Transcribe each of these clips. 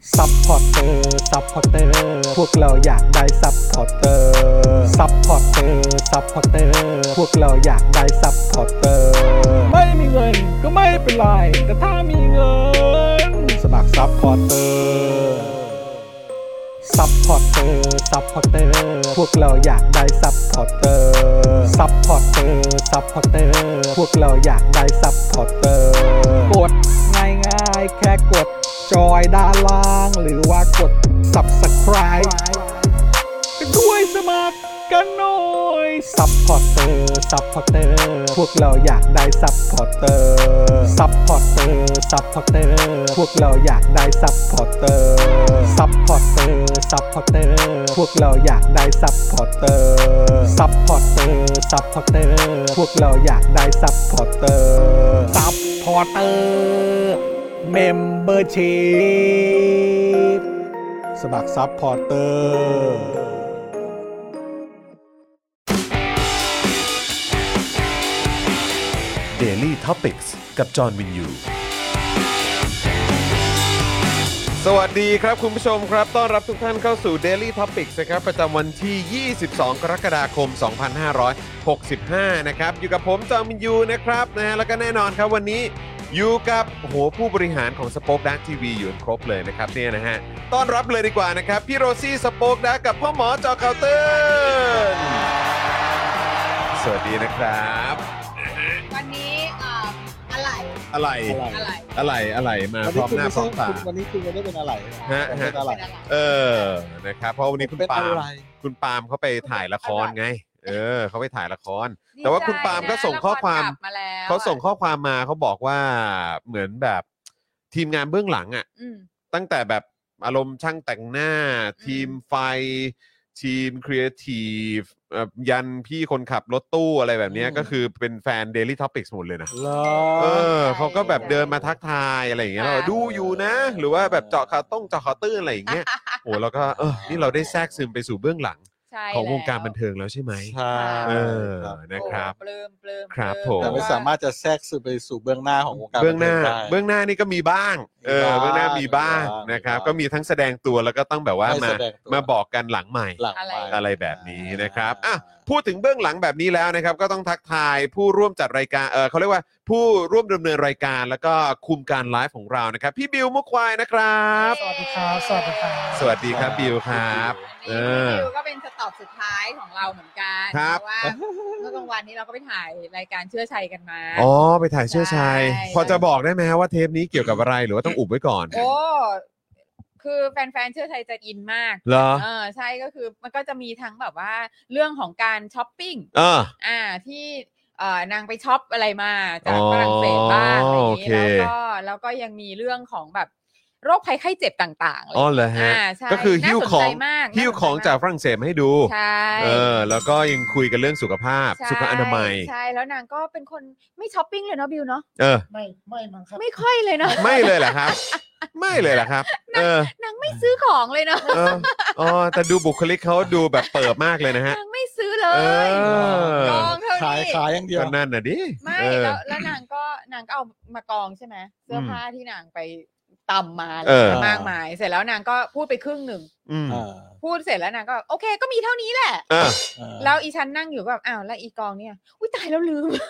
ซัพพอร์เตอร์ซัพพอร์เตอร์พวกเราอยากได้ซัพพอร์เตอร์ซัพพอร์เตอร์ซัพพอร์เตอร์พวกเราอยากได้ซัพพอร์เตอร์ไม่มีเงินก็ไม่เป็นไรแต่ถ้ามีเงินสมัครซัพพอร์เตอร์ซัพพอร์เตอร์ซัพพอร์เตอร์พวกเราอยากได้ซัพพอร์เตอร์ซัพพอร์เตอร์ซัพพอร์เตอร์พวกเราอยากได้ซัพพอร์เตอร์กดง่ายๆแค่กดจอยด้านล่างหรือว่ากด Subscribe ไปด้วยสมัครกันหน่อยซัพพอร์เตอร์ซัพพอร์เตอร์พวกเราอยากได้ซัพพอร์เตอร์ซัพพอร์เตอร์ซัพพอร์เตอร์พวกเราอยากได้ซัพพอร์เตอร์ซัพพอร์เตอร์ซัพพอร์เตอร์พวกเราอยากได้ซัพพอร์เตอร์ซัพพอร์เตอร์ซัพพอร์เตอร์พวกเราอยากได้ซัพพอร์เตอร์ซัพพอร์เตอร์เมมเบอร์ชีพสมัครซัพพอร์เตอร์ Daily Topics กับจอห์นวินยูสวัสดีครับคุณผู้ชมครับต้อนรับทุกท่านเข้าสู่ Daily Topics นะครับประจำวันที่ 22 กรกฎาคม 2565 นะครับอยู่กับผมจอห์นวินยูนะครับแล้วก็แน่นอนครับวันนี้อยู่กับผู้บริหารของ Spoke Dark TV อยู่ครบเลยนะครับเนี่ยนะฮะต้อนรับเลยดีกว่านะครับพี่โรซี่ Spoke Dark กับพ่อหมอจอเคาน์เตอร์สวัสดีนะครับวันนี้อะไรมาพร้อมหน้าพร้อมตาวันนี้คุณไม่ได้เป็นอะไรฮะนะครับเพราะวันนี้คุณปาล์มเขาไปถ่ายละครไงเขาไปถ่ายละครแต่ว่าคุณปาล์มก็ส่งข้อความเขาส่งข้อความมาเขาบอกว่าเหมือนแบบทีมงานเบื้องหลังอ่ะตั้งแต่แบบอารมณ์ช่างแต่งหน้าทีมไฟทีมครีเอทีฟยันพี่คนขับรถตู้อะไรแบบนี้ก็คือเป็นแฟน Daily Topics หมดเลยนะเขาก็แบบเดินมาทักทายอะไรอย่างเงี้ยเราดูอยู่นะหรือว่าแบบเจาะข่าวตื้นอะไรอย่างเงี้ยแล้วก็นี่เราได้แทรกซึมไปสู่เบื้องหลังของวงการบันเทิงแล้วใช่ไหมใช่นะครับปลื้มครับผมแต่ไม่สามารถจะแทรกซึมไปสู่เบื้องหน้าของวงการเบื้องหน้านี่ก็มีบ้างเบื้องหน้ามีบ้างนะครับก็มีทั้งแสดงตัวแล้วก็ต้องแบบว่ามาบอกกันหลังใหม่อะไรแบบนี้นะครับพูดถึงเบื้องหลังแบบนี้แล้วนะครับก็ต้องทักทายผู้ร่วมจัดรายการเขาเรียกว่าผู้ร่วมดำเนินรายการแล้วก็คุมการไลฟ์ของเรานะครับพี่บิวมุกควายนะครับสวัสดีครับสวัสดีครับบิวครับบิวก็เป็นสต็อปสุดท้ายของเราเหมือนกันเพราะว่าเมื่อกลางวันนี้เราก็ไปถ่ายรายการเชื่อชัยกันมาไปถ่ายเชื่อชัยพอจะบอกได้ไหมว่าเทปนี้เกี่ยวกับอะไรหรือว่าต้องอุบไว้ก่อนคือแฟนๆเชื่อชัยจะอินมากเหรอใช่ก็คือมันก็จะมีทั้งแบบว่าเรื่องของการช้อปปิ้งที่นางไปช็อปอะไรมาจากฝรั่งเศสบ้างอะไรอย่างนี้แล้วก็ยังมีเรื่องของแบบโรคภัยไข้เจ็บต่างๆเหรอฮะก็คือหิ้วของจากฝรั่งเศสมาให้ดูใช่แล้วก็ยังคุยกันเรื่องสุขภาพสุขอนามัยใช่แล้วนางก็เป็นคนไม่ช้อปปิ้งเลยเนาะบิวเนาะไม่มั้งครับไม่ค่อยเลยเนาะไม่เลยเหรอครับไม่เลยเหรอครับนางไม่ซื้อของเลยเนาะแต่ดูบุคลิกเขาดูแบบเปิดมากเลยนะฮะนางไม่ซื้อเลยกองเท่านี้ขายอย่างเดียวนั่นน่ะดิไม่แล้วนางก็เอามากองใช่ไหมเสื้อผ้าที่นางไปตำมามากมายเสร็จแล้วนางก็พูดไปครึ่งหนึ่งพูดเสร็จแล้วนางก็โอเคก็มีเท่านี้แหละแล้วอีฉันนั่งอยู่แบบอ้าวแล้วอีกองเนี่ยอุ้ยตายแล้วลืม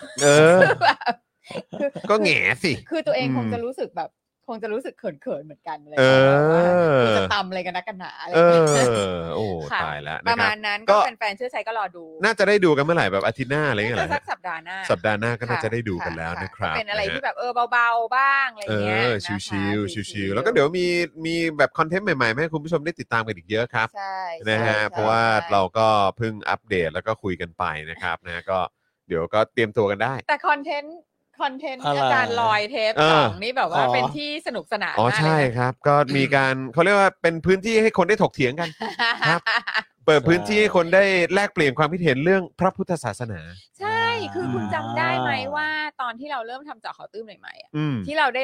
ก็แง่สิคือตัวเองคงจะรู้สึกเขินๆเหมือนกันเลยจะตำอะไรกันนักกันหนาอะไรโอ้ตายแล้วประมาณนั้นก็แฟนๆเชื่อชัยก็รอดูน่าจะได้ดูกันเมื่อไหร่แบบอาทิตย์หน้าอะไรเงี้ยแหละสักสัปดาห์หน้าก็น่าจะได้ดูกันแล้วนะครับเป็นอะไรที่แบบเบาๆบ้างอะไรเงี้ยชิลๆแล้วก็เดี๋ยวมีแบบคอนเทนต์ใหม่ๆให้คุณผู้ชมได้ติดตามกันอีกเยอะครับนะฮะเพราะว่าเราก็เพิ่งอัปเดตแล้วก็คุยกันไปนะครับนะก็เดี๋ยวก็เตรียมตัวกันได้แต่คอนเทนต์อาจารย์ลอยเทป2นี่แบบว่าเป็นที่สนุกสนานมากใช่ครับก็มีการเขาเรียกว่าเป็นพื้นที่ให้คนได้ถกเถียงกันครับเปิดพื้นที่ให้คนได้แลกเปลี่ยนความคิดเห็นเรื่องพระพุทธศาสนาใช่คือคุณจำได้ไหมว่าตอนที่เราเริ่มทำเจาะข่าวตื้มใหม่ๆที่เราได้รับ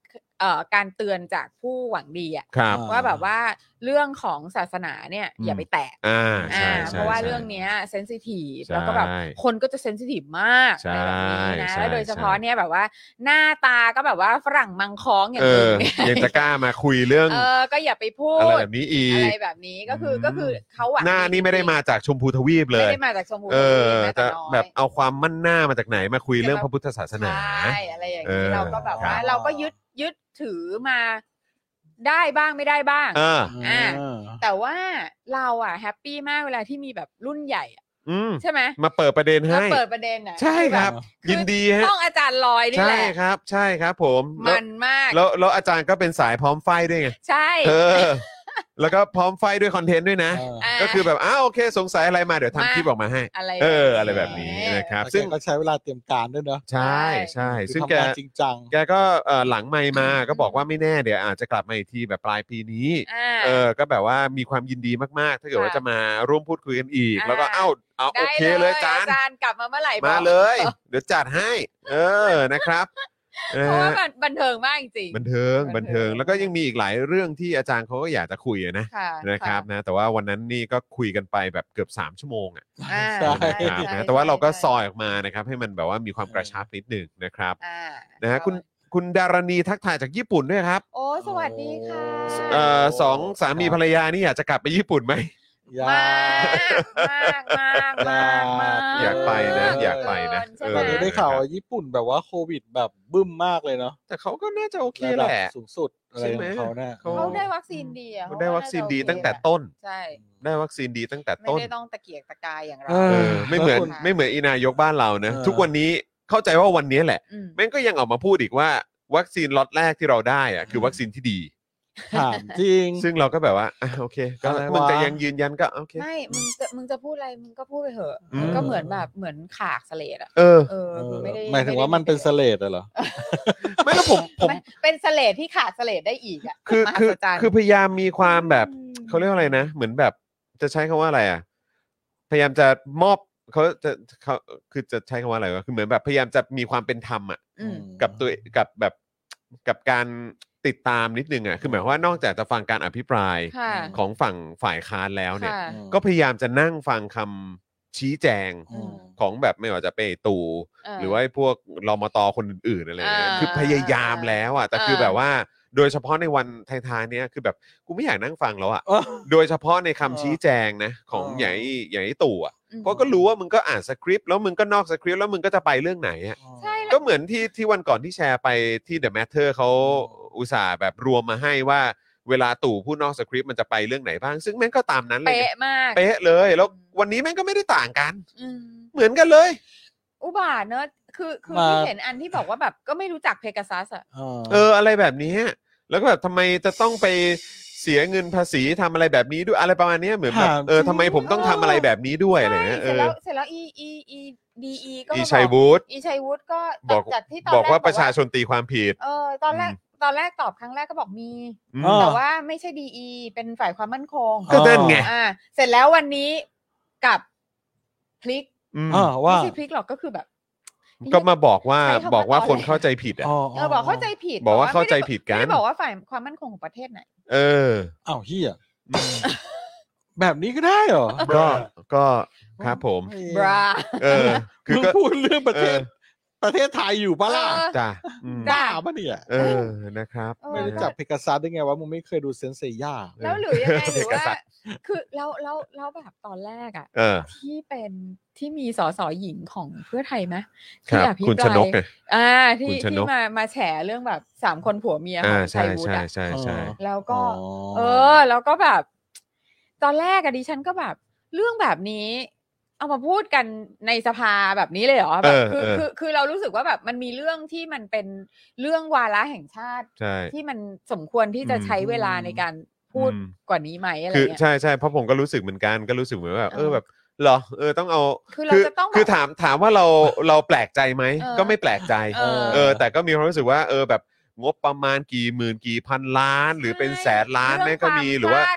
การเตือนจากผู้หวังดีอ่ะครับว่าแบบว่าเรื่องของศาสนาเนี่ยอย่าไปแตะใช่เพราะว่าเรื่องเนี้ยเซนซิทีฟใช่แล้วก็แบบคนก็จะเซนซิทีฟมากใช่อะไรแบบนี้นะใช่แล้วโดยเฉพาะเนี่ยแบบว่าหน้าตาก็แบบว่าฝรั่งมังค้องอย่างเอนึอง ยังจะกล้ามาคุยเรื่องก็อย่าไปพูอะไรดแบบนี้อีกอะไรแบบนี้ก็คือเขาหวังหน้านี่ไม่ได้มาจากชมพูทวีปเลไม่ยได้มาจากชมพูเอทวีอปแม้แต่จะน้อยแบบเอาความมั่นหน้ามาจากไหนมาคุยเรื่องพระพุทธศาสนาใช่อะไรอย่างนี้เออเราก็แบบว่าครับเราก็ยึดถือมาได้บ้างไม่ได้บ้าง แต่ว่าเราอ่ะแฮปปี้มากเวลาที่มีแบบรุ่นใหญ่อะใช่ไหมมาเปิดประเด็นให้มาเปิดประเด็นอ่ะใช่ครับคือยินดีฮะต้องอาจารย์ลอยนี่ใช่แหละครับ ใช่ครับผมมันมากแล้วอาจารย์ก็เป็นสายพร้อมไฟด้วยไงใช่แล้วก็พร้อมไฟด้วยคอนเทนต์ด้วยนะ ก็คือแบบโอเคสงสัยอะไรมาเดี๋ยวทำคลิปออกมาให้ อะไรแบบนี้นะครับซึ่ซึ่งงก็ใช้เวลาเตรียมการด้วยเนอะใช่ใช่ซึ่งแกทำงานจริงจังแกก็หลังไมค์มาก็บอกว่าไม่แน่เดี๋ยวอาจจะกลับมาอีกทีแบบปลายปีนี้ ก็แบบว่ามีความยินดีมากๆ ถ้าเกิดว่าจะมาร่วมพูดคุยกันอีก แล้วก็เอาโอเคเลยอาจารย์กลับมาเมื่อไหร่มาเลย เดี๋ยวจัดให้ นะครับเพราะว่าบันเทิงมากจริงบันเทิงแล้วก็ยังมีอีกหลายเรื่องที่อาจารย์เขาก็อยากจะคุยนะ นะครับนะแต่ว่าวันนั้นนี่ก็คุยกันไปแบบเกือบ3ชั่วโมงอ่ะใช่นะครับนะแต่ว่าเราก็ซอยออกมานะครับให้มันแบบว่ามีความกระชับนิดหนึ่งนะครับนะฮะคุณดารณีทักทายจากญี่ปุ่นด้วยครับโอ้สวัสดีค่ะสองสามีภรรยานี่อยากจะกลับไปญี่ปุ่นไหมมากอยากไปนะอยากไปนะใช่ไหมตอนนี้ได้ข่าวว่าญี่ปุ่นแบบว่าโควิดแบบบึ้มมากเลยเนาะแต่เขาก็น่าจะโอเคระแหดับละสูงสุดอะไรของเขาเนี่ยเขาได้วัคซีนดีอ่ะได้วัคซีนดีตั้งแต่ต้นใช่ได้วัคซีนดีตั้งแต่ไม่ต้นได้ต้องตะเกียกตะกายอย่างเราไม่เหมือนแล้วคุณไม่เหมือนอีนายกบ้านเรานะทุกวันนี้เข้าใจว่าวันนี้แหละแม่งก็ยังออกมาพูดอีกว่าวัคซีนล็อตแรกที่เราได้อะคือวัคซีนที่ดีถามจริงซึ่งเราก็แบบว่าโอเคก็อะไรวะมึงจะยังยืนยันก็โอเคไม่มึงจะพูดอะไรมึงก็พูดไปเถอะอืมก็เหมือนแบบเหมือนขากสเลดอ่ะ คือไม่ได้หมายถึงว่ามันเป็นสเลดเหรอไม่แล้วผมเป็นสเลดที่ขาดสเลดได้อีกอ่ะคือมหัศจรรย์พยายามมีความแบบเขาเรียกว่าอะไรนะ เหมือนแบบจะใช้คำว่าอะไรอ่ะพยายามจะมอบเขาคือจะใช้คำว่าอะไรวะคือเหมือนแบบพยายามจะมีความเป็นธรรมอ่ะ กับตัวกับแบบกับการติดตามนิดนึงอ่ะคือหมายความว่านอกจากจะฟังการอภิปรายค่ะของฝั่งฝ่ายค้านแล้วเนี่ยค่ะก็พยายามจะนั่งฟังคำชี้แจง ของแบบไม่ว่าจะเป็นตู่หรือว่าพวกรมตคนอื่นๆอะไรอย่างเงี้ยคือพยายามแล้วอ่ะแต่คือแบบว่าโดยเฉพาะในวันท้ายๆเนี้ยคือแบบกูไม่อยากนั่งฟังแล้วอ่ะโดยเฉพาะในคำชี้แจงนะของใหญ่ตู่อ่ะเพราะก็รู้ว่ามึงก็อ่านสคริปต์แล้วมึงก็นอกสคริปต์แล้วมึงก็จะไปเรื่องไหนอ่ะใช่แล้วก็เหมือนที่วันก่อนที่แชร์ไปที่ The Matter เขาอุตส่าห์แบบรวมมาให้ว่าเวลาตู่พูดนอกสคริปต์มันจะไปเรื่องไหนบ้างซึ่งแม่งก็ตามนั้นเลยเป๊ะมากเป๊ะเลยแล้ววันนี้แม่งก็ไม่ได้ต่างกันอืมเหมือนกันเลยอุบาทเนอะคือมาที่เห็นอันที่บอกว่าแบบก็ไม่รู้จักเพกาซัสอ่ะอะไรแบบนี้แล้วก็แบบทำไมจะต้องไปเสียเงินภาษีทำอะไรแบบนี้ด้วยอะไรประมาณนี้เหมือนแบบทำไมผมต้องทำอะไรแบบนี้ด้วยอะไรเงี้ยเสร็จแล้วอีก็อีชัยวุฒิก็บอกจัดที่ตอนบอกแรกว่าประชาชนตีความผิดตอนแรกตอบครั้งแรกก็บอกมีอ๋อแต่ว่าไม่ใช่ดีเป็นฝ่ายความมั่นคงก็นั่นไงเสร็จแล้ววันนี้กับพลิกว่าไม่ใช่พลิกหรอกก็คือแบบก็มาบอกว่าใช้คำว่าบอกว่าตอนคนเข้าใจผิดอ่ะบอกเข้าใจผิดบอกว่าเข้าใจผิดกันไม่ได้บอกว่าฝ่ายความมั่นคงของประเทศไหนอ้าวเฮียแบบนี้ก็ได้เหรอก็ครับผมบราคือมึงก็พูดเรื่องประเทศไทยอยู่ปะล่ะจ้าบ้าปะเนี่ยนะครับไม่รู้จักเพกาซัสได้ไงวะมึงไม่เคยดูเซนเซียแล้วหรือยังไงหรือว่าคือแล้วแบบตอนแรกอ่ะที่มีสสหญิงของเพื่อไทยไหมที่อภิปรายคุณชนกไงที่มาแฉเรื่องแบบ3คนผัวเมียของชัยวุฒิอ่ะใช่แล้วก็แล้วก็แบบ ตอนแรกอะดิฉันก็แบบเรื่องแบบนี้ เอามาพูดกันในสภาแบบนี้เลยเหรอแบบคือเรารู้สึกว่าแบบมันมีเรื่องที่มันเป็นเรื่องวาระแห่งชาติที่มันสมควรที่จะใช้เวลาในการพูดกว่านี้ไหมอะไรเงี้ยใช่เพราะผมก็รู้สึกเหมือนกันก็รู้สึกเหมือนแบบแบบเหรอต้องเอาคือถามว่าเราแปลกใจไหมก็ไม่แปลกใจแต่ก็มีความรู้สึกว่าแบบงบประมาณกี่หมื่นกี่พันล้านหรือเป็นแสนล้านแม่ก็มีหรือว่า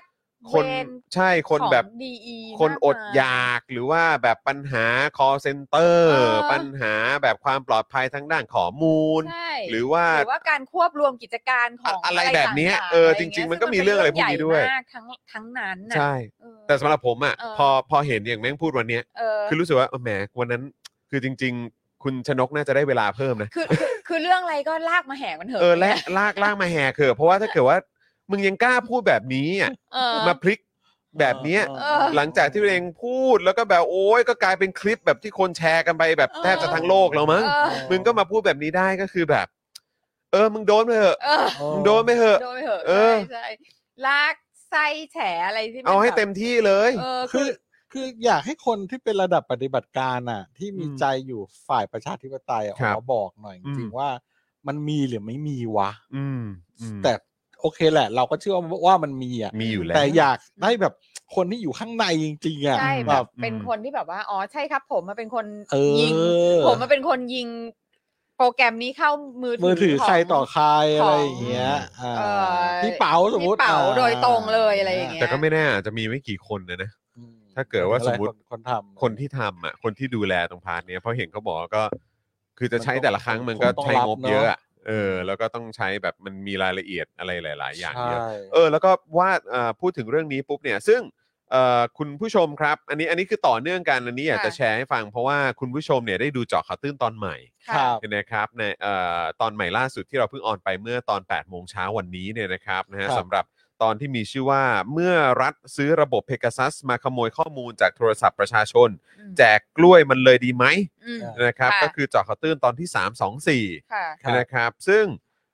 คนใช่คนแบบ DE คนอดอยากหรือว่าแบบปัญหา call center ปัญหาแบบความปลอดภัยทางด้านข้อมูลหรือว่าการควบรวมกิจการของอะไรแบบนี้จริงๆมันก็มีเรื่องอะไรพวกนี้ด้วยทั้งนั้นใช่แต่สำหรับผมอ่ะพอเห็นอย่างแม่งพูดวันนี้คือรู้สึกว่าแหมวันนั้นคือจริงๆคุณชนกน่าจะได้เวลาเพิ่มนะคือเรื่องอะไรก็ลากมาแหกมันเถอะและลากมาแหกเถอะเพราะว่าถ้าเกิดว่ามึงยังกล้าพูดแบบนี้อ่ะมาพลิกแบบนี้หลังจากที่ตัวเองพูดแล้วก็แบบโอ๊ยก็กลายเป็นคลิปแบบที่คนแชร์กันไปแบบแทบจะทั้งโลกแล้วมั้งมึงก็มาพูดแบบนี้ได้ก็คือแบบมึงโดนไปเถอะมึงโดนไปเถอะใช่ลากไส้แฉอะไรที่เอาให้เต็มที่เลยคืออยากให้คนที่เป็นระดับปฏิบัติการน่ะที่มีใจอยู่ฝ่ายประชาธิปไตยออกมาบอกหน่อยจริงๆว่ามันมีหรือไม่มีวะแต่โอเคแหละเราก็เชื่อว่ามันมีอยู่แล้วแต่อยากได้แบบคนที่อยู่ข้างในจริงๆใช่แบบเป็นคนที่แบบว่าอ๋อใช่ครับผมมาเป็นคนยิงผมมาเป็นคนยิงโปรแกรมนี้เข้ามือถือใครต่อใครอะไรอย่างเงี้ยพี่เป๋าสมมติพี่เป๋าโดยตรงเลยอะไรอย่างเงี้ยแต่ก็ไม่แน่อาจจะมีไม่กี่คนนะถ้าเกิดว่าสมมติคนที่ทำอ่ะคนที่ดูแลตรงพาร์ทเนี้ยเพราะเห็นเขาบอกก็คือจะใช้แต่ละครั้งมันก็ใช้งบเยอะแล้วก็ต้องใช้แบบมันมีรายละเอียดอะไรหลายๆอย่างเยอะแล้วก็ว่าพูดถึงเรื่องนี้ปุ๊บเนี่ยซึ่งคุณผู้ชมครับอันนี้คือต่อเนื่องกันอันนี้อยากจะแชร์ให้ฟังเพราะว่าคุณผู้ชมเนี่ยได้ดูเจาะข่าวตื้นตอนใหม่นะครับในตอนใหม่ล่าสุดที่เราเพิ่งออนไปเมื่อตอน 8 โมงเช้าวันนี้เนี่ยนะครับนะฮะสำหรับตอนที่มีชื่อว่าเมื่อรัฐซื้อระบบ Pegasus มาขโมยข้อมูลจากโทรศัพท์ประชาชนแจกกล้วยมันเลยดีไหมนะครับก็คือเจาะข่าวตื้นตอนที่324นะครับซึ่ง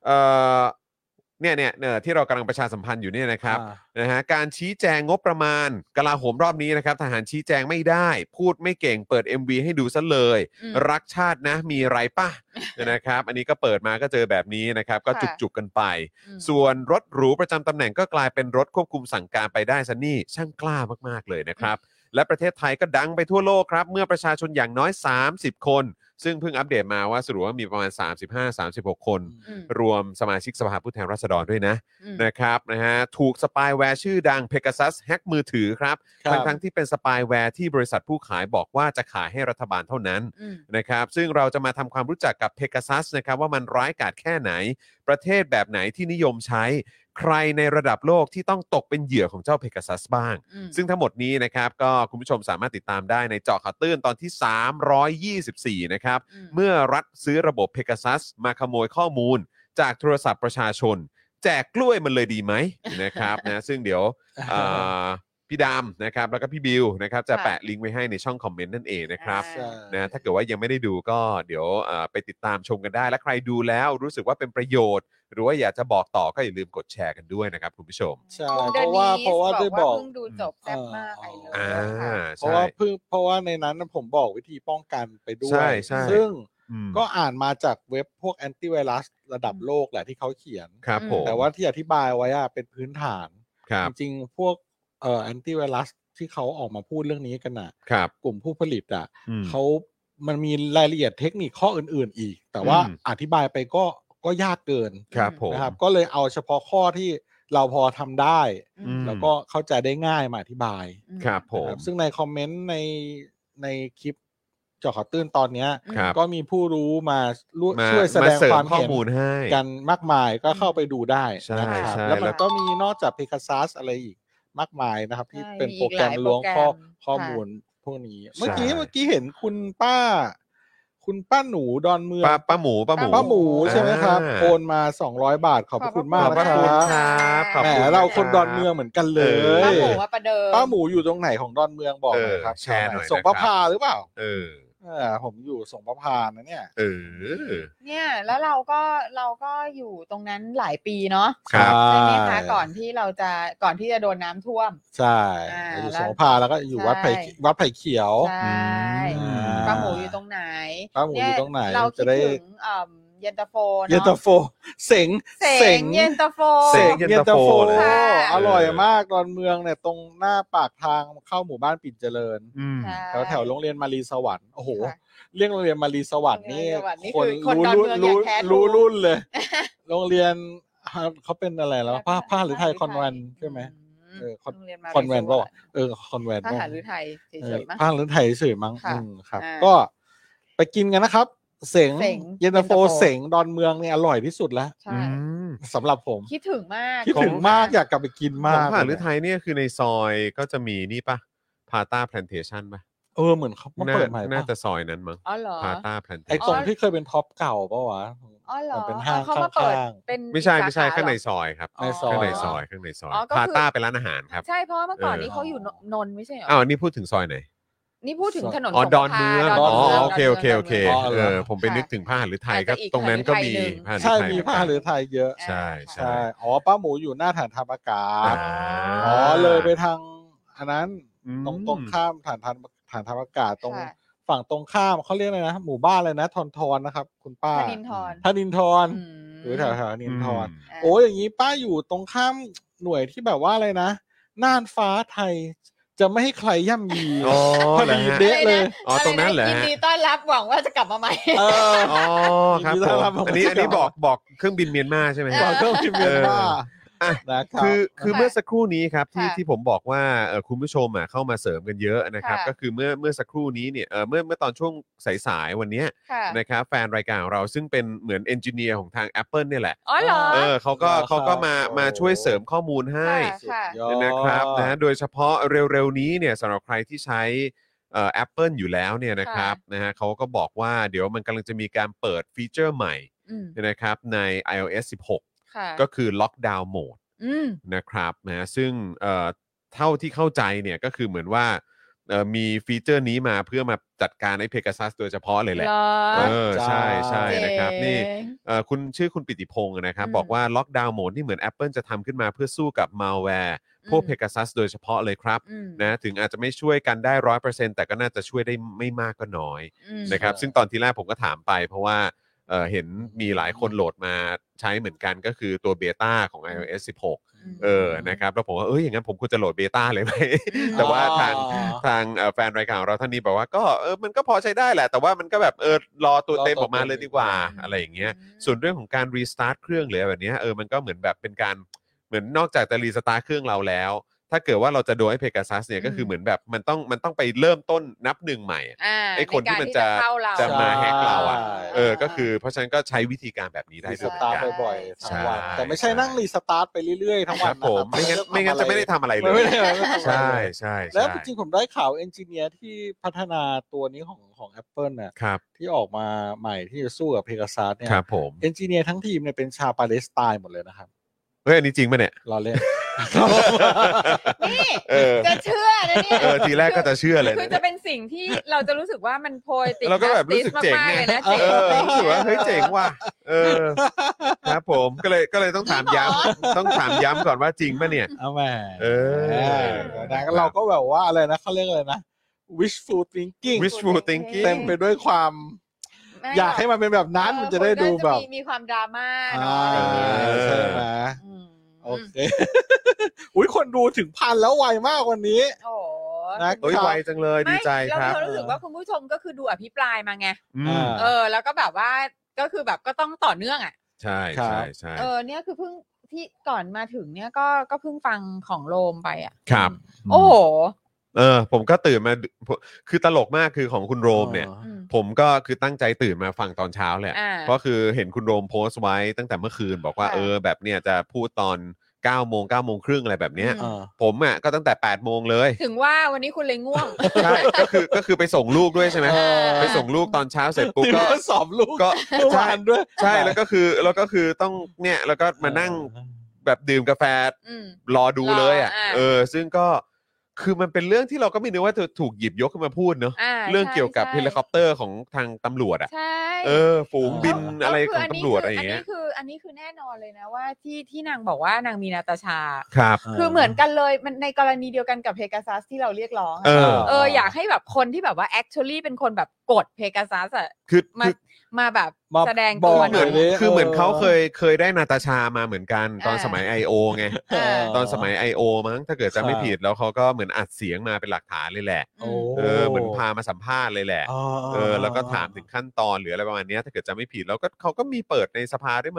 เนี่ยที่เรากำลังประชาสัมพันธ์อยู่เนี่ยนะครับนะฮะการชี้แจงงบประมาณกลาโหมรอบนี้นะครับทหารชี้แจงไม่ได้พูดไม่เก่งเปิด MV ให้ดูซะเลยรักชาตินะมีไรป่ะนะครับอันนี้ก็เปิดมาก็เจอแบบนี้นะครับก็จุกกันไปส่วนรถหรูประจำตำแหน่งก็กลายเป็นรถควบคุมสั่งการไปได้ซะนี่ช่างกล้ามากๆเลยนะครับและประเทศไทยก็ดังไปทั่วโลกครับเมื่อประชาชนอย่างน้อย30คนซึ่งเพิ่งอัปเดตมาว่าสรุปว่ามีประมาณ35-36 คนรวมสมาชิกสภาผู้แทนราษฎรด้วยนะครับนะฮะถูกสปายแวร์ชื่อดัง Pegasus แฮ็กมือถือครับทั้งที่เป็นสปายแวร์ที่บริษัทผู้ขายบอกว่าจะขายให้รัฐบาลเท่านั้นนะครับซึ่งเราจะมาทำความรู้จักกับ Pegasus นะครับว่ามันร้ายกาจแค่ไหนประเทศแบบไหนที่นิยมใช้ใครในระดับโลกที่ต้องตกเป็นเหยื่อของเจ้า Pegasus บ้างซึ่งทั้งหมดนี้นะครับก็คุณผู้ชมสามารถติดตามได้ในเจาะข่าวตื้นตอนที่324นะครับเมื่อรัฐซื้อระบบ Pegasus มาขโมยข้อมูลจากโทรศัพท์ประชาชนแจกกล้วยมันเลยดีไหมนะครับนะซึ่งเดี๋ยวพี่ดำนะครับแล้วก็พี่บิวนะครับจะแปะลิงก์ไว้ให้ในช่องคอมเมนต์นั่นเองนะครับนะถ้าเกิดว่ายังไม่ได้ดูก็เดี๋ยวไปติดตามชมกันได้และใครดูแล้วรู้สึกว่าเป็นประโยชน์หรือว่าอยากจะบอกต่อก็อย่าลืมกดแชร์กันด้วยนะครับคุณผู้ชมใช่เพราะว่าได้บอกเพิ่งดูจบแซ่บมากไอ้เลยเพราะว่าในนั้นผมบอกวิธีป้องกันไปด้วยซึ่งก็อ่านมาจากเว็บพวกแอนตี้ไวรัสระดับโลกแหละที่เขาเขียนแต่ว่าที่อธิบายไว้เป็นพื้นฐานจริงๆพวกแอนตี้ไวรัสที่เขาออกมาพูดเรื่องนี้กันกลุ่มผู้ผลิตมันมีรายละเอียดเทคนิคข้ออื่นๆอีกแต่ว่าอธิบายไปก็ยากเกินนะครับก็เลยเอาเฉพาะข้อที่เราพอทำได้แล้วก็เข้าใจได้ง่ายมาอธิบายครับผมซึ่งในคอมเมนต์ในคลิปเจาะข่าวตื้นตอนนี้ก็มีผู้รู้มาช่วยแสดงความเห็นกันมากมายก็เข้าไปดูได้นะครับแล้วมันก็มีนอกจาก Pegasus อะไรอีกมากมายนะครับที่เป็นโปรแกรมล้วงข้อมูลพวกนี้เมื่อกี้เห็นคุณป้าหนูดอนเมืองป้าหมูใช่ไหมครับโอนมา200 บาทขอบคุณมากนะครับแหมเราคนดอนเมืองเหมือนกันเลยป้าหมูว่าประเดิมป้าหมูอยู่ตรงไหนของดอนเมืองบอกหน่อยครับแชร์หน่อยส่งพระพาหรือเปล่าผมอยู่ส่งพระพานะเนี่ยเนี่ยแล้วเราก็อยู่ตรงนั้นหลายปีเนาะใช่ไหมคะก่อนที่จะโดนน้ำท่วมใช่อยู่ส่งพระพาแล้วก็อยู่วัดไผ่เขียวใช่ป้าหมูอยู่ตรงไหนป้าหมูอยู่ตรงไหนเราคิดถึงเย็นตาโฟเสงเย็นตาโฟอร่อยมากดอนเมืองเนี่ยตรงหน้าปากทางเข้าหมู่บ้านปิ่นเจริญแถวโรงเรียนมารีสวรรค์โอ้โหเรื่องโรงเรียนมารีสวรรค์นี่คนรู้รุ่นเลยโรงเรียนเขาเป็นอะไรแล้วผ้าหรือไทยคอนแวนต์ใช่ไหมโรงเรียนมาคอนแวนต์ป่ะคอนแวนต์ทหารหรือไทยเฉยๆมั้งภาคหรือไทยเฉยมั้งค่ะครับ ก็ไปกินกันนะครับเสงเสงเย็นตาโฟเสงดอนเมืองเนี่ยอร่อยที่สุดแล้วใช่สำหรับผมคิดถึงมากคิดถึงมากอยากกลับไปกินขมาองกมหาฤทัยเนี่ยคือในซอยก็จะมีนี่ปะพาต้าแพลนเทชันปะเหมือนเขามาเปิดใหม่น่าปะจะซอยนั้นมั้งอ๋อเหรอพาต้าแพลนเทไอ้ชัตรงนที่เคยเป็นท็อปเก่าปะวะอ๋อเหรอมันเป็นห้างเขามาเปิดข้างๆเป็นไม่ใช่อีกสขข้างในเหรอซอยครับในซอยข้างในซอยข้างในซอยอ๋อก็คือพาต้าเป็นร้านอาหารครับใช่เพราะว่าเมื่อก่อนนี้เออเขาอยู่นนท์ไม่ใช่เหรออ้าวอันนี้พูดถึงซอยไหนนี่พูดถึงถนนอ๋อสงดขอนลาเมืองดอ๋นอเมืงโอเคดโอน เคมืงโอเคอ๋อเหรอผมไปนึกถึงพหฤทัยอาจก็จะอีกตรงนั้นก็มีพหฤทัยหนึ่งพหฤทัยใช่มีเหอนผ้ากันหรือไทยเยอะใช่ใช่ป้าหมูอยู่หน้าฐานทัพอากาศอ่าเลยไปทางอันนั้นอืมตรงข้ามฐานทัพอากาศตรงค่ะฝั่งตรงข้ามเขาเรียกอะไรนะหมู่บ้านเลยนะทอนนะครับ คุณป้าธนินทร์ธนินทรอืมหรือแถวๆนินทราโอ้ยอย่างนี้ป้าอยู่ตรงข้ามหน่วยที่แบบว่าอะไรนะน่านฟ้าไทยจะไม่ให้ใครย่ำยีอ๋อพอเหรอดีฮะเด๊ะเลยอ๋อตรงนั้นเหรอฮะยินดีต้อนรับหวังว่าจะกลับมาใหม่เอออ๋อครับยินดีผต้อนมรับอันนี้บอกเครื่องบินเมียนมาใช่ไหมฮะก่อนเข้าพิมพ์เมียนมาอ่ะนะครับคือเมื่อสักครู่นี้ครับที่ค่ะที่ผมบอกว่าคุณผู้ชมเข้ามาเสริมกันเยอะนะครับค่ะก็คือเมื่อสักครู่นี้เนี่ยเมื่อตอนช่วงสายๆวันเนี้ยค่ะนะครับแฟนรายการของเราซึ่งเป็นเหมือนเอนจิเนียร์ของทาง Apple เนี่ยแหละอ๋อเหรอเขาก็ครับเขาก็มาโอ้มาช่วยเสริมข้อมูลให้ค่ะสุดยอดนะครับนะโดยเฉพาะเร็วๆนี้เนี่ยสำหรับใครที่ใช้Apple อยู่แล้วเนี่ยนะครับนะฮะเขาก็บอกว่าเดี๋ยวมันกำลังจะมีการเปิดฟีเจอร์ใหม่อืมนะครับใน iOS 16 ค่ะก็คือ Lockdown Mode นะครับนะซึ่งเท่าที่เข้าใจเนี่ยก็คือเหมือนว่ามีฟีเจอร์นี้มาเพื่อมาจัดการไอ้ Pegasus โดยเฉพาะเลยแหละเหรอใช่ใช่นะครับนี่เจ๋งคุณปิติพงศ์นะครับอืมบอกว่า Lockdown Mode นี่เหมือน Apple จะทำขึ้นมาเพื่อสู้กับ malware พวก Pegasus โดยเฉพาะเลยครับอืมนะถึงอาจจะไม่ช่วยกันได้ 100% แต่ก็น่าจะช่วยได้ไม่มากก็น้อยอืมนะครับซึ่งตอนที่แรกผมก็ถามไปเพราะว่าเห็นมีหลายคนโหลดมาใช้เหมือนกันก็คือตัวเบต้าของ iOS 16 นะครับแล้วผมว่าอย่างนั้นผมควรจะโหลดเบต้าเลยไหม แต่ว่าทางแฟนรายการของเราท่านนี้บอกว่าก็มันก็พอใช้ได้แหละ แต่ว่ามันก็แบบรอตัวเต็มออกมาเลยดีกว่าอะไรอย่างเงี้ยส่วนเรื่องของการรีสตาร์ทเครื่องหรืออะไรแบบเนี้ยมันก็เหมือนแบบเป็นการเหมือนนอกจากจะรีสตาร์ทเครื่องเราแล้ว ถ้าเกิดว่าเราจะโดนไอ้ Pegasus เนี่ยก็คือเหมือนแบบมันต้องไปเริ่มต้นนับหนึ่งใหม่ไอ้คนที่มันจะมาแฮกเราอ่ะก็คือเพราะฉะนั้นก็ใช้วิธีการแบบนี้ได้รีด้สวยตาร์ทกันบ่อยๆทั้งวันใช่แต่ไม่ใช่นั่งรีสตาร์ทไปเรื่อยๆทั้งควัรันบผมไม่งั้นจะไม่ได้ทำอะไรเลยไม่ได้ทำอะไรใช่ใช่แล้วใช่จริงๆผมได้ข่าวเอนจิเนียร์ที่พัฒนาตัวนี้ของ Apple น่ะครับที่ออกมาใหม่ที่จะสู้กับ Pegasus เนี่ยครับผมเอนจิเนียร์ทั้งทีมเนี่ยเป็นชาวปาเลสไตน์หมดเลยนะครับเฮ้ยอันนี้จริงป่ะเนี่ยรอเล่นนี่เออจะเชื่อนะเนี่ยทีแรกก็จะเชื่อเลยคือจะเป็นสิ่งที่เราจะรู้สึกว่ามันโพยติดเราก็แบบรู้สึกเจ๋งมากๆไงเลยนะเจ๋งรู้สึกว่าเฮ้ยเจ๋งว่ะครับผมก็เลยต้องถามย้ำต้องถามย้ำก่อนว่าจริงป่ะเนี่ยเอาแหม่ครับเราก็แบบว่าอะไรนะเขาเรียกอะไรนะ wishful thinking wishful thinking เต็มไปด้วยความอยากให้มันเป็นแบบนั้นมันจะได้ดูแบบมีความดราม่าเนาะอะไรอย่างเงี้ยใช่ไหมอืมโอเค อุ้ยคนดูถึง1,000แล้วไวมากวันนี้โอ้โหนะเฮ้ยไวจังเลยดีใจครับเรารู้สึกว่าคุณผู้ชมก็คือดูอภิปรายมาไงอืมแล้วก็แบบว่าก็คือแบบก็ต้องต่อเนื่องอ่ะใช่ใช่ใช่เนี่ยคือเพิ่งที่ก่อนมาถึงเนี่ยก็เพิ่งฟังของโรมไปอ่ะครับโอ้โหผมก็ตื่นมาคือตลกมากคือของคุณโรมเนี่ยอืมผมก็คือตั้งใจตื่นมาฟังตอนเช้าแหละอ่าเพราะคือเห็นคุณโรมโพสต์ไว้ตั้งแต่เมื่อคืนบอกว่าค่ะแบบเนี่ยจะพูดตอน9 โมง 9 โมงครึ่งอะไรแบบเนี้ยอืมผมก็ตั้งแต่8 โมงเลยถึงว่าวันนี้คุณเลยง่วงใช่ก็คือไปส่งลูกด้วยใช่ไหมเออไปส่งลูกตอนเช้าเสร็จปุ๊บตื่นก็มาสอบลูกก็เมื่อวานด้วยใช่แล้วก็คือต้องเนี่ยแล้วก็มานั่งแบบดื่มกาแฟอืมรอดูเลยอ่ะรอซึ่งก็คือมันเป็นเรื่องที่เราก็ไม่นึกว่าจะถูกหยิบยกขึ้นมาพูดเนอะ เรื่องเกี่ยวกับเฮลิคอปเตอร์ของทางตำรวจอ่ะใช่ฝูงบินอะไรของตำรวจอะไรอย่างเงี้ยอันนี้คือแน่นอนเลยนะว่าที่นางบอกว่านางมีนาตาชาครับคือเหมือนกันเลยมันในกรณีเดียวกันกับเพกาซัสที่เราเรียกร้องอะ อยากให้แบบคนที่แบบว่า actually เป็นคนแบบกดเพกาซัสอะคือมาแบบมาแสดงบตัอกวหน่อยหน่อยดิคือเหมือนเขาเคยได้นาตาชามาเหมือนกันตอนสมัย I.O. ไง ตอนสมัย I.O. มั้งถ้าเกิดจะไม่ผิดแล้วเขาก็เหมือนอัดเสียงมาเป็นหลักฐานเลยแหละโอ้เหมือนพามาสัมภาษณ์เลยแหละ แล้วก็ถามถึงขั้นตอนหรืออะไรประมาณเนี้ยถ้าเกิดจะไม่ผิดแล้วก็เขาก็มีเปิดในสภาด้วยมั้ง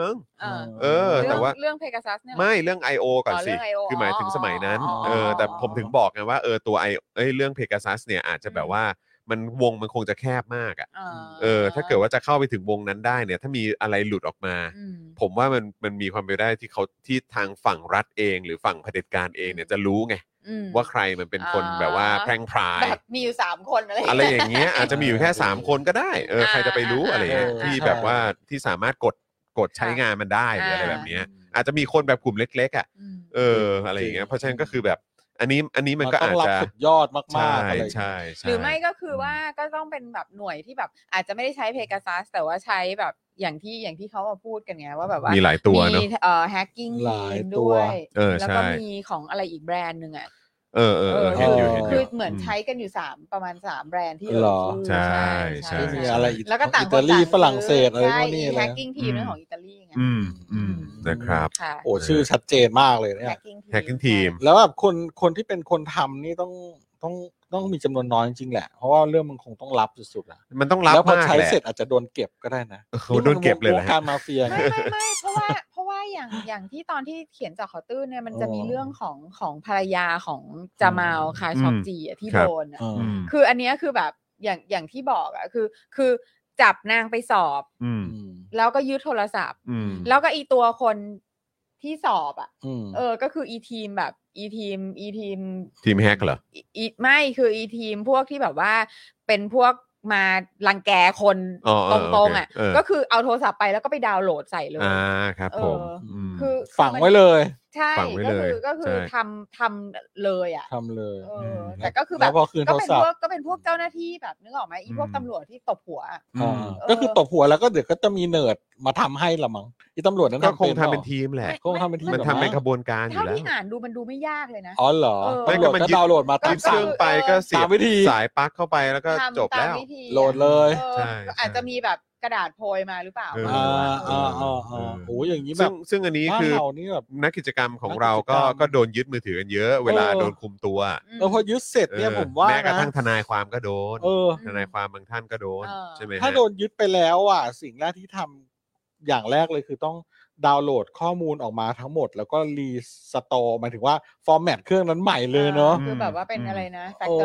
มั้งแต่แต่ว่าเรื่อง Pegasus เนี่ยไม่เรื่อง I.O. ก่อนสิเรื่อง I.O. คือหมายถึงสมัยนั้นแต่ผมถึงบอกไงว่าตัวเรื่อง Pegasus เนี่ยอาจจะแบบว่ามันคงจะแคบมากอ่ะถ้าเกิดว่าจะเข้าไปถึงวงนั้นได้เนี่ยถ้ามีอะไรหลุดออกมาผมว่ามันมีความเป็นไปได้ที่ทางฝั่งรัฐเองหรือฝั่งเผด็จการเองเนี่ยจะรู้ไงว่าใครมันเป็นคนแบบว่าแพร่งพรายแบบมีอยู่3 คนอะไรอย่างเงี้ยอาจจะมีอยู่แค่3 คนก็ได้ใครจะไปรู้อะไรเงี้ยที่แบบว่าที่สามารถกดใช้งานมันได้หรืออะไรแบบเนี้ยอาจจะมีคนแบบกลุ่มเล็กๆอ่ะอะไรอย่างเงี้ยเพราะฉะนั้นก็คือแบบอันนี้มันก็อาจจะสุดยอดมากๆอะไรใช่หรือไม่ก็คือว่าก็ต้องเป็นแบบหน่วยที่แบบอาจจะไม่ได้ใช้ Pegasus แต่ว่าใช้แบบอย่างที่เขามาพูดกันไงว่าแบบว่ามีหลายตัวเนาะ hacking team ด้วยแล้วก็มีของอะไรอีกแบรนด์นึงอ่ะเห็นอยู่คือเหมือนใช้กันอยู่ประมาณ3 แบรนด์ที่ใช่มีอะไรแล้วก็ต่างอิตาลีฝรั่งเศสอะไรพวกนี้ hacking team นั่นของอิตาลีไงนะครับโอ้ชื่อชัดเจนมากเลยเนี่ย hacking team แล้วแบบคนที่เป็นคนทำนี่ต้องมีจำนวนน้อยจริงๆแหละเพราะว่าเรื่องมันคงต้องรับสุดๆอ่ะมันต้องรับแล้วพอใช้มากแหละเสร็จอาจจะโดนเก็บก็ได้นะโดนเก็บเลยเหรอการมาเฟียไม่เพราะว่าอย่างที่ตอนที่เขียนเจาะข่าวตื้นเนี่ยมันจะมีเรื่องของภรรยาของจามาลคาชอกจีที่โดนคืออันนี้คือแบบอย่างที่บอกอ่ะคือจับนางไปสอบแล้วก็ยึดโทรศัพท์แล้วก็อีตัวคนที่สอบอ่ะก็คืออีทีมแบบทีมแฮกเหรอไม่คืออีทีมพวกที่แบบว่าเป็นพวกมารังแกคนตรงๆอ่ะก็คือเอาโทรศัพท์ไปแล้วก็ไปดาวน์โหลดใส่เลยครับผมคือฝังไว้เลยใช่ก็คือทำเลยอ่ะทำเลยแต่ก็คือแบบก็เป็นพวกเจ้าหน้าที่แบบนึกออกไหมอีพวกตำรวจที่ตบหัวก็คือตบหัวแล้วก็เดี๋ยวก็จะมีเนิร์ดมาทำให้ละมั้งอีตำรวจนั้นก็คงทำเป็นทีมแหละมันทำเป็นขบวนการอยู่แล้วเท่าที่อ่านดูมันดูไม่ยากเลยนะอ๋อเหรอตำรวจก็ดาวน์โหลดมาตามเครื่องไปก็เสียบสายปลั๊กเข้าไปแล้วก็จบแล้วโหลดเลยอาจจะมีแบบกระดาษโพยมาหรือเปล่าโอ้อย่างนี้แบบซึ่งอันนี้คือนักกิจกรรมของเราก็โดนยึดมือถือกันเยอะเวลาโดนคุมตัวพอยึดเสร็จเนี่ยผมว่าแม้กระทั่งทนายความก็โดนทนายความบางท่านก็โดนใช่ไหมถ้าโดนยึดไปแล้วสิ่งแรกที่ทำอย่างแรกเลยคือต้องดาวน์โหลดข้อมูลออกมาทั้งหมดแล้วก็รีสโตร์หมายถึงว่าฟอร์แมตเครื่องนั้นใหม่เลยเนาะคือแบบว่าเป็นอะไรนะ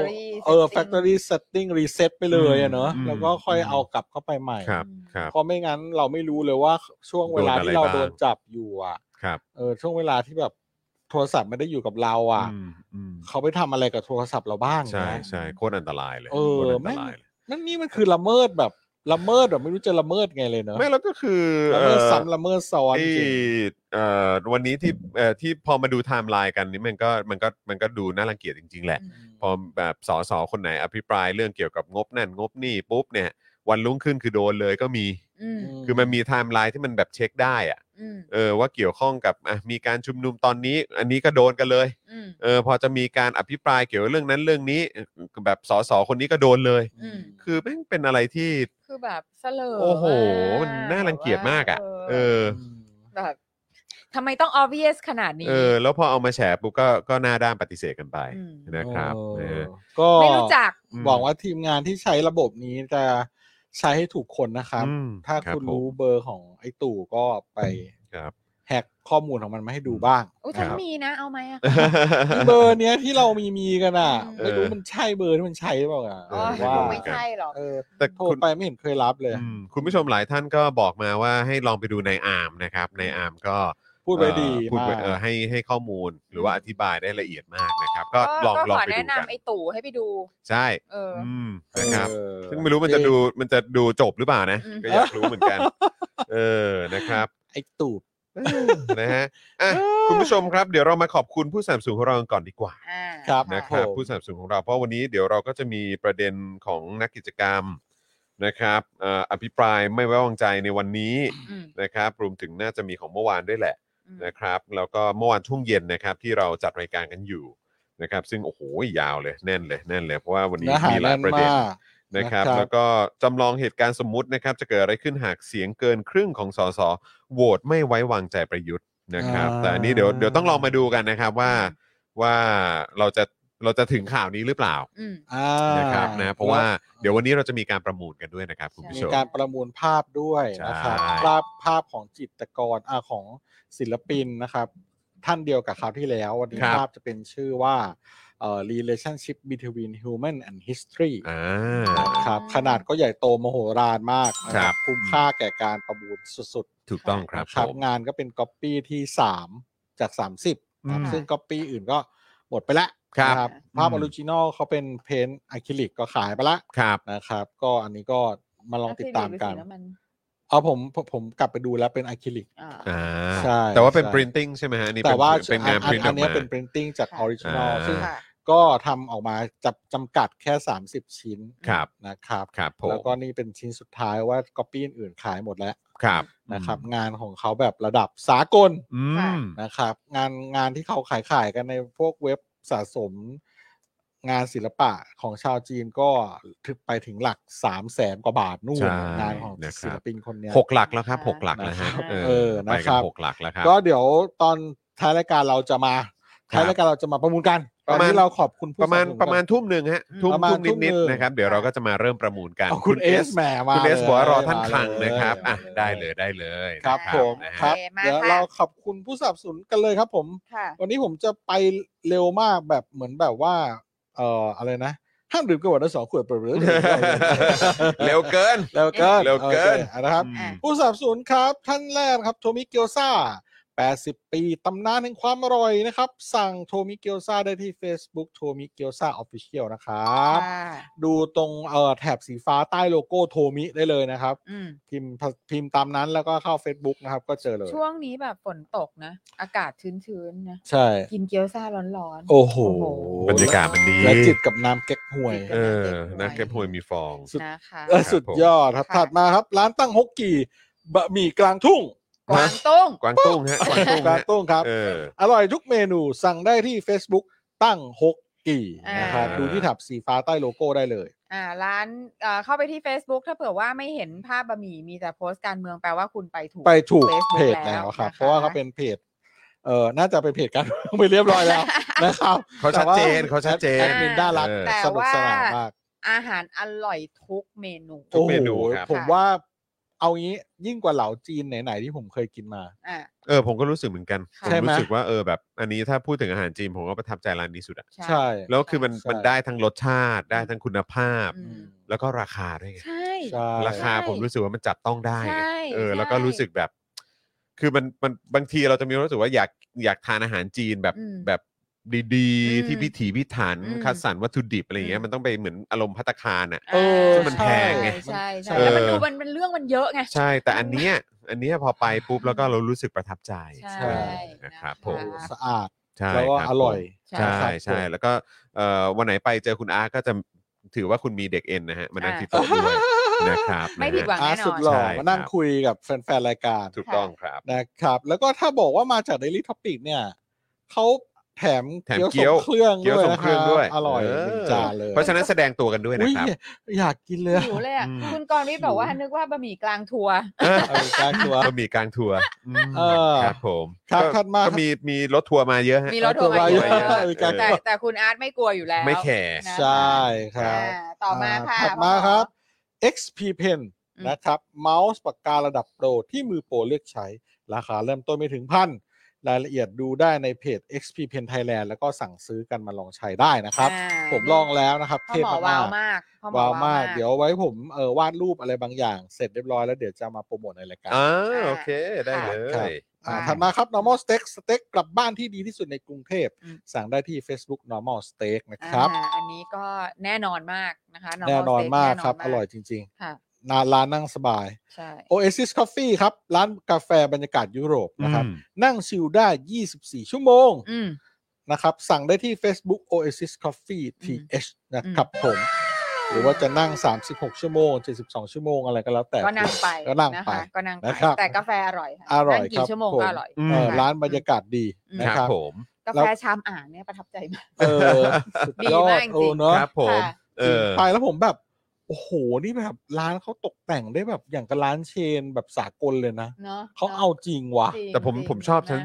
factory setting reset ไปเลยเนาะแล้วก็ค่อยเอากลับเข้าไปใหม่เพราะไม่งั้นเราไม่รู้เลยว่าช่วงเวลาที่เราโดนจับอยู่ช่วงเวลาที่แบบโทรศัพท์ไม่ได้อยู่กับเราเขาไปทำอะไรกับโทรศัพท์เราบ้างใช่โคตรอันตรายเลยนี่มันคือละเมิดแบบไม่รู้จะละเมิดไงเลยเนอะไม่แล้วก็คือละเมิดซ้ำละเมิดซ้อนจริงวันนี้ที่พอมาดูไทม์ไลน์กันนี่มันก็ดูน่ารังเกียจจริงๆแหละพอแบบสสคนไหนอภิปรายเรื่องเกี่ยวกับงบนั่นงบนี่ปุ๊บเนี่ยวันรุ่งขึ้นคือโดนเลยก็มีคือมันมีไทม์ไลน์ที่มันแบบเช็คได้อะว่าเกี่ยวข้องกับมีการชุมนุมตอนนี้อันนี้ก็โดนกันเลยพอจะมีการอภิปรายเกี่ยวกับเรื่องนั้นเรื่องนี้แบบสสคนนี้ก็โดนเลยคือแม่งเป็นอะไรที่คือแบบเสลอโอ้โหมันน่ารังเกียจมากอ่ะแบบทำไมต้อง obvious ขนาดนี้แล้วพอเอามาแฉปุ๊บก็หน้าด้านปฏิเสธกันไปนะครับก็ไม่รู้จักบอกว่าทีมงานที่ใช้ระบบนี้จะใช้ให้ถูกคนนะครับถ้าคุณรู้เบอร์ของไอ้ตู่ก็ไปแฮกข้อมูลของมันมาให้ดูบ้างฉันมีนะเอาไหมเบอร์เนี้ยที่เรามีกันไม่รู้มันใช่เบอร์ที่มันใช่หรือเปล่าว่าไม่ใช่หรอกแต่โทรไปไม่เห็นเคยรับเลยคุณผู้ชมหลายท่านก็บอกมาว่าให้ลองไปดูในอาร์มนะครับในอาร์มก็พูดไว้ดีพูดให้ข้อมูลหรือว่าอธิบายได้ละเอียดมากนะครับก็ลองไปดูกันแนะนำไอ้ตู่ให้ไปดูใช่นะครับซึ่งไม่รู้มันจะดูจบหรือเปล่านะก็อยากรู้เหมือนกันนะครับไอ้ตู่นะฮะคุณผู้ชมครับเดี๋ยวเรามาขอบคุณผู้สนับสนุนของเราก่อนดีกว่านะครับผู้สนับสนุนของเราเพราะวันนี้เดี๋ยวเราก็จะมีประเด็นของนักกิจกรรมนะครับอภิปรายไม่ไว้วางใจในวันนี้นะครับรวมถึงน่าจะมีของเมื่อวานด้วยแหละนะครับแล้วก็เมื่อวานช่วงเย็นนะครับที่เราจัดรายการกันอยู่นะครับซึ่งโอ้โหยาวเลยแน่นเลยเพราะว่าวันนี้มีหลายประเด็นนะครับแล้วก็จำลองเหตุการณ์สมมุตินะครับจะเกิดอะไรขึ้นหากเสียงเกินครึ่งของสสโหวตไม่ไว้วางใจประยุทธ์นะครับแต่อันนี้เดี๋ยวต้องลองมาดูกันนะครับว่าเราจะเราจะถึงข่าวนี้หรือเปล่า นะครับนะเพราะว่าเดี๋ยววันนี้เราจะมีการประมูลกันด้วยนะครับคุณผู้ชมีมการประมูลภาพด้วยนะครับใช่ภาพของจิตรกรของศิลปินนะครับ ท่านเดียวกับคราวที่แล้ววันนี้ภาพจะเป็นชื่อว่าrelationship between human and history นะครับขนาดก็ใหญ่โตมโหฬารมากนะครับคุ้มค่าแก่การประมูลสุดๆถูกต้องครับครับงานก็เป็นก๊อปปี้ที่3จาก30ครับซึ่งก๊อปปี้อื่นก็หมดไปแล้วนะครับภาพออริจินอลเขาเป็นเพนท์อะคริลิกก็ขายไปแล้วนะครับก็อันนี้ก็มาลองติดตามกันผมกลับไปดูแล้วเป็นอะคริลิกใช่แต่ว่าเป็น printing ใช่ไหมฮะนี่แต่ว่าเป็นงาน print อันนี้เป็น printing จากออริจินอลซึ่งก็ทำออกมาจำกัดแค่30ชิ้นนะครับแล้วก็นี่เป็นชิ้นสุดท้ายว่าก๊อปปี้อื่นขายหมดแล้วนะครับงานของเขาแบบระดับสากลนะครับงานที่เขาขายกันในพวกเว็บสะสมงานศิลปะของชาวจีนก็ถึงไปถึงหลัก 300,000 กว่าบาทนู่นงานของศิลปินคนนี้ 6 หลักแล้วครับ6 หลักแล้วฮะนะครับ 6 หลักแล้วครับก็เดี๋ยวตอนท้ายรายการเราจะมาประมูลกันตอนนี้เราขอบคุณประมาณทุ่มนึงฮะทุ่มนิดๆนะครับเดี๋ยวเราก็จะมาเริ่มประมูลกันคุณเอสแหมมาคุณเอสบอกว่ารอท่านคลังนะครับได้เลยครับผมครับเดี๋ยวเราขอบคุณผู้สนับสนุนกันเลยครับผมวันนี้ผมจะไปเร็วมากแบบเหมือนแบบว่าอะไรนะห้ามดื่มเกินกว่า2 ขวดเปล่าเร็วเกินนะครับผู้สนับสนุนครับท่านแรกครับโทมิเกียวซ่า80 ปีตำนานแห่งความอร่อยนะครับสั่งโทมิเกียวซ่าได้ที่ Facebook โทมิเกียวซ่า Official นะครับดูตรงแถบสีฟ้าใต้โลโก้โทมิได้เลยนะครับพิมพ์ตามนั้นแล้วก็เข้า Facebook นะครับก็เจอเลยช่วงนี้แบบฝนตกนะอากาศชื้นๆนะใช่กินเกี๊ยวซ่าร้อนๆโอ้โหบรรยากาศมันดีและจิตกับน้ำเก๊กฮวยน้ำเก๊กฮวยมีฟองนะคะสุดยอดครับถัดมาครับร้านตั้งฮกกี่บะหมี่กลางทุ่งกวางตุ้งฮะกวางตุ้งครับอร่อยทุกเมนูสั่งได้ที่ Facebook ตั้งฮกกี่นะครับดูที่แถบสีฟ้าใต้โลโก้ได้เลยร้านเข้าไปที่ Facebook ถ้าเผื่อว่าไม่เห็นภาพบะหมี่มีแต่โพสต์การเมืองแปลว่าคุณไปถูกเพจแล้วครับเพราะว่าเขาเป็นเพจน่าจะเป็นเพจการเมืองไปเรียบร้อยแล้วนะครับเขาชัดเจนเป็นน่ารักสนุกสนานมากอาหารอร่อยทุกเมนูครับผมว่าเอางี้ยิ่งกว่าเหลาจีนไหนๆที่ผมเคยกินมาผมก็รู้สึกเหมือนกันผมรู้สึกว่าแบบอันนี้ถ้าพูดถึงอาหารจีนผมก็ประทับใจร้านนี้สุดอ่ะใช่แล้วคือมันได้ทั้งรสชาติได้ทั้งคุณภาพแล้วก็ราคาด้วยไงใช่ราคาผมรู้สึกว่ามันจับต้องได้แล้วก็รู้สึกแบบคือมันบางทีเราจะมีรู้สึกว่าอยากทานอาหารจีนแบบดีๆที่พิถีพิถันคัดสรรวัตถุดิบอะไรอย่างเงี้ยมันต้องไปเหมือนอารมณ์ภัตตาคารอ่ะมันแพงไงใช่แล้วมันดูมันเรื่องมันเยอะไงใช่แต่อันเนี้ยพอไปปุ๊บแล้วก็เรารู้สึกประทับใจใช่นะครับผมสะอาดแล้วก็อร่อยใช่แล้วก็วันไหนไปเจอคุณอาร์ก็จะถือว่าคุณมีเด็กเอ็นนะฮะมานั่งที่โต๊ะด้วยนะครับไม่ผิดหวังแน่นอนสุดหล่อมานั่งคุยกับแฟนๆรายการถูกต้องครับนะครับแล้วก็ถ้าบอกว่ามาจาก Daily Topic เนี่ยเขาแถมเกี๊ยวเครื่องด้วยอร่อย1 จานเลยเพราะฉะนั้นแสดงตัวกันด้วยนะครับอยากกินเลยหิวเลยอ่ะคุณกรณ์วิทย์บอกว่านึกว่าบะหมี่กลางทัวร์บะหมี่กลางทัวร์ครับผมครับถัดมาก็มีรถทัวร์มาเยอะฮะมีรถทัวร์มาเยอะแต่คุณอาร์ตไม่กลัวอยู่แล้วไม่แคร์ใช่ครับต่อมาค่ะถัดมาครับ XP Pen นะครับเมาส์ปากการะดับโปรที่มือโปรเลือกใช้ราคาเริ่มต้นไม่ถึง1,000รายละเอียดดูได้ในเพจ XP Pen Thailand แล้วก็สั่งซื้อกันมาลองใช้ได้นะครับผมลองแล้วนะครับเทพมากว้าวมากเดี๋ยวไว้ผมวาดรูปอะไรบางอย่างเสร็จเรียบร้อยแล้วเดี๋ยวจะมาโปรโมทในรายการโอเคได้เลยถัดมาครับ normal steak สเต็กกลับบ้านที่ดีที่สุดในกรุงเทพสั่งได้ที่ Facebook normal steak นะครับอันนี้ก็แน่นอนมากนะคะแน่นอนมากครับอร่อยจริงๆร้านนั่งสบาย Oasis Coffee ครับร้านกาแฟบรรยากาศยุโรปนะครับนั่งชิลได้24 ชั่วโมงนะครับสั่งได้ที่ Facebook Oasis Coffee TH นะครับผมหรือว่าจะนั่ง36 ชั่วโมง72 ชั่วโมงอะไรก็แล้วแต่ก็นั่งไปแต่กาแฟอร่อยกี่ชั่วโมงก็อร่อยร้านบรรยากาศดีนะครับกาแฟชามอ่างเนี่ยประทับใจมากดีมากจริงครับผมไปแล้วผมแบบโอ้โหนี่แบบร้านเขาตกแต่งได้แบบอย่างกับร้านเชนแบบสากลเลยนะเขาเอาจริงว่ะแต่ผมชอบชั้น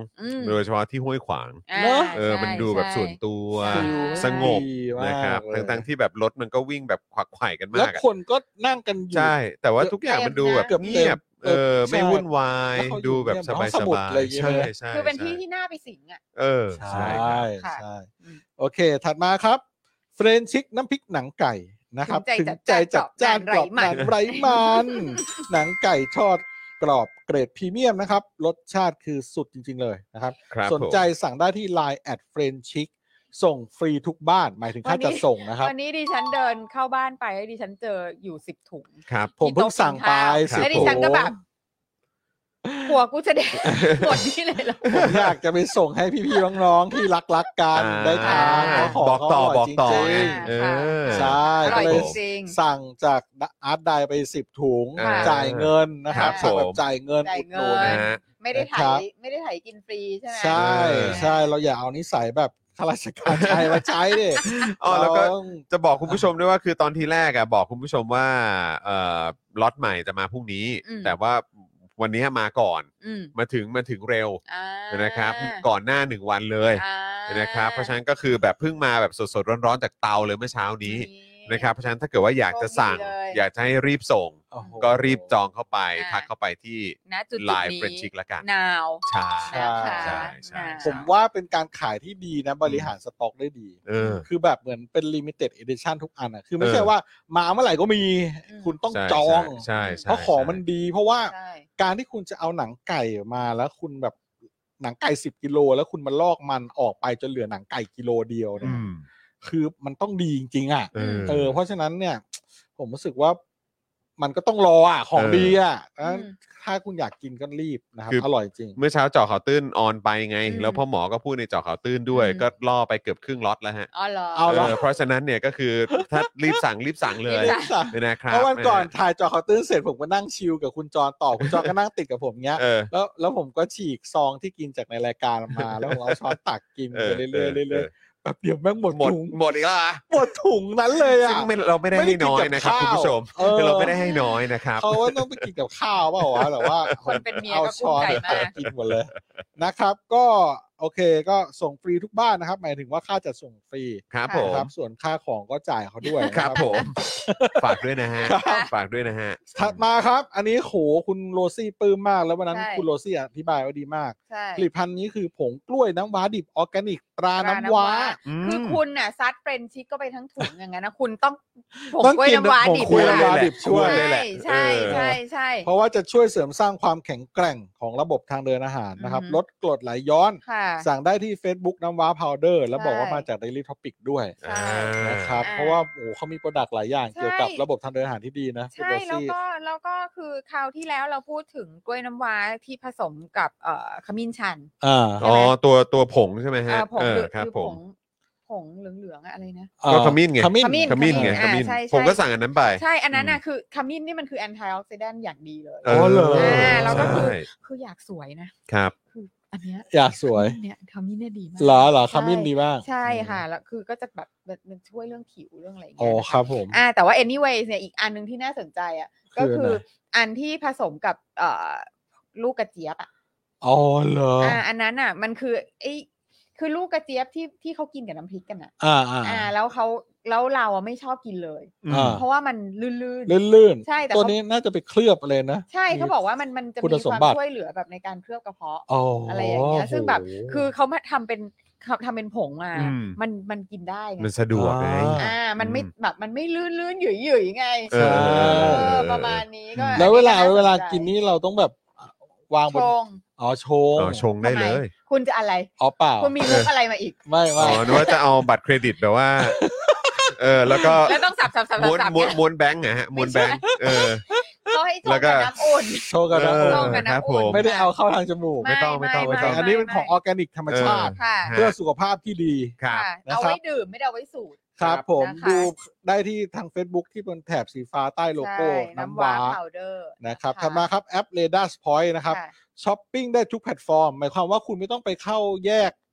2โดยเฉพาะที่ห้วยขวางเนอะมันดูแบบส่วนตัวสงบนะครับทั้งที่แบบรถมันก็วิ่งแบบขวักไขว่กันมากแล้วคนก็นั่งกันอยู่ใช่แต่ว่าทุกอย่างมันดูแบบเงียบไม่วุ่นวายดูแบบสบายๆใช่ใช่คือเป็นที่ที่น่าไปสิงอ่ะใช่ใช่โอเคถัดมาครับเฟรนชิกน้ำพริกหนังไก่นะครับถึงใจจัดจ้านกรอบหนังไร้มันหนังไก่ทอดกรอบเกรดพรีเมียมนะครับรสชาติคือสุดจริงๆเลยนะครับสนใจสั่งได้ที่ Line แอดเฟรนชิกส่งฟรีทุกบ้านหมายถึงค่าจัดส่งนะครับวันนี้ดิฉันเดินเข้าบ้านไปแล้วดิฉันเจออยู่10 ถุงผมเพิ่งสั่งไปแล้วดิฉันก็แบบหัวกูจะเด็กหมดนี่เลยเหรอผมอยากจะไปส่งให้พี่ๆน้องๆที่รักกันได้ทานบอกต่อใช่ก็เลยสั่งจากอาร์ตไดไป10 ถุงจ่ายเงินนะครับสั่งแบบจ่ายเงินอุดหนุนไม่ได้ไถกินฟรีใช่ไหมใช่เราอย่าเอานิสัยแบบข้าราชการใช้มาใช้ดิแล้วก็จะบอกคุณผู้ชมด้วยว่าคือตอนที่แรกบอกคุณผู้ชมว่าล็อตใหม่จะมาพรุ่งนี้แต่ว่าวันนี้มาก่อนมาถึงเร็วนะครับก่อนหน้า1 วันเลยนะครับเพราะฉะนั้นก็คือแบบเพิ่งมาแบบสดๆร้อนๆจากเตาเลยเมื่อเช้านี้นะครับเพราะฉะนั้นถ้าเกิดว่าอยากจะสั่งอยากจะให้รีบส่งก็รีบจองเข้าไปทักเข้าไปที่ไลน์เฟรนชิกละกันใช่ผมว่าเป็นการขายที่ดีนะบริหารสต็อกได้ดีคือแบบเหมือนเป็น limited edition ทุกอันอ่ะคือไม่ใช่ว่ามาเมื่อไหร่ก็มีคุณต้องจองเพราะของมันดีเพราะว่าการที่คุณจะเอาหนังไก่มาแล้วคุณแบบหนังไก่10 กิโลแล้วคุณมาลอกมันออกไปจนเหลือหนังไก่กิโลเดียวเนี่ยคือมันต้องดีจริงๆอ่ะเพราะฉะนั้นเนี่ยผมรู้สึกว่ามันก็ต้องรอของดีถ้าคุณอยากกินก็รีบนะครับอร่อยจริงเมื่อเช้าเจาะข่าวตื้นออนไปไงแล้วพ่อหมอก็พูดในเจาะข่าวตื้นด้วยก็ล่อไปเกือบครึ่งล็อตแล้วฮะเพราะฉะนั้นเนี่ยก็คือถ้ารีบสั่งเลยนะครับเพราะวันก่อนถ่ายเจาะข่าวตื้นเสร็จผมก็นั่งชิลกับคุณจรต่อคุณจรก็นั่งติดกับผมเงี้ยแล้วผมก็ฉีกซองที่กินจากในรายการมาแล้วผมเอาช้อนตักกินไปเรื่อยแบบเดี๋ยวแม่งหมดถุงหมดอีกแล้วหมดถุงนั้นเลยอ่ะซึ่งเราไม่ได้ให้น้อยนะครับคุณผู้ชมเราไม่ได้ให้น้อยนะครับเขาว่าต้องไปกินกับข้าวเปล่าวะแต่ว่าคนเป็นเมียก็กุ้งไก่มากกินหมดเลยนะครับก็โอเคก็ส่งฟรีทุกบ้านนะครับหมายถึงว่าค่าจัดส่งฟรีครับผมส่วนค่าของก็จ่ายเขาด้วยครับผมฝากด้วยนะฮะถัดมาครับอันนี้โหคุณโรซี่ปลื้มมากแล้ววันนั้นคุณโรซี่อธิบายไว้ดีมากผลิตภัณฑ์นี้คือผงกล้วยน้ำว้าดิบออร์แกนิกตราน้ำว้าคือคุณน่ะซัดเฟรนชิกก็ไปทั้งถุงอย่างนั้นนะคุณต้องผงกล้วยน้ำว้าดิบช่วยใช่เพราะว่าจะช่วยเสริมสร้างความแข็งแกร่งของระบบทางเดินอาหารนะครับลดกรดไหลย้อนสั่งได้ที่ Facebook น้ำว้าพาวเดอร์แล้วบอกว่ามาจาก Daily Topic ด้วยนะครับเพราะว่าโอ้เขามีโปรดักต์หลายอย่างเกี่ยวกับระบบทางเดินอาหารที่ดีนะใช่แล้วก็คือคราวที่แล้วเราพูดถึงกล้วยน้ำว้าที่ผสมกับขมิ้นชันตัวผงใช่ไหมฮะครับผงเหลืองๆอะไรนะก็ขมิ้นไงผมก็สั่งอันนั้นไปใช่อันนั้นน่ะคือขมิ้นนี่มันคือแอนตี้ออกซิแดนต์อย่างดีเลยแล้วก็คืออยากสวยนะครับคืออันเนี้ยอยากสวยเนี่ยขมิ้นเนี่ยดีมากเหรอขมิ้นดีมากใช่ค่ะแล้วคือก็จะแบบมันช่วยเรื่องผิวเรื่องอะไรอย่างเงี้ยครับผมแต่ว่า anyways เนี่ยอีกอันนึงที่น่าสนใจก็คืออันที่ผสมกับลูกกระเจี๊ยบเหรออันนั้นมันคือคือลูกกระเจี๊ยบที่เขากินกับน้ำพริกกันแล้วเราไม่ชอบกินเลยเพราะว่ามันลื่นใช่แต่ตัวนี้น่าจะไปเคลือบเลยนะใช่เขาบอกว่ามันจะมีความช่วยเหลือแบบในการเคลือบกระเพาะอะไรอย่างเงี้ยซึ่งแบบคือเขามาทำเป็นผงมามันกินได้ไงมันสะดวกไงมันไม่แบบมันไม่ลื่นหยุ่ยไงประมาณนี้ก็แล้วเวลากินนี่เราต้องแบบวางบนชงได้เลยคุณจะอะไรเปล่าคุณมีมุกอะไรมาอีกไม่นึกว่าจะเอาบัตรเครดิตแบบว่าแล้วก็แล้วต้องสับม้วนแบงค์ฮะม้วนแบงค์เขาให้โชว์กับน้ำอุ่นโชว์กับน้ำอุ่นไม่ได้เอาเข้าทางจมูกไม่ต้องอันนี้เป็นของออร์แกนิกธรรมชาติเพื่อสุขภาพที่ดีเอาไว้ดื่มไม่ได้เอาไว้สูดครับผมดูได้ที่ทาง Facebook ที่บนแถบสีฟ้าใต้โลโก้น้ำว้านะครับถัดมาครับแอป Radar Point นะครับช้อปปิ้งได้ทุกแพลตฟอร์มหมายความว่าคุณไม่ต้องไปเข้าแยก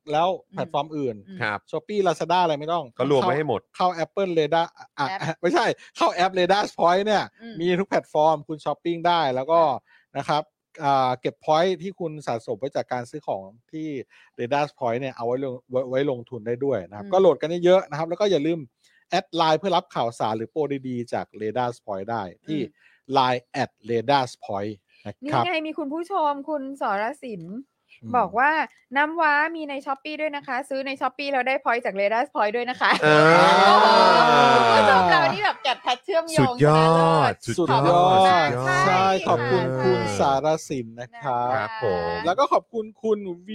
แล้วแพลตฟอร์มอื่นครับ Shopee Lazada อะไรไม่ต้องก็รวมไว้ให้หมดเข้า Apple Radar ไม่ใช่เข้าแอป Radar Point เนี่ยมีทุกแพลตฟอร์มคุณช้อปปิ้งได้แล้วก็นะครับเก็บ point ที่คุณสะสมไว้จากการซื้อของที่ Radar Point เนี่ยเอาไว้ลงทุนได้ด้วยนะครับก็โหลดกันเยอะๆนะครับแล้วก็อย่าลืมแอดไลน์เพื่อรับข่าวสารหรือโปรดีๆจาก Radar Point ได้ที่ Line @Radar Point นะครับนี่ไงมีคุณผู้ชมคุณสรศิลป์บอกว่าน้ำว้ามีใน Shopee ด้วยนะคะซื้อใน Shopee แล้วได้ point จาก Radar Point ด้วยนะคะผู้ชมเรานี่แบบแกะแพทเชื่อมโยงสุดยอดใช่ขอบคุณคุณสารสินนะครับครับผมแล้วก็ขอบคุณคุณ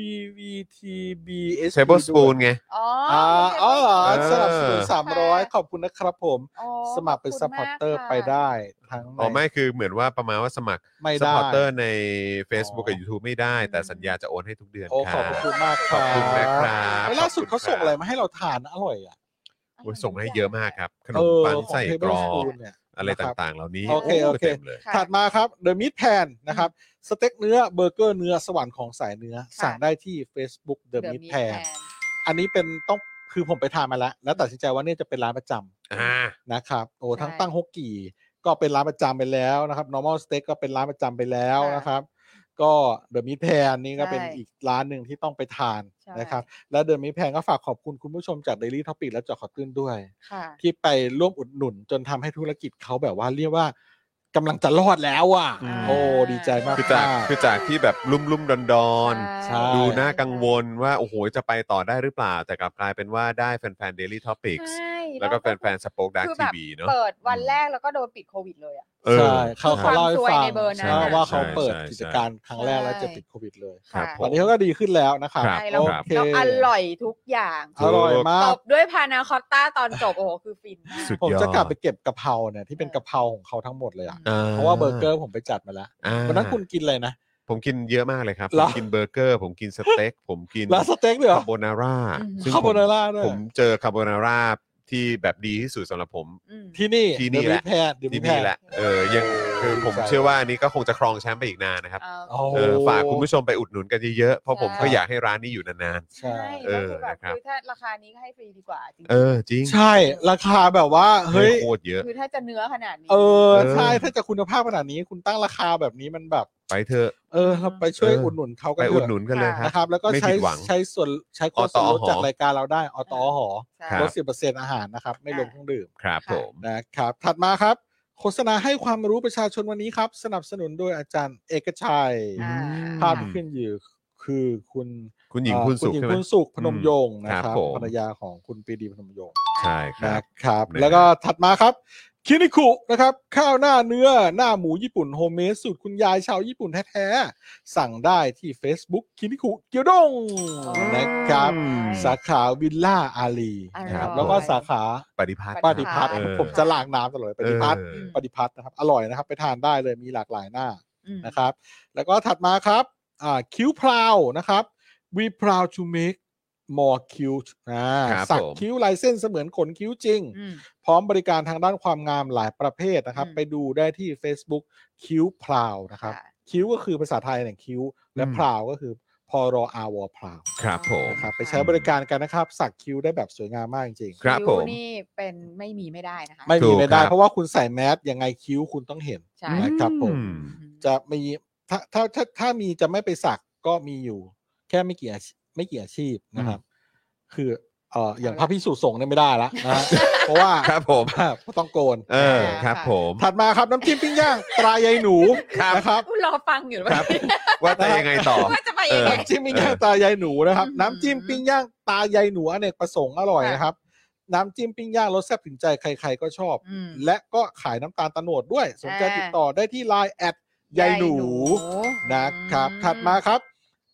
VVTBS Table Spoon ไงสนับสนุน300ขอบคุณนะครับผมสมัครเป็นซัพพอร์เตอร์ไปได้ทั้งไม่คือเหมือนว่าประมาณว่าสมัครซัพพอร์เตอร์ใน Facebook กับ YouTube ไม่ได้แต่สัญญาจะโอนให้ทุกเดือนขอบคุณมากครับขอบคุณนะครับล่าสุดเขาส่งอะไรมาให้เราทานอร่อยอ่ะส่งให้เยอะมากครับขนมปังไส้กรอกอะไรต่างๆเหล่านี้โอเคถัดมาครับ The Meat Pan นะครับสเต็กเนื้อเบอร์เกอร์เนื้อสวรรค์ของสายเนื้อสั่งได้ที่ Facebook The Meat Pan อันนี้เป็นต้องคือผมไปทานมาแล้วตัดสินใจว่านี่จะเป็นร้านประจำนะครับทั้งตั้งฮกกี่ก็เป็นร้านประจำไปแล้วนะครับ Normal Steak ก็เป็นร้านประจำไปแล้วนะครับก็ The Meat Pan นี่ก็เป็นอีกร้านหนึ่งที่ต้องไปทานนะครับและ The Meat Pan ก็ฝากขอบคุณคุณผู้ชมจาก Daily Topic และเจาะข่าวตื้นด้วยที่ไปร่วมอุดหนุนจนทำให้ธุรกิจเขาแบบว่าเรียกว่ากำลังจะรอดแล้วอ่ะดีใจมากคือจากที่แบบลุ่มดอนดูน่ากังวลว่าโอ้โหจะไปต่อได้หรือเปล่าแต่กลับกลายเป็นว่าได้แฟนๆ Daily Topics แล้วก็แฟนๆ Spoke Dark TV เนาะเปิดวันแรกแล้วก็โดนปิดโควิดเลยอ่ะใช่เขาเล่าให้ฟังว่าเขาเปิดกิจการครั้งแรกแล้วจะติดโควิดเลยตอนนี้เขาก็ดีขึ้นแล้วนะครับโอเคอร่อยทุกอย่างอร่อยมากตบด้วยพานาคอตต้าตอนจบโอ้โหคือฟินผมจะกลับไปเก็บกะเพราเนี่ยที่เป็นกะเพราของเขาทั้งหมดเลยอ่ะเพราะว่าเบอร์เกอร์ผมไปจัดมาแล้ววันนั้นคุณกินอะไรนะผมกินเยอะมากเลยครับผมกินเบอร์เกอร์ผมกินสเต็กผมกินสเต็กด้วยคาโบนาร่าผมเจอคาโบนาร่าที่แบบดีที่สุดสำหรับผมที่นี่แหละที่นี่แหละยังคือผมเชื่อว่านี้ก็คงจะครองแชมป์ไปอีกนานนะครับฝากคุณผู้ชมไปอุดหนุนกันเยอะๆเพราะผมก็อยากให้ร้านนี้อยู่นานๆใช่คือถ้าราคานี้ก็ให้ฟรีดีกว่าจริงใช่ราคาแบบว่าเฮ้ยโคตรเยอะคือถ้าจะเนื้อขนาดนี้ใช่ถ้าจะคุณภาพขนาดนี้คุณตั้งราคาแบบนี้มันแบบไปเถอะเราไปช่วยอุดหนุนเขากันไปอุดหนุนกันเลยนะครับแล้วก็ใช้โค้ดส่วนลดจากรายการเราได้อตหลด 10% อาหารนะครับไม่รวมเครื่องดื่มครับผมนะครับถัดมาครับโฆษณาให้ความรู้ประชาชนวันนี้ครับสนับสนุนโดยอาจารย์เอกชัยภาพที่ขึ้นอยู่คือคุณหญิงคุณสุขพนมยงค์นะครับภรรยาของคุณปรีดีพนมยงค์ใช่ครับแล้วก็ถัดมาครับคินิคุนะครับข้าวหน้าเนื้อหน้าหมูญี่ปุ่นโฮมเมดสูตรคุณยายชาวญี่ปุ่นแท้ๆสั่งได้ที่ Facebook คินิคุเกียวด้งนะครับสาขาวิลล่าอารีครับแล้วก็สาขาปฏิพัฒน์ผมจะล้างน้ำตลอดปฏิพัฒน์นะครับอร่อยนะครับไปทานได้เลยมีหลากหลายหน้านะครับแล้วก็ถัดมาครับคิ้วพราวนะครับ We proud to make more cute สักคิ้วลายเส้นเสมือนขนคิ้วจริงพร้อมบริการทางด้านความงามหลายประเภทนะครับไปดูได้ที่ Facebook คิ้วพราวนะครับคิ้วก็คือภาษาไทยเนี่ยคิ้วและพราวก็คือพรอวพราวครับผมครับไปใช้บริการกันนะครับสักคิ้วได้แบบสวยงามมากจริงครับผมนี่เป็นไม่มีไม่ได้นะคะไม่มีไม่ได้เพราะว่าคุณใส่แมสยังไงคิ้วคุณต้องเห็นนะครับผมจะมีถ้ามีจะไม่ไปสักก็มีอยู่แค่ไม่กี่อาชีพนะครับคืออย่างพระภิกษุสงฆ์เนี่ยไม่ได้ละนะเพราะว่าครับผมต้องโกนครับผมถัดมาครับน้ำจิ้มปิ้งย่างตรายายหนูนะครับรอฟังอยู่ว่าจะยังไงต่อว่าจะไปยังไงน้ำจิ้มปิ้งย่างตรายายหนูนะครับน้ำจิ้มปิ้งย่างตายายหนูอเนกประสงค์อร่อยนะครับน้ำจิ้มปิ้งย่างรสแซ่บถึงใจใครๆก็ชอบและก็ขายน้ำตาลตะโนดด้วยสนใจติดต่อได้ที่ Lineยายหนูนะครับถัดมาครับ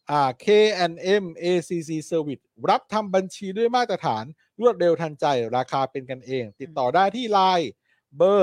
K&M ACC Service รับทำบัญชีด้วยมาตรฐานรวดเร็วทันใจราคาเป็นกันเองติดต่อได้ที่ Line เบอร์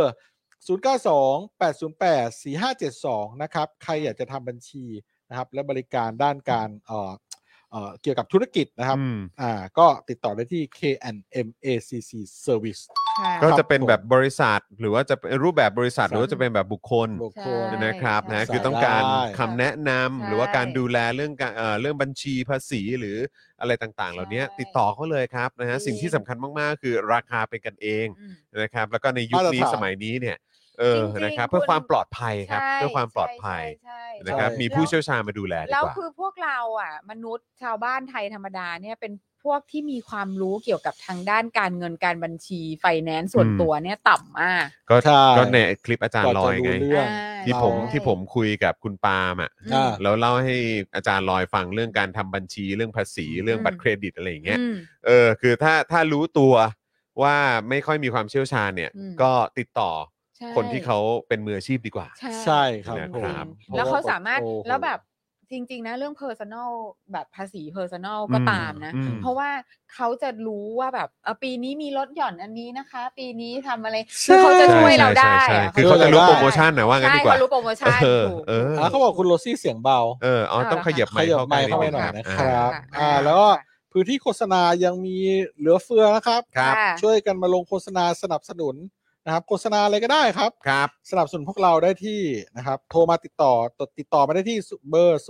0928084572 นะครับใครอยากจะทำบัญชีนะครับและบริการด้านการเกี่ยวกับธุรกิจนะครับก็ติดต่อได้ที่ K&M ACC Service ก็จะเป็นแบบบริษัทหรือว่าจะเป็นรูปแบบบริษัทหรือว่าจะเป็นแบบบุคคลนะครับนะคือต้องการคำแนะนำหรือว่าการดูแลเรื่องบัญชีภาษีหรืออะไรต่างๆเหล่านี้ติดต่อเขาเลยครับนะฮะสิ่งที่สำคัญมากๆคือราคาเป็นกันเองนะครับแล้วก็ในยุคนี้สมัยนี้เนี่ยนะครับเพื่อความปลอดภัยครับเพื่อความปลอดภัยนะครับมีผู้เชี่ยวชาญมาดูแลดีกว่าแล้วคือพวกเราอ่ะมนุษย์ชาวบ้านไทยธรรมดาเนี่ยเป็นพวกที่มีความรู้เกี่ยวกับทางด้านการเงินการบัญชีไฟแนนซ์ส่วนตัวเนี่ยต่ำมากก็ในคลิปอาจารย์ลอยไงที่ผมคุยกับคุณปาล์มอ่ะแล้วเล่าให้อาจารย์ลอยฟังเรื่องการทำบัญชีเรื่องภาษีเรื่องบัตรเครดิตอะไรอย่างเงี้ยคือถ้ารู้ตัวว่าไม่ค่อยมีความเชี่ยวชาญเนี่ยก็ติดต่อคนที่เขาเป็นมืออาชีพดีกว่าใช่ครับแล้วเขาสามารถแล้วแบบจริงๆนะเรื่อง personal แบบภาษี personal ก็ตามนะเพราะว่าเขาจะรู้ว่าแบบปีนี้มีลดหย่อนอันนี้นะคะปีนี้ทำอะไรคือเขาจะช่วยเราได้คือเขาจะรู้โปรโมชั่นนะว่างั้นดีกว่าเขารู้โปรโมชั่นเขาบอกคุณโรซี่เสียงเบาต้องขยับไมค์เข้าไปหน่อยนะครับแล้วก็พื้นที่โฆษณายังมีเหลือเฟือนะครับช่วยกันมาลงโฆษณาสนับสนุนนะครับโฆษณาอะไรก็ได้ครับสนับสนุนพวกเราได้ที่นะครับโทรมาติดต่อมาได้ที่เบอร์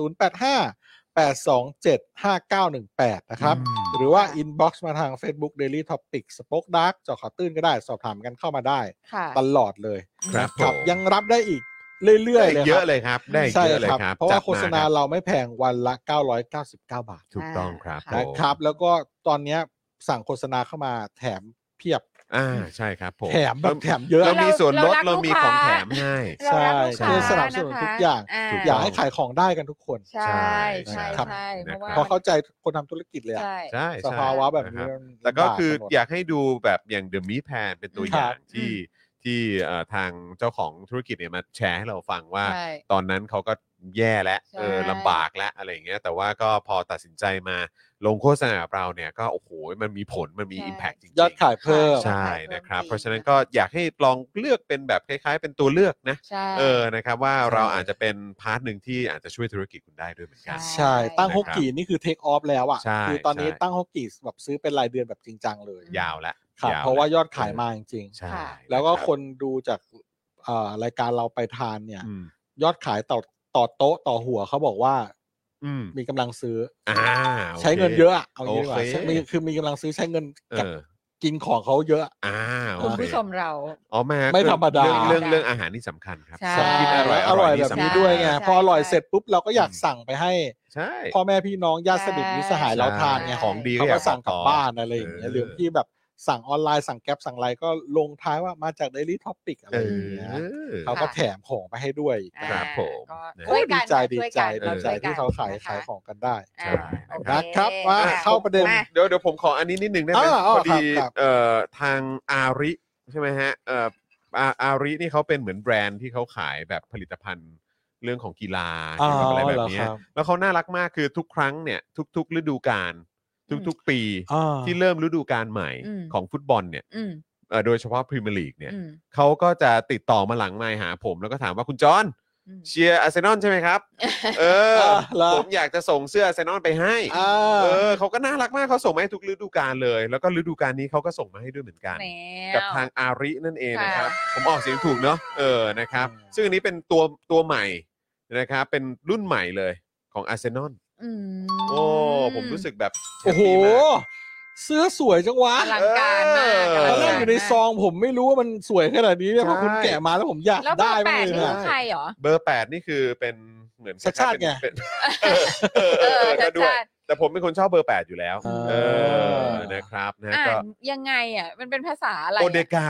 0858275918นะครับหรือว่า inbox มาทาง Facebook Daily Topic Spoke Dark เจาะข่าวตื้นก็ได้สอบถามกันเข้ามาได้ตลอดเลยครับยังรับได้อีกเรื่อยๆเลยเยอะเลยครับได้เยอะเลยครับเพราะว่าโฆษณาเราไม่แพงวันละ999 บาทถูกต้องครับนะครับแล้วก็ตอนนี้สั่งโฆษณาเข้ามาแถมเพียบใช่ครับผมแถมแบบแถมเยอะเรามีส่วนลดเรามีของแถมให้ใช่สนับสนุนทุกอย่างอยากให้ขายของได้กันทุกคนใช่ครับเพราะเข้าใจคนทำธุรกิจเลยใช่สภาวะแบบนี้แต่ก็คืออยากให้ดูแบบอย่างThe Meat Panเป็นตัวอย่างที่ทางเจ้าของธุรกิจเนี่ยมาแชร์ให้เราฟังว่าตอนนั้นเขาก็แย่แล้วลำบากแล้วอะไรอย่างเงี้ยแต่ว่าก็พอตัดสินใจมาลงโฆษณากับเราเนี่ยก็โอ้โหมันมีผลมันมี impact จริงๆยอดขายเพิ่มใช่นะครับเพราะฉะนั้นก็อยากให้ลองเลือกเป็นแบบคล้ายๆเป็นตัวเลือกนะนะครับว่าเราอาจจะเป็นพาร์ทหนึ่งที่อาจจะช่วยธุรกิจคุณได้ด้วยเหมือนกันใช่ตั้งฮกกี้นี่คือเทคออฟแล้วอ่ะคือตอนนี้ตั้งฮกกี้แบบซื้อเป็นรายเดือนแบบจริงจังเลยยาวแล้วเพราะว่ายอดขายมาจริงๆแล้วก็คนดูจากรายการเราไปทานเนี่ยยอดขายต่อโต๊ะต่อหัวเขาบอกว่ามีกำลังซื้อใช้เงินเยอะเอางี้ดีกว่าคือมีกำลังซื้อใช้เงินกินของเขาเยอะคุณผู้ชมเราไม่ธรรมดาเรื่องอาหารนี่สำคัญครับกินอร่อยแบบนี้ด้วยไงพออร่อยเสร็จปุ๊บเราก็อยากสั่งไปให้พ่อแม่พี่น้องญาติสนิทมิตรสหายเราทานไงของดีเขาก็สั่งกลับบ้านอะไรอย่างเงี้ยหรือที่แบบสั่งออนไลน์สั่งแก๊ปสั่งอะไรก็ลงท้ายว่ามาจาก Daily Topic อะไรอย่างเงี้ยเขาก็แถมของไปให้ด้วยครับผมดีใจที่เขาขายของกันได้นะครับว่าเข้าประเด็นเดี๋ยวผมขออันนี้นิดนึงได้ไหมพอดีทางอาริใช่ไหมฮะอารินี่เขาเป็นเหมือนแบรนด์ที่เขาขายแบบผลิตภัณฑ์เรื่องของกีฬาอะไรแบบนี้แล้วเขาน่ารักมากคือทุกครั้งเนี่ยทุกฤดูกาลทุกๆปีที่เริ่มฤดูกาลใหม่ของฟุตบอลเนี่ยโดยเฉพาะพรีเมียร์ลีกเนี่ยเขาก็จะติดต่อมาหลังไมค์หาผมแล้วก็ถามว่าคุณจอห์นเชียร์อาร์เซนอลใช่ไหมครับผมอยากจะส่งเสื้ออาร์เซนอลไปให้เขาก็น่ารักมากเขาส่งมาให้ทุกฤดูกาลเลยแล้วก็ฤดูกาลนี้เขาก็ส่งมาให้ด้วยเหมือนกันกับทางอารินั่นเองนะครับผมออกเสียงถูกเนาะนะครับซึ่งอันนี้เป็นตัวใหม่นะครับเป็นรุ่นใหม่เลยของอาร์เซนอลโอ้ผมรู้สึกแบบโอ้โหเสื้อสวยจังวะอลังการมากตอนแรกอยู่ในซองผมไม่รู้ว่ามันสวยขนาดนี้เนี่ยเพราะคุณแกะมาแล้วผมอยากได้มากเลยนะเบอร์ 8นี่คือเป็นเหมือนชาติไงก็ด้วยแต่ผมเป็นคนชอบเบอร์ 8อยู่แล้วนะครับนะก็ยังไงอ่ะมันเป็นภาษาอะไรโอเดกา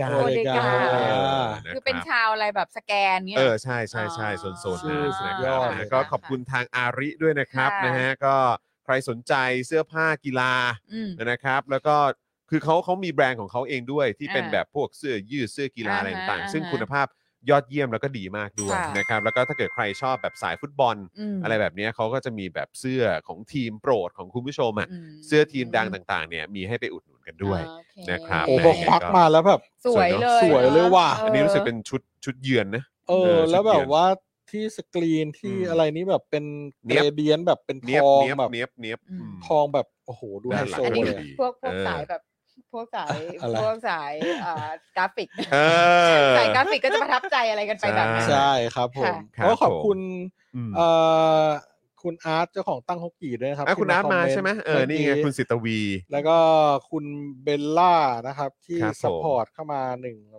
คือเป็นชาวอะไรแบบสแกนเงี้ยใช่โซนนะครับก็ขอบคุณทางอาริด้วยนะครับนะฮะก็ใครสนใจเสื้อผ้ากีฬานะครับแล้วก็คือเขามีแบรนด์ของเขาเองด้วยที่เป็นแบบพวกเสื้อยืดเสื้อกีฬาอะไรต่างๆซึ่งคุณภาพยอดเยี่ยมแล้วก็ดีมากด้วยนะครับแล้วก็ถ้าเกิดใครชอบแบบสายฟุตบอลอะไรแบบนี้เขาก็จะมีแบบเสื้อของทีมโปรดของคุณผู้ชมเสื้อทีมดังต่างๆเนี่ยมีให้ไปอุดหนุนกันด้วยนะครับโอ้บอกควักมาแล้วแบบสวยเลยว่ะอันนี้รู้สึกเป็นชุดเยือนนะแล้วแบบว่าที่สกรีนที่อะไรนี้แบบเป็นเนี๊เกยรบเดียนแบบเป็นเนีทยบองเนียบแบบเนียบเนียบทองแบบโอ้โหดูไฮด้านหลัโซงอันนี้เลยดีพวกเออสายแบบพวกสายอะไรพวกสายกราฟิกเออสายกราฟิกก็จะประทับใจอะไรกันไปแบบนั้นใช่ครับผมครับก็ขอบคุณอืมคุณอาร์ตเจ้าของตั้งฮกกี่ด้วยนะครับคุณอาร์ตที่มาคอเนต์ใช่ไหมนี่ไงเมื่อกี้คุณสิตวีแล้วก็คุณเบลล่านะครับที่ครับผมซัพพอร์ตเข้ามา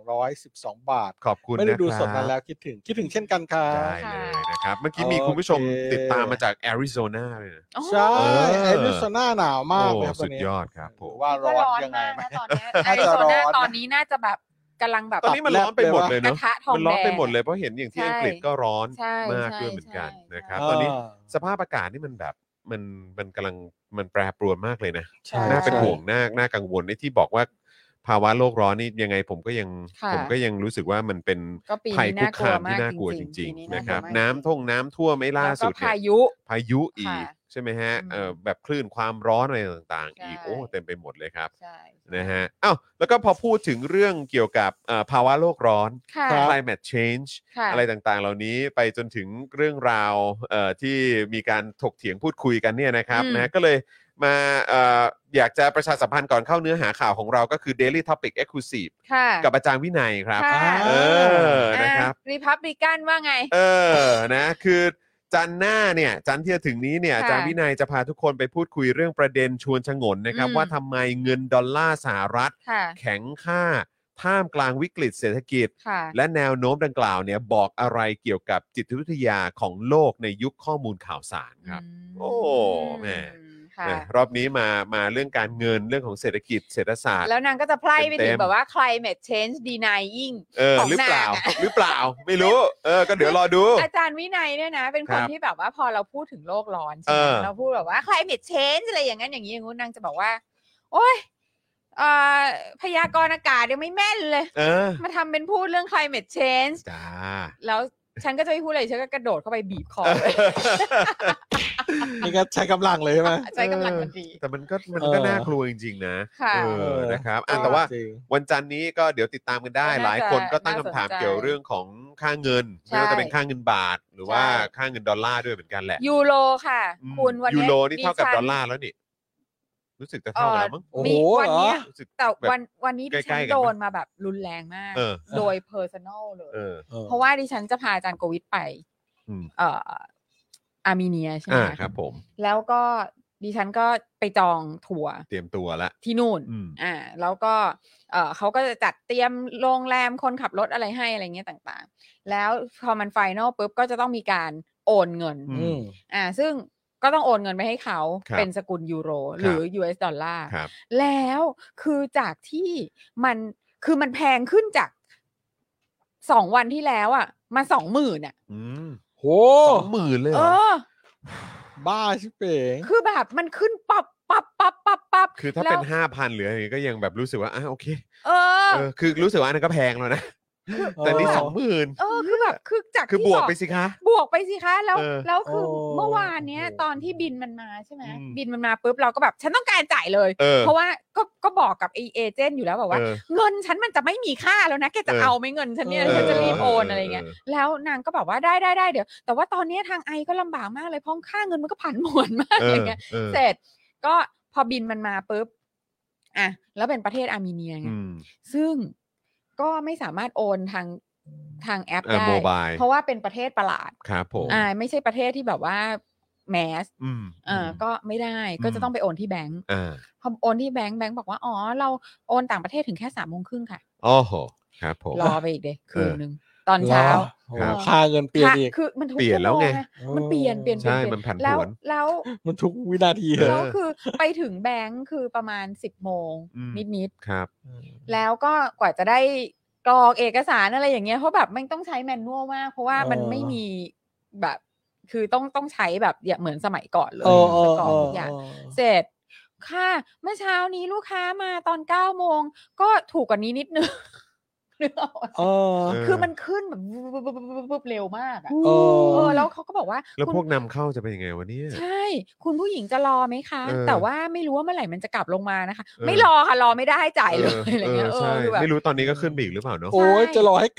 112 บาทขอบคุณไม่ได้ดูนะครับสดนานแล้วคิดถึงเช่นกันครับได้เลยนะครับ เมื่อกี้มีคุณผู้ชมโอเคติดตามมาจากแอริโซนาเลยนะใช่เออแอริโซนาหนาวมากเลยครับโอ้ตอนนี้สุดยอดครับผมว่าก็ร้อนร้อนยังไงมากไหมนะตอนเนี้ยแอน่าริจะโซร้นาอนตอนนี้น่าจะแบบกำลังแบบตอนนี้มันร้อนไปหมดเลยกเนาะระทะทองมันร้อนไปหมดแดงเลยเพราะเห็นอย่างที่ใช่อังกฤษก็ร้อนใช่มากใช่ด้วยเหมือนกันใช่นะครับใช่ตอนนี้สภาพอากาศนี่มันแบบมันกำลังมันแปรปรวนมากเลยนะใช่น่าเป็นใช่ห่วงน่ากังวลในที่บอกว่าภาวะโลกร้อนนี่ยังไงผมก็ยังค่ะรู้สึกว่ามันเป็นก็ปีภัยนี้คุกน่ากลัวคามที่มากน่ากลัวจจริงๆริงปีนี้ๆน่านะครับกลัวมากน้ำท่วมไม่ล่าแล้วสุก็ดเนี่พาย ยุพายุอีกค่ะใช่ไหมฮะอืมแบบคลื่นความร้อนอะไรต่างๆใช่อีกโอ้เต็มไปหมดเลยครับใช่นะฮะอ้าวแล้วก็พอพูดถึงเรื่องเกี่ยวกับภาวะโลกร้อนค่ะ climate change ค่ะอะไรต่างๆ เหล่านี้ไปจนถึงเรื่องราวที่มีการถกเถียงพูดคุยกันเนี่ยนะครับอืมนะก็เลยมาอยากจะประชาสัมพันธ์ก่อนเข้าเนื้อหาข่าวของเราก็คือ Daily Topic Exclusive ค่ะกับอาจารย์วินัยครับค่ะเออนะครับรีพับลิกันว่าไงนะคือจันทร์หน้าเนี่ยจันทร์ที่จะถึงนี้เนี่ยค่ะอาจารย์วินัยจะพาทุกคนไปพูดคุยเรื่องประเด็นชวนฉงนนะครับอืมว่าทำไมเงินดอลลาร์สหรัฐค่ะแข็งค่าท่ามกลางวิกฤตเศรษฐกิจค่ะและแนวโน้มดังกล่าวเนี่ยบอกอะไรเกี่ยวกับจิตวิทยาของโลกในยุคข้อมูลข่าวสารครับ โอ้แหมค่ะนะรอบนี้มาเรื่องการเงินเรื่องของเศรษฐกิจเศรษฐศาสตร์แล้วนางก็จะไพร่ไปเต็ถึงมๆแบบว่า climate change denying ของหรือเปล่านางอะหรือเปล่าไม่รู้ก็เดี๋ยวรอดูอาจารย์วินัยเนี่ยนะ เป็นคคนรับที่แบบว่าพอเราพูดถึงโลกร้อนใช่ไหมเออเราพูดแบบว่า climate change อะไรอย่างนั้นอย่างนี้อย่างงู้นนางจะบอกว่า โอ๊ยพยากรณ์อากาศยังไม่แม่นเลย มาทำเป็นพูดเรื่อง climate change จ้าแล้วฉันก็จะไม่พูดอะไรฉันก็กระโดดเข้าไปบีบคอเลยนี่ก็ใช้กำลังเลยใช่ไหมใช้กำลังทันทีแต่มันก็เออน่ากลัวจริงๆนะค่ะนะครับเออแต่ว่าจริงวันจันทร์นี้ก็เดี๋ยวติดตามกันได้ก็น่าจะหลายคนก็ตั้งคำถามน่าสนใจเกี่ยวเรื่องของค่าเงินใช่ไม่ว่าจะเป็นค่าเงินบาท หรือว่าใช่ค่าเงินดอลลาร์ด้วยเหมือนกันแหละยูโรค่ะ คุณวันยูนี้โรนี่เท่ากับดิฉันดอลลาร์แล้วนี่ รู้สึกจะเท่ากันแล้วมั้งโอ้โหมีวันเนี้ยรู้สึกแต่แบบวันนี้ดิใกล้ฉันๆกันโดไหมนมาแบบรุนแรงมากเออโดย personal เลย เพราะว่าดิฉันจะพาอาจารย์โกวิทไปอืมอาร์เมเนียใช่ไหมครับผมแล้วก็ดิฉันก็ไปจองทัวร์เตรียมตัวละที่นู่นอืมแล้วก็เขาก็จะจัดเตรียมโรงแรมคนขับรถอะไรให้อะไรเงี้ยต่างๆ แล้วพอมันไฟนอลปุ๊บก็จะต้องมีการโอนเงินอืมซึ่งก็ต้องโอนเงินไปให้เขาครับเป็นสกุลยูโรหรือ US ดอลลาร์ครับแล้วคือจากที่มันแพงขึ้นจาก2 วันที่แล้วอ่ะมา 20,000 อ่ะโห 20,000เลยเหเอรออบ้าชิบเป๋งคือแบบมันขึ้นปับคือถ้าแล้วเป็น 5,000 หรืออะไรอย่างงี้ก็ยังแบบรู้สึกว่าโอเคเออคือรู้สึกว่าอันนั้นก็แพงแล้วนะ แต่นี่ 20,000 คือแบบคือจากคือที่บวกอกไปสิคะบวกไปสิคะแล้ว แล้วคือโอ้เมื่อวานเนี้ยตอนที่บินมันมาใช่ไหมอืมบินมันมาปุ๊บเราก็แบบฉันต้องการจ่ายเลย เพราะว่าก็บอกกับเอเจนต์อยู่แล้วแบบว่า เงินฉันมันจะไม่มีค่าแล้วนะแกจะเอาไหมเงินฉันเนี่ยฉันจะรีบโอนอะไรเงี้ยแล้วนางก็แบบว่าได้เดี๋ยวแต่ว่าตอนนี้ทางไอก็ลำบากมากเลยเพราะค่าเงินมันก็ผันผวนมากอะไรเงี้ยเสร็จก็พอบินมันมาปุ๊บแล้วเป็นประเทศอาร์เมเนียไงซึ่งก็ไม่สามารถโอนทางแอปได้โมบายเพราะว่าเป็นประเทศประหลาดครับผมไม่ใช่ประเทศที่แบบว่าแมสก็ไม่ได้ก็จะต้องไปโอนที่แบงก์พอโอนที่แบงก์บอกว่าอ๋อเราโอนต่างประเทศถึงแค่3:30ค่ะโอ้โหครับผมรอไปอีกเด้คืนนึงตอนเช้าครับค่าเงินเปลี่ยนอีกคือมันทุกเปลี่ยนแล้วไงชั่โมมันเปลี่ยนใช่มันผันผวนแล้วมันทุกวินาทีแล้วคือไปถึงแบงก์คือประมาณ10 โมงนิดครับๆแล้วก็กว่าจะได้กรอกเอกสารอะไรอย่างเงี้ยเพราะแบบมันต้องใช้แมนนวลมากเพราะว่ามันไม่มีแบบคือต้องใช้แบบอย่างเหมือนสมัยก่อนเลยจะกรอกทุกอย่างเสร็จค่ะเมื่อเช้านี้ลูกค้ามาตอน9 โมงก็ถูกกว่านี้นิดนึงคือมันขึ้นแบบเร็วมากอ่ะแล้วเขาก็บอกว่าแล้วพวกนำเข้าจะเป็นยังไงวะเนี่ยใช่คุณผู้หญิงจะรอไหมคะ แต่ว่าไม่รู้ว่าเมื่อไหร่มันจะกลับลงมานะคะเออไม่รอค่ะรอไม่ได้จ่ายเลยอะไรเงี้ยใช่คือแบบไม่รู้ตอนนี้ก็ขึ้นไปอีกหรือเปล่าเนาะโอ้ยจะรอให้กลับ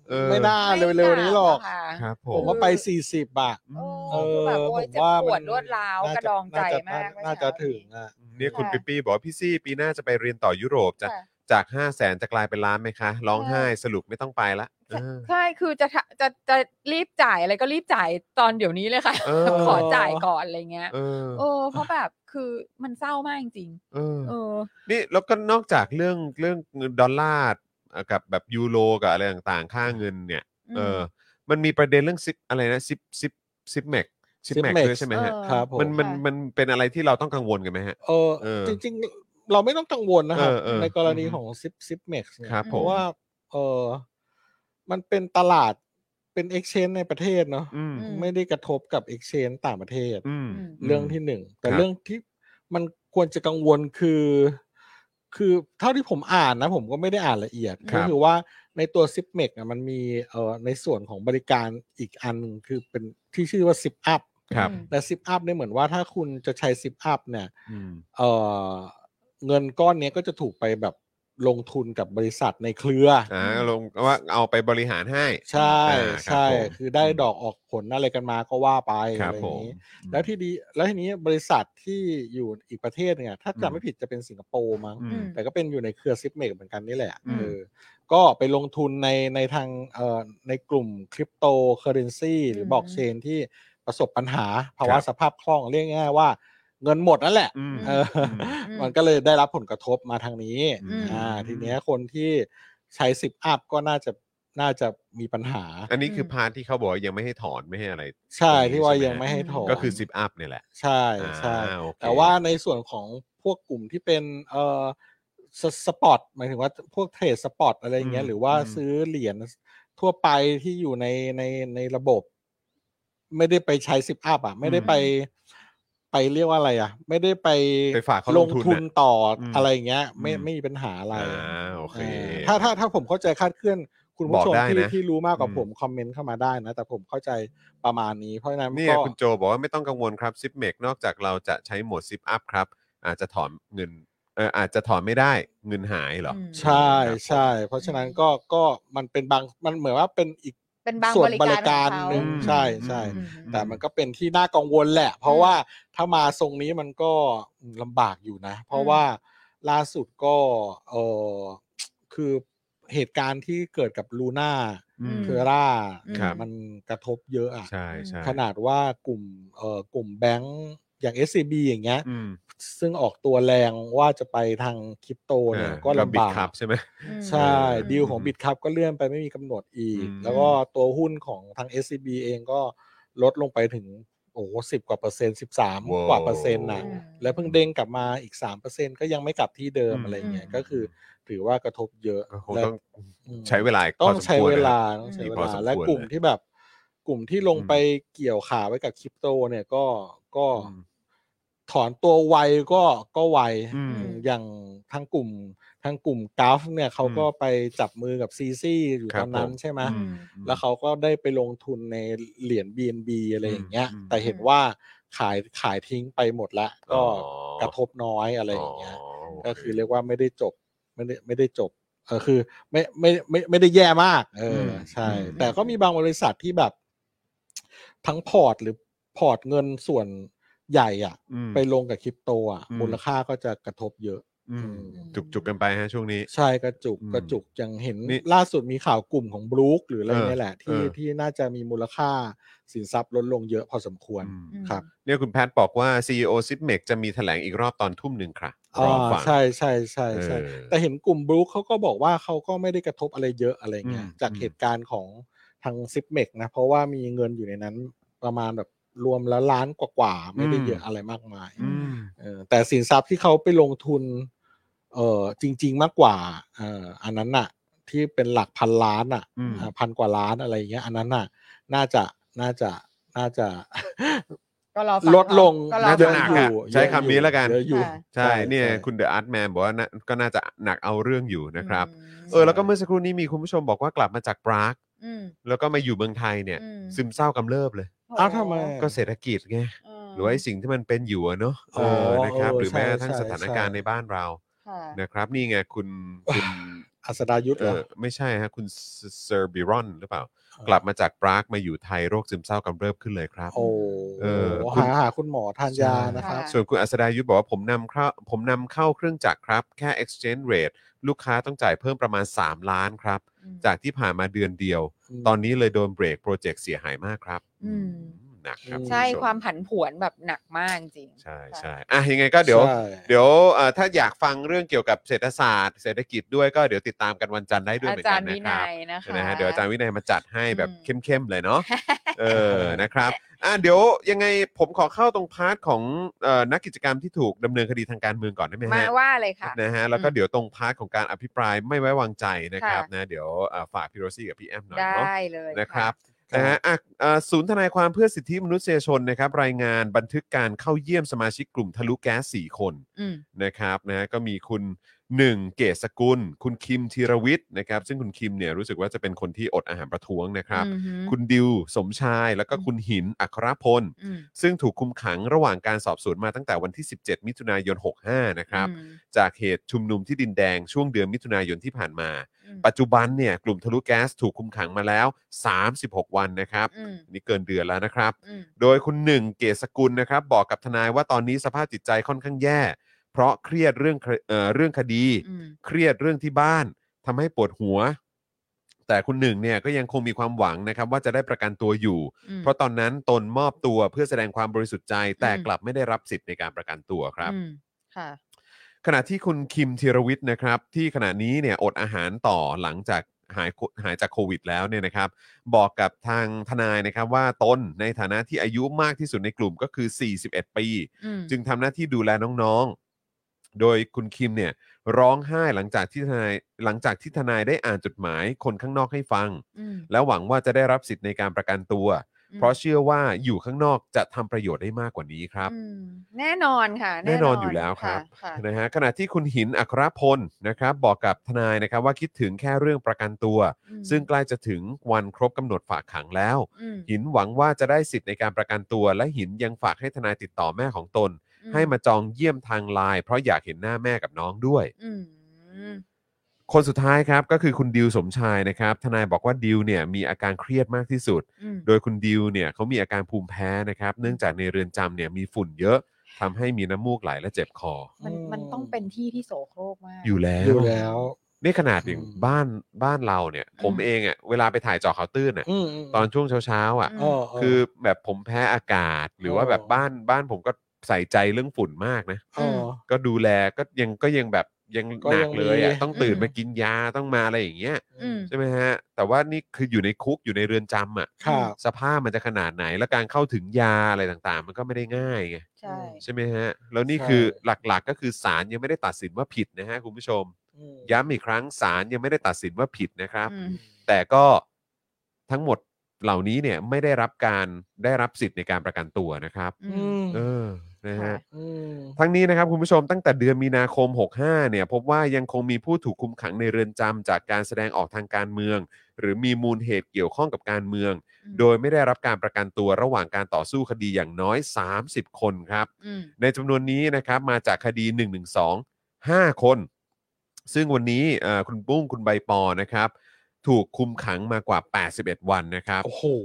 ไม่น่าเร็วๆนี้หรอกครับผผม มว่าไป40อ่ะแบบโอ้ยผมเจ็บว่าปวมัดนรวดร้าวกระดองใจมากน่าจะถึงอ่ะเนี่ยคุณค่ะปิ๊ปปี้บอกว่าพี่ซี่ปีหน้าจะไปเรียนต่อยุโรปจะค่ะจาก 500,000 จะกลายเป็นล้านไหมคะร้องไห้สรุปไม่ต้องไปละใช่คือจะรีบจ่ายอะไรก็รีบจ่ายตอนเดี๋ยวนี้เลยค่ะ ขอจ่ายก่อนอะไรเงี้ยเพราะแบบคือมันเศร้ามากจริงๆนี่แล้วก็นอกจากเรื่องดอลลาร์กับแบบยูโรกับอะไรต่างๆค่าเงินเนี่ยมันมีประเด็นเรื่องอะไรนะซิปแม็กด้วยใช่ไหมฮะครับผมมันเป็นอะไรที่เราต้องกังวลกันไหมฮะจริงๆเราไม่ต้องกังวลนะครับในกรณีของซิปแม็กซ์เนี่ยเพราะว่ามันเป็นตลาดเป็น exchange ในประเทศเนาะไม่ได้กระทบกับ exchange ต่างประเทศเรื่องที่หนึ่งแต่เรื่องที่มันควรจะกังวลคือเท่าที่ผมอ่านนะผมก็ไม่ได้อ่านละเอียดก็คือว่าในตัว Zipmex อ่ะมันมีในส่วนของบริการอีกอันนึงคือเป็นที่ชื่อว่า Zip Up แต่ Zip Up เนี่ยเหมือนว่าถ้าคุณจะใช้ Zip Up เนี่ยเงินก้อนนี้ก็จะถูกไปแบบลงทุนกับบริษัทในเครือลงว่าเอาไปบริหารให้ใช่คือได้ดอกออกผลอะไรกันมาก็ว่าไปอะไรอย่างนี้แล้วทีนี้บริษัทที่อยู่อีกประเทศเนี่ยถ้าจำไม่ผิดจะเป็นสิงคโปร์มั้งแต่ก็เป็นอยู่ในเครือซิปเมกเหมือนกันนี่แหละก็ไปลงทุนในทางในกลุ่มคริปโตเคอเรนซีหรือบล็อกเชนที่ประสบปัญหาภาวะสภาพคล่องเรียกง่ายๆว่าเงินหมดนั่นแหละมันก็เลยได้รับผลกระทบมาทางนี้ทีนี้คนที่ใช้10 อัพก็น่าจะมีปัญหาอันนี้คือพาร์ทที่เขาบอกยังไม่ให้ถอนไม่ให้อะไรใช่ที่ว่ายังไม่ให้ถอนก็คือ10 อัพเนี่ยแหละใช่แต่ว่าในส่วนของพวกกลุ่มที่เป็นสปอร์ตหมายถึงว่าพวกเทรดสปอร์ตอะไรเงี้ยหรือว่าซื้อเหรียญทั่วไปที่อยู่ในระบบไม่ได้ไปใช้10 อัพอ่ะไม่ได้ไปเรียกว่าอะไรอ่ะไม่ได้ไปฝากเขาลงทุนต่ออะไรเงี้ยไม่มีปัญหาอะไรโอเคถ้าผมเข้าใจคาดเคลื่อนคุณผู้ชมที่รู้มากกว่าผมคอมเมนต์เข้ามาได้นะแต่ผมเข้าใจประมาณนี้เพราะฉะนั้นนี่คุณโจบอกว่าไม่ต้องกังวลครับซิปเมกนอกจากเราจะใช้โหมดซิปอัพครับอาจจะถอนเงินอาจจะถอนไม่ได้เงินหายเหรอใช่เพราะฉะนั้นก็มันเป็นมันเหมือนว่าเป็นอีกส่วนบริการหนึ่งใช่แต่มันก็เป็นที่น่ากังวลแหละเพราะว่าถ้ามาทรงนี้มันก็ลำบากอยู่นะเพราะว่าล่าสุดก็คือเหตุการณ์ที่เกิดกับลูน่าเทอร่ามันกระทบเยอะอ่ะขนาดว่ากลุ่มแบงก์อย่าง SCB อย่างเงี้ยซึ่งออกตัวแรงว่าจะไปทางคริปโตเนี่ยก็ลำบากใช่ไหมใช่ดีลของ Bitcup ก็เลื่อนไปไม่มีกำหนดอีกแล้วก็ตัวหุ้นของทาง SCB เองก็ลดลงไปถึง10 กว่าเปอร์เซ็นต์13 กว่าเปอร์เซ็นต์น่ะแล้วเพิ่งเด้งกลับมาอีก 3% ก็ยังไม่กลับที่เดิมอะไรเงี้ยก็คือถือว่ากระทบเยอะและใช้เวลาต้องใช้เวลาและกลุ่มที่แบบกลุ่มที่ลงไปเกี่ยวขาไว้กับคริปโตเนี่ยก็ถอนตัวไวก็ไวอย่างทางกลุ่มกราฟเนี่ยเขาก็ไปจับมือกับซีซี่อยู่ตอนนั้นใช่ไหมแล้วเขาก็ได้ไปลงทุนในเหรียญ BNB อะไรอย่างเงี้ยแต่เห็นว่าขายทิ้งไปหมดแล้วก็กระทบน้อยอะไรอย่างเงี้ยก็คือเรียกว่าไม่ได้จบคือไม่ได้แย่มากใช่แต่ก็มีบางบริษัทที่แบบทั้งพอร์ตหรือพอร์ตเงินส่วนใหญ่อ่ะไปลงกับคริปโตอ่ะมูลค่าก็จะกระทบเยอะจุกกันไปฮะช่วงนี้ใช่กระจุกอย่างเห็นล่าสุดมีข่าวกลุ่มของบรู๊คหรืออะไรนี่แหละที่น่าจะมีมูลค่าสินทรัพย์ลดลงเยอะพอสมควรครับเนี่ยคุณแพทบอกว่า CEO Zipmex จะมีแถลงอีกรอบตอน 19:00 นครับใช่แต่เห็นกลุ่มบรู๊คเขาก็บอกว่าเขาก็ไม่ได้กระทบอะไรเยอะอะไรเงี้ยจากเหตุการณ์ของทาง Zipmex นะเพราะว่ามีเงินอยู่ในนั้นประมาณแบบรวมแล้วล้านกว่าไม่ได้เยอะอะไรมากมายแต่สินทรัพย์ที่เขาไปลงทุนจริงๆมากกว่าอันนั้นน่ะที่เป็นหลักพันล้านอ่ะ1,000 กว่าล้านอะไรอย่างเงี้ยอันนั้นน่ะน่าจะลดลงน่าจะหนักใช้คำนี้แล้วกันใช่เนี่ยคุณเดอะอาร์ตแมนบอกว่าก็น่าจะหนักเอาเรื่องอยู่นะครับแล้วก็เมื่อสักครู่นี้มีคุณผู้ชมบอกว่ากลับมาจากปรากแล้วก็มาอยู่เมืองไทยเนี่ยซึมเศร้ากำเริบเลยทำไมก็เศรษฐกิจไงหรือว่าสิ่งที่มันเป็นอยู่เนอะนะครับหรือแม้กระทั่งสถานการณ์ในบ้านเรานะครับนี่ไงคุณอัสดายุทธเหรอไม่ใช่ฮะคุณเซอร์บิรอนหรือเปล่ากลับมาจากปรากมาอยู่ไทยโรคซึมเศร้ากำเริบขึ้นเลยครับโอ้หาคุณหมอทานยานะครับส่วนคุณอัสดายุทธบอกว่าผมนำเข้าเครื่องจักรครับแค่ exchange rate ลูกค้าต้องจ่ายเพิ่มประมาณ3 ล้านครับจากที่ผ่านมาเดือนเดียวตอนนี้เลยโดนเบรกโปรเจกต์เสียหายมากครับหนักครับใช่ความผันผวนแบบหนักมากจริงใช่ยังไงก็เดี๋ยวถ้าอยากฟังเรื่องเกี่ยวกับเศรษฐศาสตร์เศรษฐกิจด้วยก็เดี๋ยวติดตามกันวันจันทร์ได้ด้วยเหมือนกันนะครับนะฮะเดี๋ยวอาจารย์วินัยมาจัดให้แบบเข้มๆเลยเนาะนะครับเดี๋ยวยังไงผมขอเข้าตรงพาร์ทของนักกิจกรรมที่ถูกดำเนินคดีทางการเมืองก่อนได้ไหมฮะมาว่าเลยค่ะนะฮะแล้วก็เดี๋ยวตรงพาร์ทของการอภิปรายไม่ไว้วางใจนะครับนะเดี๋ยวฝากพี่โรซี่กับพี่แอมหน่อยเนาะได้เลยนะครับนะฮะศูนย์ทนายความเพื่อสิทธิมนุษยชนนะครับรายงานบันทึกการเข้าเยี่ยมสมาชิกกลุ่มทะลุแก๊ส4 คนนะครับนะก็มีคุณ1เกษสกุลคุณคิมธีรวิทย์นะครับซึ่งคุณคิมเนี่ยรู้สึกว่าจะเป็นคนที่อดอาหารประท้วงนะครับคุณดิวสมชายแล้วก็คุณหินอัครพลซึ่งถูกคุมขังระหว่างการสอบสวนมาตั้งแต่วันที่17มิถุนายน65นะครับจากเหตุชุมนุมที่ดินแดงช่วงเดือนมิถุนายนที่ผ่านมาปัจจุบันเนี่ยกลุ่มทะลุแก๊สถูกคุมขังมาแล้ว36 วันนะครับนี่เกินเดือนแล้วนะครับโดยคุณ1เกษสกุลนะครับบอกกับทนายว่าตอนนี้สภาพจิตใจค่อนข้างแย่เพราะเครียดเรื่องคดีเครียดเรื่องที่บ้านทำให้ปวดหัวแต่คุณ1เนี่ยก็ยังคงมีความหวังนะครับว่าจะได้ประกันตัวอยู่เพราะตอนนั้นตนมอบตัวเพื่อแสดงความบริสุทธิ์ใจแต่กลับไม่ได้รับสิทธิ์ในการประกันตัวครับขณะที่คุณคิมธีรวิทย์นะครับที่ขณะนี้เนี่ยอดอาหารต่อหลังจากหายจากโควิดแล้วเนี่ยนะครับบอกกับทางทนายนะครับว่าตนในฐานะที่อายุมากที่สุดในกลุ่มก็คือ41 ปีจึงทำหน้าที่ดูแลน้องๆโดยคุณคิมเนี่ยร้องไห้หลังจากที่ทนายได้อ่านจดหมายคนข้างนอกให้ฟังแล้วหวังว่าจะได้รับสิทธิ์ในการประกันตัวเพราะเชื่อว่าอยู่ข้างนอกจะทำประโยชน์ได้มากกว่านี้ครับแน่นอนค่ะแน่นอนอยู่แล้วครับนะฮะขณะที่คุณหินอัครพลนะครับบอกกับทนายนะครับว่าคิดถึงแค่เรื่องประกันตัวซึ่งใกล้จะถึงวันครบกำหนดฝากขังแล้วหินหวังว่าจะได้สิทธิ์ในการประกันตัวและหินยังฝากให้ทนายติดต่อแม่ของตนให้มาจองเยี่ยมทางไลน์เพราะอยากเห็นหน้าแม่กับน้องด้วยคนสุดท้ายครับก็คือคุณดิวสมชายนะครับทนายบอกว่าดิวเนี่ยมีอาการเครียดมากที่สุดโดยคุณดิวเนี่ยเขามีอาการภูมิแพ้นะครับเนื่องจากในเรือนจำเนี่ยมีฝุ่นเยอะทำให้มีน้ำมูกไหลและเจ็บคอมันต้องเป็นที่ที่โสโครกมากอยู่แล้วนี่ขนาดอย่างบ้านเราเนี่ยผมเองอ่ะเวลาไปถ่ายเจาะข่าวตื้นอ่ะตอนช่วงเช้าอ่ะคือแบบผมแพ้อากาศหรือว่าแบบบ้านผมก็ใส่ใจเรื่องฝุ่นมากนะก็ดูแลก็ยังแบบยังหนักเลยอ่ะต้องตื่นมากินยาต้องมาอะไรอย่างเงี้ยใช่ไหมฮะแต่ว่านี่คืออยู่ในคุกอยู่ในเรือนจำอ่ะสภาพมันจะขนาดไหนแล้วการเข้าถึงยาอะไรต่างๆมันก็ไม่ได้ง่ายไงใช่ไหมฮะแล้วนี่คือหลักๆก็คือศาลยังไม่ได้ตัดสินว่าผิดนะฮะคุณผู้ชมย้ำอีกครั้งศาลยังไม่ได้ตัดสินว่าผิดนะครับแต่ก็ทั้งหมดเหล่านี้เนี่ยไม่ได้รับสิทธิ์ในการประกันตัวนะครับนะฮะทั้งนี้นะครับคุณผู้ชมตั้งแต่เดือนมีนาคม65เนี่ยพบว่ายังคงมีผู้ถูกคุมขังในเรือนจำจากการแสดงออกทางการเมืองหรือมีมูลเหตุเกี่ยวข้องกับการเมืองโดยไม่ได้รับการประกันตัวระหว่างการต่อสู้คดีอย่างน้อย30 คนครับในจำนวนนี้นะครับมาจากคดี112 5 คนซึ่งวันนี้คุณปุ้งคุณใบปอนะครับถูกคุมขังมากว่า81 วันนะครับโอ้โห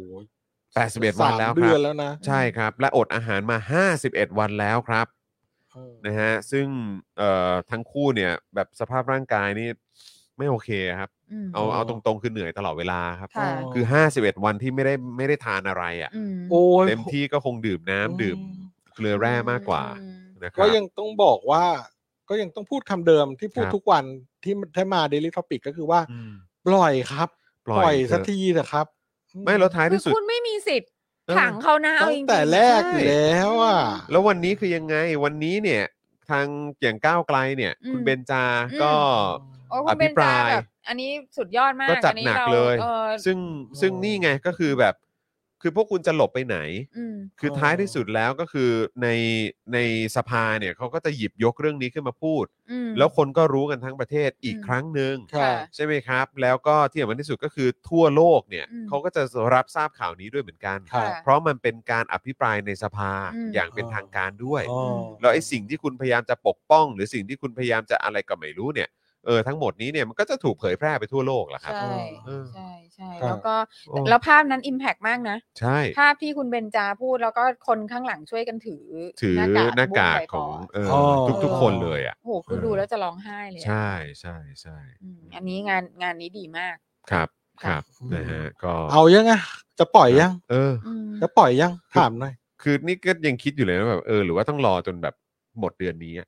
81 วันแล้วครับใช่ครับและอดอาหารมา51 วันแล้วครับนะฮะซึ่งทั้งคู่เนี่ยแบบสภาพร่างกายนี่ไม่โอเคครับเอาตรงๆคือเหนื่อยตลอดเวลาครับคือ51 วันที่ไม่ได้ทานอะไรอ่ะเต็มที่ก็คงดื่มน้ำดื่มเกลือแร่มากกว่านะครับก็ยังต้องบอกว่าก็ยังต้องพูดคำเดิมที่พูดทุกวันที่มา Daily Topic ก็คือว่าปล่อยครับปล่อยสักทีเถอะครับไม่แล้วท้ายที่สุดคุณไม่มีสิทธิ์ขังเขานะเอาจริงๆแต่แรกอยู่แล้วอ่ะแล้ววันนี้คือยังไงวันนี้เนี่ยทางอย่างก้าวไกลเนี่ยคุณเบญจาก็อภิปรายอันนี้สุดยอดมากก็จัดหนักเลยซึ่งนี่ไงก็คือแบบคือพวกคุณจะหลบไปไหนคือท้ายที่สุดแล้วก็คือในสภาเนี่ยเขาก็จะหยิบยกเรื่องนี้ขึ้นมาพูดแล้วคนก็รู้กันทั้งประเทศอีกครั้งหนึ่งใช่ไหมครับแล้วก็ที่สำคัญที่สุดก็คือทั่วโลกเนี่ยเขาก็จะรับทราบข่าวนี้ด้วยเหมือนกันเพราะมันเป็นการอภิปรายในสภาอย่างเป็นทางการด้วยแล้วไอ้สิ่งที่คุณพยายามจะปกป้องหรือสิ่งที่คุณพยายามจะอะไรก็ไม่รู้เนี่ยทั้งหมดนี้เนี่ยมันก็จะถูกเผยแพร่ไปทั่วโลกแหละครับใช่เออใช่ใช่ครับแล้วก็โอ้แล้วภาพนั้น impact มากนะใช่ภาพที่คุณเบนจาพูดแล้วก็คนข้างหลังช่วยกันถือถือหน้ากากหน้ากากบุ้ใส่ขคองอ๋อทุกๆคนเลยอ่ะโอ้โหคือดูแล้วจะร้องไห้เลยอะใช่ใช่ใช่อันนี้งานนี้ดีมากครับคค่ะรับนะฮะก็เอายังอะจะปล่อยยังเอออืมจะปล่อยยังถามหน่อยคือนี่ก็ยังคิดอยู่เลยนะแบบหรือว่าต้องรอจนแบบหมดเดือนนี้อะ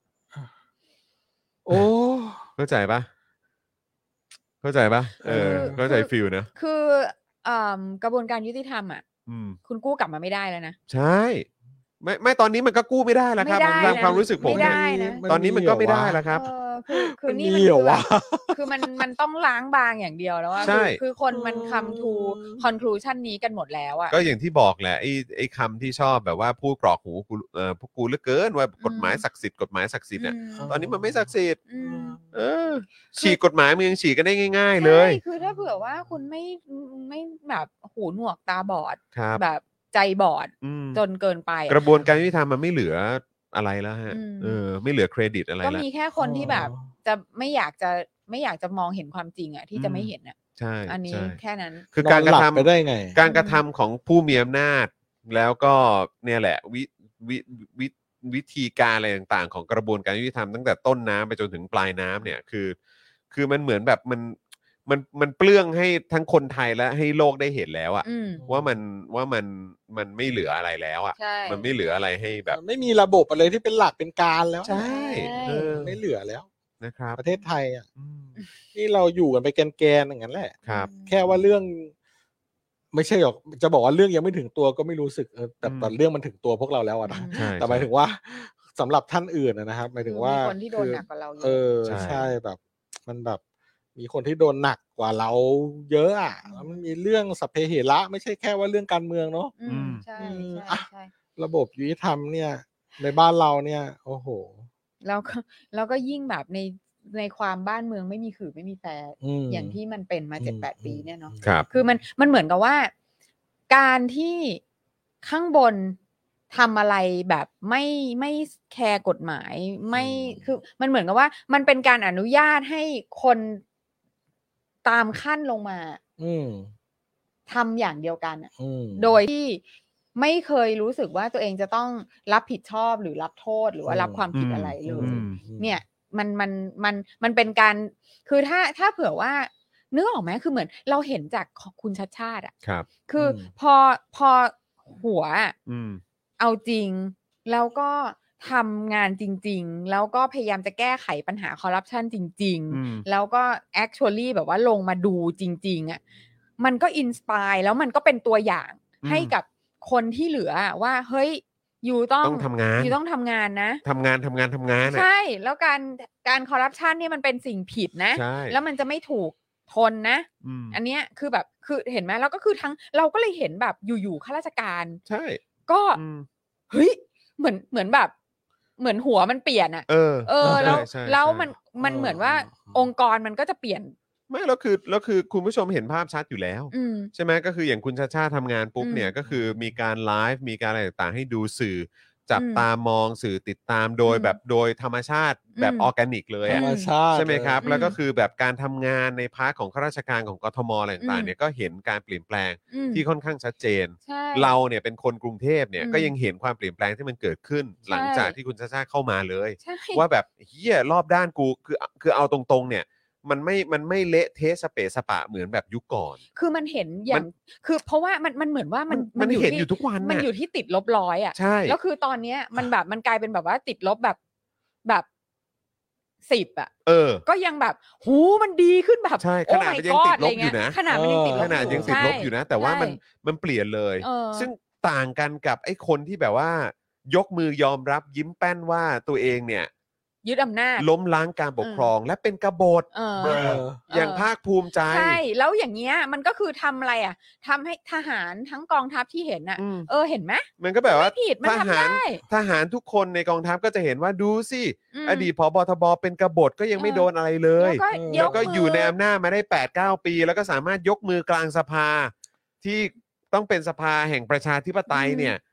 โอ้เข้าใจปะเข้าใจปะเข้าใจฟิลนะคือกระบวนการยุติธรรมอ่ะอืมคุณกู้กลับมาไม่ได้แล้วนะใช่ไม่ตอนนี้มันก็กู้ไม่ได้แล้วครับไม่ได้ตามนะความรู้สึกผมไม่เนี่ยได้นะตอนนี้มันก็ไม่ได้แล้วครับคือมันนี่มีมันเหรอคือแบบวะคือมันต้องล้างบางอย่างเดียวแล้วว่าใช่คือคนมันคำทูconclusion นี้กันหมดแล้วอ่ะก็อย่างที่บอกแหละไอ้คำที่ชอบแบบว่าพูดกรอกหูกูพวกกูเหลือเกินว่ากฎหมายศักดิ์สิทธิ์กฎหมายศักดิ์สิทธิ์เนี่ยอืมตอนนี้มันไม่ศักดิ์สิทธิ์อืมฉีกกฎหมายมึงยังฉีกกันได้ง่าย ๆ เลยใช่คือถ้าเผื่อว่าคุณไม่แบบหูหนวกตาบอดครับแบบใจบอดอืมจนเกินไปอะกระบวนการยุติธรรมมันไม่เหลืออะไรแล้วฮะ ไม่เหลือเครดิตอะไรก็แล้วมีแค่คนที่แบบจะไม่อยากจะมองเห็นความจริงอ่ะที่จะไม่เห็นอ่ะใช่อันนี้ใช่แค่นั้นคือการนกนระหลับทำไปได้ไงการกระทำของผู้มีอำนาจ แล้วก็เนี่ยแหละวิธีการอะไรต่างๆ ของกระบวนการยุติธรรมตั้งแต่ต้นน้ำไปจนถึงปลายน้ำเนี่ยคือมันเหมือนแบบมันเปลื้องให้ทั้งคนไทยและให้โลกได้เห็นแล้วอะอืมว่ามันไม่เหลืออะไรแล้วอะใช่มันไม่เหลืออะไรให้แบบไม่มีระบบอะไรที่เป็นหลักเป็นการแล้วใช่เออไม่เหลือแล้วนะครับประเทศไทยอ่ะอืมนี่เราอยู่กันไปแกนๆอย่างนั้นแหละครับแค่ว่าเรื่อง ไม่ใช่หรอกจะบอกว่าเรื่องยังไม่ถึงตัวก็ไม่รู้สึกแต่เรื่องมันถึงตัวพวกเราแล้วอะนะใช่แต่หมายถึงว่าสำหรับท่านอื่นนะครับหมายถึงว่ามีคนที่โดนหนักกว่าเราเยอะใช่แบบ มันแบบ มีคนที่โดนหนักกว่าเราเยอะอ่ะแล้วมันมีเรื่องสัพเพเหระไม่ใช่แค่ว่าเรื่องการเมืองเนาะใช่อ่ะใช่ระบบยุติธรรมเนี่ย ในบ้านเราเนี่ย โอ้โหแล้วก็ยิ่งแบบในความบ้านเมืองไม่มีขื่อไม่มีแปร อย่างที่มันเป็นมา 7-8 ปีเนี่ยเนาะครับคือมันเหมือนกับว่า การที่ข้างบนทำอะไรแบบไม่แคร์กฎหมายไม่คือมันเหมือนกับว่า มันเป็นการอนุญาตให้คนตามขั้นลงมาทำอย่างเดียวกันอะโดยที่ไม่เคยรู้สึกว่าตัวเองจะต้องรับผิดชอบหรือรับโทษหรือว่ารับความผิดอะไรเลยเนี่ยมันเป็นการคือถ้าเผื่อว่านึกออกไหมคือเหมือนเราเห็นจากคุณชัดชาติอ่ะครับคือพอหัวเอาจริงแล้วก็ทำงานจริงๆแล้วก็พยายามจะแก้ไขปัญหาคอร์รัปชันจริงๆแล้วก็ actually แบบว่าลงมาดูจริงๆอ่ะมันก็อินสปายแล้วมันก็เป็นตัวอย่างให้กับคนที่เหลือว่าเฮ้ยอยู่ต้องทำงานอยู่ต้องทำงานนะทำงานใช่แล้วการคอร์รัปชันเนี่ยมันเป็นสิ่งผิดนะแล้วมันจะไม่ถูกทนนะอันเนี้ยคือแบบคือเห็นไหมแล้วก็คือทั้งเราก็เลยเห็นแบบอยู่ๆข้าราชการใช่ก็เฮ้ยเหมือนแบบเหมือนหัวมันเปลี่ยนอ่ะแล้วมันเหมือนว่าองค์กรมันก็จะเปลี่ยนไม่แล้วคือคุณผู้ชมเห็นภาพชัดอยู่แล้วใช่ไหมก็คืออย่างคุณชาชาทำงานปุ๊บเนี่ยก็คือมีการไลฟ์มีการอะไรต่างๆให้ดูสื่อจับตามองสื่อติดตามโดยแบบโดยธรรมชาติแบบออร์แกนิกเลยใช่ไหมครับแล้วก็คือแบบการทำงานในพาร์ทของข้าราชการของกทมอะไรต่างๆเนี่ยก็เห็นการเปลี่ยนแปลงที่ค่อนข้างชัดเจนเราเนี่ยเป็นคนกรุงเทพเนี่ยก็ยังเห็นความเปลี่ยนแปลงที่มันเกิดขึ้นหลังจากที่คุณชาชาเข้ามาเลยว่าแบบเฮียรอบด้านกูคือเอาตรงๆเนี่ยมันไม่เละเทะสเปะสปะเหมือนแบบยุคก่อนคือมันเห็นอย่างคือเพราะว่ามันเหมือนว่ามันเห็นอยู่ทุกวันมันอยู่ที่ติดลบร้อยอ่ะใช่แล้วคือตอนเนี้ยมันแบบมันกลายเป็นแบบว่าติดลบแบบ10อ่ะก็ยังแบบหูมันดีขึ้นแบบใช่ขนาดมันยังติดลบอยู่นะขนาดมันยังติดลบอยู่นะแต่ว่ามันเปลี่ยนเลยซึ่งต่างกันกับไอ้คนที่แบบว่ายกมือยอมรับยิ้มแป้นว่าตัวเองเนี่ยยึดอำนาจล้มล้างการปกครองและเป็นกบฏอย่างภาคภูมิใจใช่แล้วอย่างเงี้ยมันก็คือทำอะไรอ่ะทำให้ทหารทั้งกองทัพที่เห็นอ่ะเห็นไหมมันก็แบบว่าทหารทุกคนในกองทัพก็จะเห็นว่าดูสิอดีตผบ.ทบ.เป็นกบฏก็ยังไม่โดนอะไรเลยแล้วก็อยู่ในอำนาจมาได้ 8-9 ปีแล้วก็สามารถยกมือกลางสภาที่ต้องเป็นสภาแห่งประชาธิปไตยเนี่ย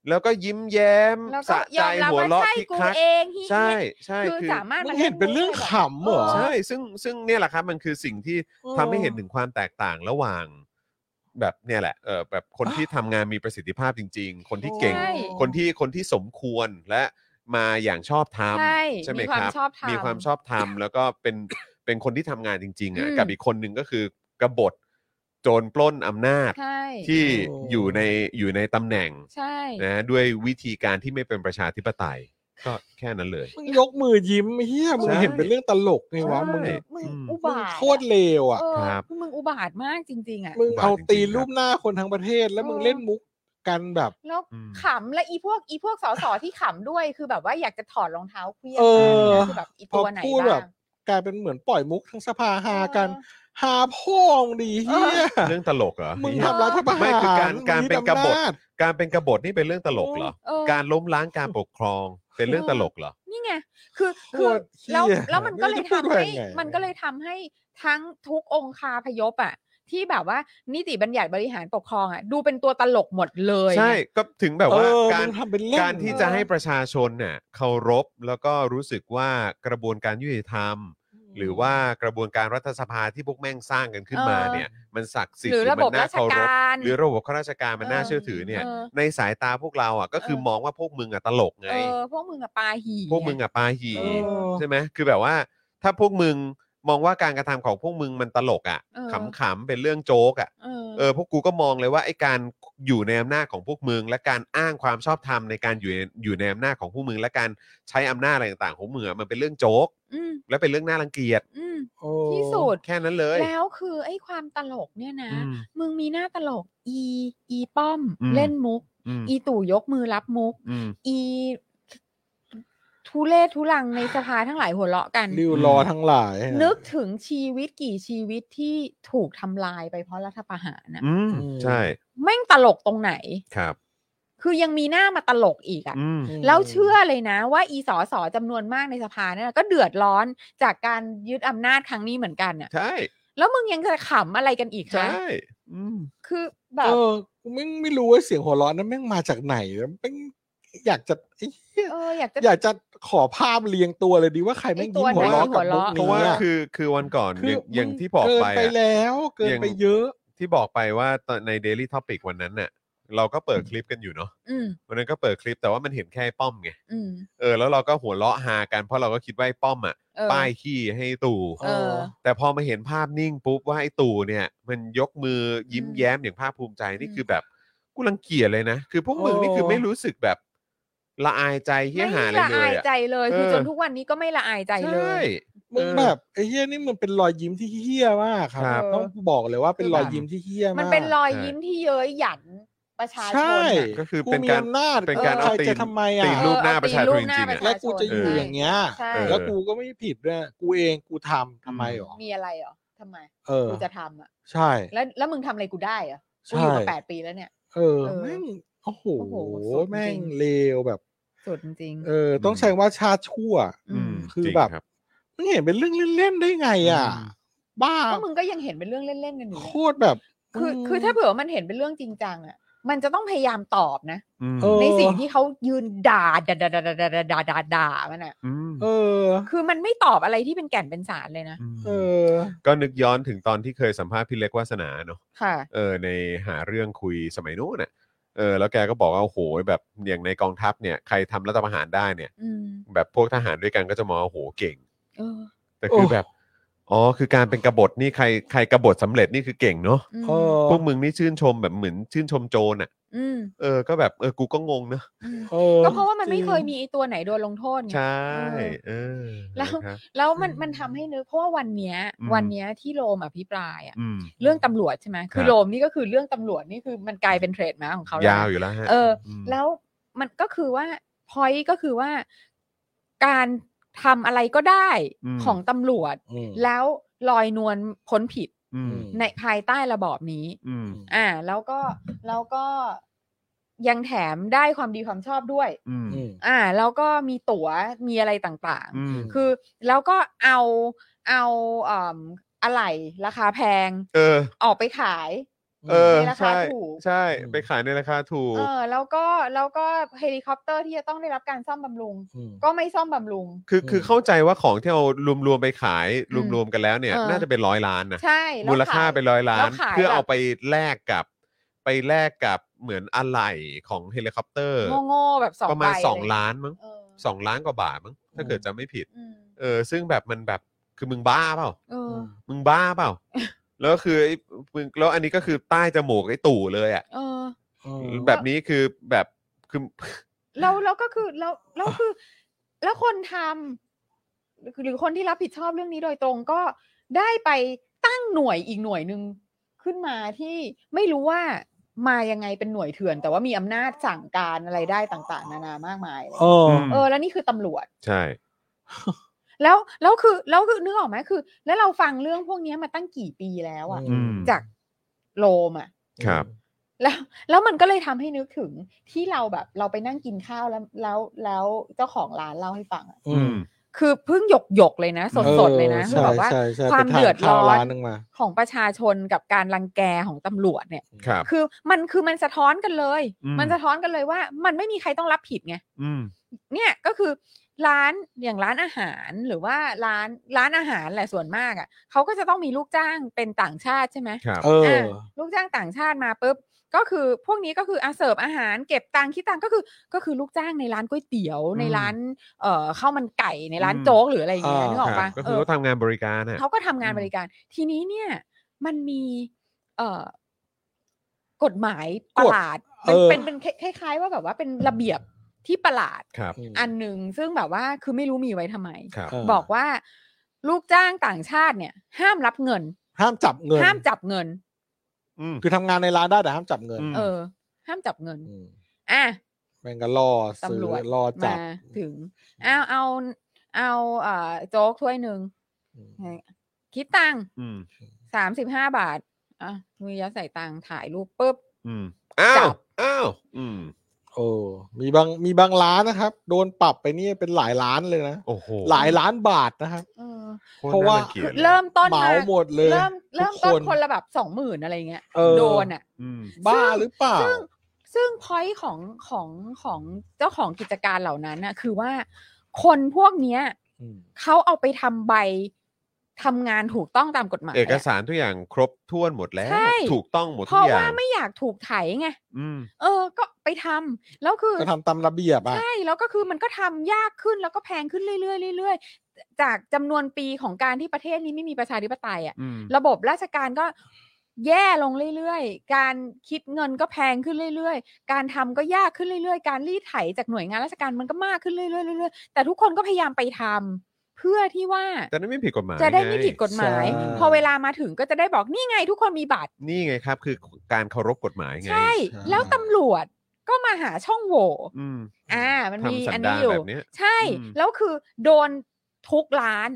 แล้วก็ยิ้มแย้มแล้วก็สะใจยอมรับหัวเราะว่าคิกกูคักเองฮิใช่ใช่คือสามารถมันเห็นเป็นเรื่องขำเหรอใช่ซึ่งเนี่ยแหละครับมันคือสิ่งที่ทำให้เห็นถึงความแตกต่างระหว่างแบบเนี่ยแหละแบบคนที่ทำงานมีประสิทธิภาพจริง ๆ คนที่เก่งใช่คนที่สมควรและมาอย่างชอบธรรม ใช่ไหมมีความรับชอบธรรมมีความชอบธรรมแล้วก็เป็นคนที่ทำงานจริงๆอ่ะอืมกับอีกคนหนึ่งก็คือกบฏโจรปล้นอำนาจใช่ที่อยู่ในตำแหน่งใช่นะด้วยวิธีการที่ไม่เป็นประชาธิปไตยก็แค่นั้นเลยมึงยกมือยิ้มเฮียมึงใช่เห็นเป็นเรื่องตลกไงวะใช่มึงมึงอืมอุมึงบาทโคตรเลวอ่ะครับคือมึงอุบาทมากจริงๆอ่ะมึงอุบาทเอาจริตีงๆครับรูปหน้าคนทั้งประเทศแล้วมึงเล่นมุกกันแบบแล้วอืมขำและอีพวกสสที่ขำด้วยคือแบบว่าอยากจะถอดรองเท้าเคลี้ยงเออคือแบบอีพอตัวไหนพูดแบบ้าบงกลายเป็นเหมือนปล่อยมุกทั้งสภาฮากันเออฮาพ่อมึงดีเฮียเรื่องตลกเหรอมึงเหี้ยทำรัฐประหารไม่คือการมึงการเป็นยึดกบฏอำนาจการเป็นกบฏนี่เป็นเรื่องตลกเหรอเออการล้มล้างการปกครองเป็นเรื่องตลกเหรอนี่ไง คือโคตรเหี้ยแล้วมันก็เลยไม่รู้จะพูดทำว่าให้ยังไงมันก็เลยทำให้ทั้งทุกองคาพยพอ่ะ ที่แบบว่านิติบัญญัติบริหารปกครองอ่ะ ดูเป็นตัวตลกหมดเลยใช่ไงก็ถึงแบบว่าเออการมึงทำเป็นเล่นการที่จะให้ประชาชนเนี่ยเคารพแล้วก็รู้สึกว่ากระบวนการยุติธรรม หรือว่ากระบวนการรัฐสภาที่พวกแม่งสร้างกันขึ้นมาเนี่ย มันศักดิ์สิทธิ์หรือระบบมันน่าราชเคารพการหรือระบบข้าราชการมันน่าเออเชื่อถือเนี่ยเออในสายตาพวกเราอ่ะก็คือเออมองว่าพวกมึงอ่ะตลกไงพวกมึงอะปาหีพวกมึงอ่ะปาหีเออใช่ไหมคือแบบว่าถ้าพวกมึงมองว่าการกระทำของพวกมึงมันตลกอ่ะเออขำๆเป็นเรื่องโจ๊กอ่ะ พวกกูก็มองเลยว่าไอ้การอยู่ในอำนาจของพวกมึง และการอ้างความชอบธรรมในการอยู่ในอำนาจของพวกมึง และการใช้อำนาจอะไรต่างๆของมึงอะมันเป็นเรื่องโจ๊กอืมและเป็นเรื่องน่ารังเกียจอืมโอ้ที่สุดแค่นั้นเลยแล้วคือไอ้ความตลกเนี่ยนะอืมมึงมีหน้าตลก อีป้อมอืมเล่นมุกอืมอีตู่ยกมือรับมุกอืมอีทุเลศทุลังในสภาทั้งหลายหัวเราะกันริวรอทั้งหลายนึกถึงชีวิตกี่ชีวิตที่ถูกทำลายไปเพราะรัฐประหารนะอืมใช่แม่งตลกตรงไหนครับคือยังมีหน้ามาตลกอีกอะอืมแล้วเชื่อเลยนะว่าอีสอสอจำนวนมากในสภาเนี่ยก็เดือดร้อนจากการยึดอำนาจครั้งนี้เหมือนกันอะใช่แล้วมึงยังจะขำอะไรกันอีกใช่คะอืมคือแบบกูไม่รู้ว่าเสียงหัวเราะนั้นแม่งมาจากไหนแล้วแม่งอยากจะไอ้เหี้ยอยากจะขอภาพเรียงตัวเลยดีว่าใครแม่งยิ้มไอ้หัตัว วไหนเราะหักับวมุกเราะเพราะว่านี้อะคือวันก่อนคืออย่างที่บอกเกินไปไปอะแล้วเกินอย่างไปเยอะที่บอกไปว่าตอนใน Daily Topic วันนั้นน่ะเราก็เปิดคลิปกันอยู่เนาะอืมวันนั้นก็เปิดคลิปแต่ว่ามันเห็นแค่ไอ้ป้อมไงอืมแล้วเราก็หัวเราะฮากันเพราะเราก็คิดว่าไอ้ป้อมอ่ะเออป้ายขี้ให้ตู่เออแต่พอมาเห็นภาพนิ่งปุ๊บว่าไอ้ตู่เนี่ยมันยกมือยิ้มแย้มอย่างภาคภูมิใจนี่คือแบบกูรังเกียจเลยนะ คือพวกมึงโอ้นี่คือไม่รู้สึกแบบละอายใจเฮี้ยไม่หาอะไรละเลอาย ยอ่ะใจเลย คือเออจนทุกวันนี้ก็ไม่ละอายใจเลใช่ยมึงแบบไอ้เฮี้ยนี่มันเป็นรอยยิ้มที่เฮี้ยมากคครัรับบต้องบอกเลยว่าเป็นรอยยิ้มที่เฮี้ยมากมันเป็นรอยยิ้มที่เย้ยหยันประชาชใช่นอะก็คือกูเป็นมีการอำนาจเป็นการใครเอาตีนจะทำไมตีอ่ะนรูปหน้าประชาชนจตีนรูปหน้าริงๆประอ่ะชาแล้วกูจะอยู่อย่างเงี้ยใช่แล้วกูก็ไม่ผิดด้วยกูเองกูทำทำไมหรอมีอะไรเหรอทำไมกูจะทำอ่ะใช่แล้วมึงทำอะไรกูได้เหรอกูใช่อยู่มา8 ปีแล้วเนี่ยแม่งโอ้โหโอ้โหสุดจริงแม่งเลวแบบสุดจริงต้องใช้ว่าชาติชั่วอืมคือจริงแบบครับมึงเห็นเป็นเรื่องเล่นๆได้ไงอ่ะอืมบ้าก็มึงก็ยังเห็นเป็นเรื่องเล่นๆกันอยู่โคเนี่ยตรแบบคือถ้าเผื่อว่ามันเห็นเป็นเรื่องจริงจังอ่ะ มันจะต้องพยายามตอบนะอืมในสิ่งที่เขายืนด่ามันอ่ะอืมคือมันไม่ตอบอะไรที่เป็นแก่นเป็นสารเลยนะก็นึกย้อนถึงตอนที่เคยสัมภาษณ์พี่เล็กวาสนาเนอะค่ะในหาเรื่องคุยสมัยนู้นน่ะแล้วแกก็บอกว่าโอ้โหแบบอย่างในกองทัพเนี่ยใครทำรัฐประหารได้เนี่ยอืมแบบพวกทหารด้วยกันก็จะมองว่าโอ้โหเก่งเออแต่คือแบบอ๋อคือการเป็นกบฏนี่ใครกบฏสำเร็จนี่คือเก่งเนาะอืมพวกมึงนี่ชื่นชมแบบเหมือนชื่นชมโจรอ่ะอืมก็แบบกูก็งงเนอะก็เพราะว่ามันไม่เคยมีไอ้ตัวไหนโดนลงโทษไงใช่แล้วนะครับแล้วมันทำให้นึกเพราะว่าวันเนี้ยอืมวันเนี้ยที่โรมอภิปรายอ่ะอืมเรื่องตำรวจใช่ไหมคือครับโรมนี่ก็คือเรื่องตำรวจนี่คือมันกลายเป็นเทรดมาร์คของเขาแล้วยาวอยู่แล้วฮะ มแล้วมันก็คือว่าพอยต์ก็คือว่าการทำอะไรก็ได้อืมของตำรวจ แล้วลอยนวลพ้นผิดอืมในภายใต้ระบอบนี้อืมแล้วก็ยังแถมได้ความดีความชอบด้วยอืมแล้วก็มีตั๋วมีอะไรต่างอืมๆ คือแล้วก็เอาอะไหล่ราคาแพงออกไปขายในราคาถูกใช่ไปขายในราคาถูกแล้วก็เฮลิคอปเตอร์ที่จะต้องได้รับการซ่อมบำรุงก็ไม่ซ่อมบำรุงคือเข้าใจว่าของที่เอารวมๆไปขายรวมๆกันแล้วเนี่ยน่าจะเป็น100 ล้านนะใช่มูลค่าเป็น100 ล้านเพื่อเอาไปแลกกับเหมือนอะไหล่ของเฮลิคอปเตอร์โง่ๆแบบ2 ประมาณ2 ล้านมั้ง2 ล้านกว่าบาทมั้งถ้าเกิดจะไม่ผิดซึ่งแบบมันแบบคือมึงบ้าเปล่ามึงบ้าเปล่าแล้วคือมึงแล้วอันนี้ก็คือใต้จมูกไอ้ตู่เลยอ่ะแบบนี้คือแบบคือแล้วก็คือแล้วคือแล้วคนทำหรือคนที่รับผิดชอบเรื่องนี้โดยตรงก็ได้ไปตั้งหน่วยอีกหน่วยนึงขึ้นมาที่ไม่รู้ว่ามายังไงเป็นหน่วยเถื่อนแต่ว่ามีอำนาจสั่งการอะไรได้ต่างๆนานามากมายแล้วนี่คือตำรวจใช่แล้วคือนึกออกไหมคือแล้วเราฟังเรื่องพวกนี้มาตั้งกี่ปีแล้วอ่ะจากโรมอ่ะครับแล้วมันก็เลยทำให้นึกถึงที่เราแบบเราไปนั่งกินข้าวแล้วเจ้าของร้านเล่าให้ฟังอ่ะคือเพิ่งหยกเลยนะสดๆเลยนะคือแบบว่าความเดือดร้อนของประชาชนกับการรังแกของตำรวจเนี่ยคือมันสะท้อนกันเลยมันสะท้อนกันเลยว่ามันไม่มีใครต้องรับผิดไงเนี่ยก็คือร้านอย่างร้านอาหารหรือว่าร้านอาหารแหละส่วนมากอ่ะเขาก็จะต้องมีลูกจ้างเป็นต่างชาติใช่ไหมลูกจ้างต่างชาติมาปุ๊บก็คือพวกนี้ก็คือเสิร์ฟอาหารเก็บตังค์คิดตังค์ก็คือลูกจ้างในร้านก๋วยเตี๋ยวในร้านข้าวมันไก่ในร้านโจ๊กหรืออะไรอย่างเงี้ยนึกออกปะก็คือเขาทำงานบริการเขาก็ทำงานบริการทีนี้เนี่ยมันมีกฎหมายประหลาดเป็นคล้ายๆว่าแบบว่าเป็นระเบียบที่ประหลาดอันหนึ่งซึ่งแบบว่าคือไม่รู้มีไว้ทำไมบอกว่าลูกจ้างต่างชาติเนี่ยห้ามรับเงินห้ามจับเงินคือทำงานในร้านได้แต่ห้ามจับเงินห้ามจับเงินแม่งก็ล่อตำรวจล่อจับถึงเอาโจ๊กถ้วยนึงคิดตังค์35 บาทมือยัดใส่ตังค์ถ่ายรูปปุ๊บจับมีบางร้านนะครับโดนปรับไปนี่เป็นหลายล้านเลยนะหลายล้านบาทนะครับเพราะว่าเริ่มต้นเหมาหมดเลยเริ่มต้นคนละแบบ 20,000 อะไรเงี้ยโดนอ่ะบ้าหรือเปล่าซึ่ง point ของเจ้าของกิจการเหล่านั้นน่ะคือว่าคนพวกเนี้ยเขาเอาไปทำใบทำงานถูกต้องตามกฎหมายเอกสารทุกอย่างครบถ้วนหมดแล้วถูกต้องหมดทุกอย่างเพราะว่าไม่อยากถูกไถไงก็ไปทำแล้วคือก็ทำตามระเบียบใช่แล้วก็คือมันก็ทำยากขึ้นแล้วก็แพงขึ้นเรื่อยๆจากจำนวนปีของการที่ประเทศนี้ไม่มีประชาธิปไตยอ่ะระบบราชการก็แย่ลงเรื่อยๆการคิดเงินก็แพงขึ้นเรื่อยๆการทำก็ยากขึ้นเรื่อยๆการรีดไถจากหน่วยงานราชการมันก็มากขึ้นเรื่อยๆแต่ทุกคนก็พยายามไปทำเพื่อที่ว่าจะได้ไม่ผิดกฎหมายพอเวลามาถึงก็จะได้บอกนี่ไงทุกคนมีบัตรนี่ไงครับคือการเคารพกฎหมายไงใช่แล้วตำรวจก็มาหาช่องโหว่มันมีอันนี้อยู่ใช่แล้วคือโดนทุกร้าน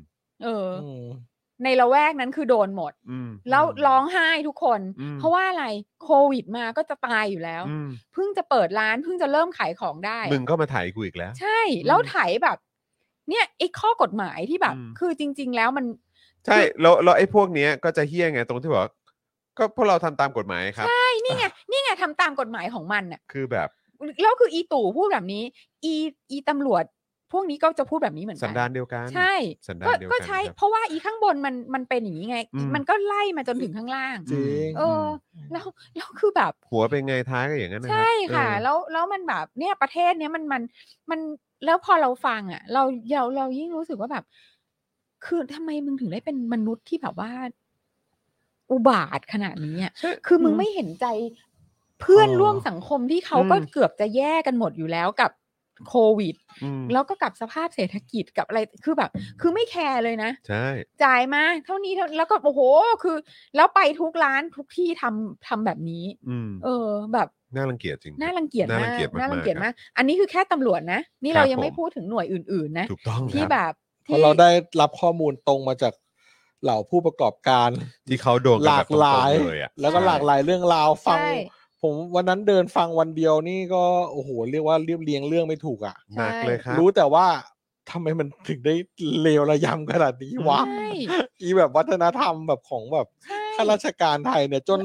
ในละแวกนั้นคือโดนหมดแล้วร้องไห้ทุกคนเพราะว่าอะไรโควิดมาก็จะตายอยู่แล้วเพิ่งจะเปิดร้านเพิ่งจะเริ่มขายของได้มึงก็มาถ่ายกูอีกแล้วใช่แล้วถ่ายแบบเนี่ยไอ้ข้อกฎหมายที่แบบคือจริงๆแล้วมันใช่แล้วไอ้พวกนี้ก็จะเฮี้ยไงตรงที่บอกก็พวกเราทำตามกฎหมายครับใช่นี่ไงทำตามกฎหมายของมันอ่ะคือแบบแล้วคืออีตู่พูดแบบนี้อีตำรวจพวกนี้ก็จะพูดแบบนี้เหมือนกันสันดานเดียวกันใช่ก็ใช้เพราะว่าอีข้างบนมันเป็นอย่างนี้ไงมันก็ไล่มาจนถึงข้างล่างจริงแล้วคือแบบหัวเป็นไงท้ายก็อย่างนั้นนะครับใช่ค่ะแล้วมันแบบเนี่ยประเทศเนี้ยมันแล้วพอเราฟังอ่ะเรายิ่งรู้สึกว่าแบบคือทำไมมึงถึงได้เป็นมนุษย์ที่แบบว่าอุบาทขนาดนี้อ่ะคือมึงไม่เห็นใจเพื่อนร่วมสังคมที่เขาก็เกือบจะแย่กันหมดอยู่แล้วกับโควิดแล้วก็กับสภาพเศรษฐกิจกับอะไรคือแบบคือไม่แคร์เลยนะใช่จ่ายมาเท่านี้แล้วก็โอ้โหคือแล้วไปทุกร้านทุกที่ทำแบบนี้แบบน่ารังเกียจจริงน่ารังเกียจมากอันนี้คือแค่ตำรวจนะนี่เรายังไม่พูดถึงหน่วยอื่นๆนะถูกต้องที่แบบพอเราได้รับข้อมูลตรงมาจากเหล่าผู้ประกอบการที่เขาโดนหลากหลายแล้วก็หลากหลายเรื่องราวฟังผมวันนั้นเดินฟังวันเดียวนี่ก็โอ้โหเรียกว่าเรียบเรียงเรื่องไม่ถูกอ่ะหนักเลยครับรู้แต่ว่าทำไมมันถึงได้เลวระยำขนาดนี้วะอีแบบวัฒนธรรมแบบของแบบข้าราชการไทยเนี่ยจ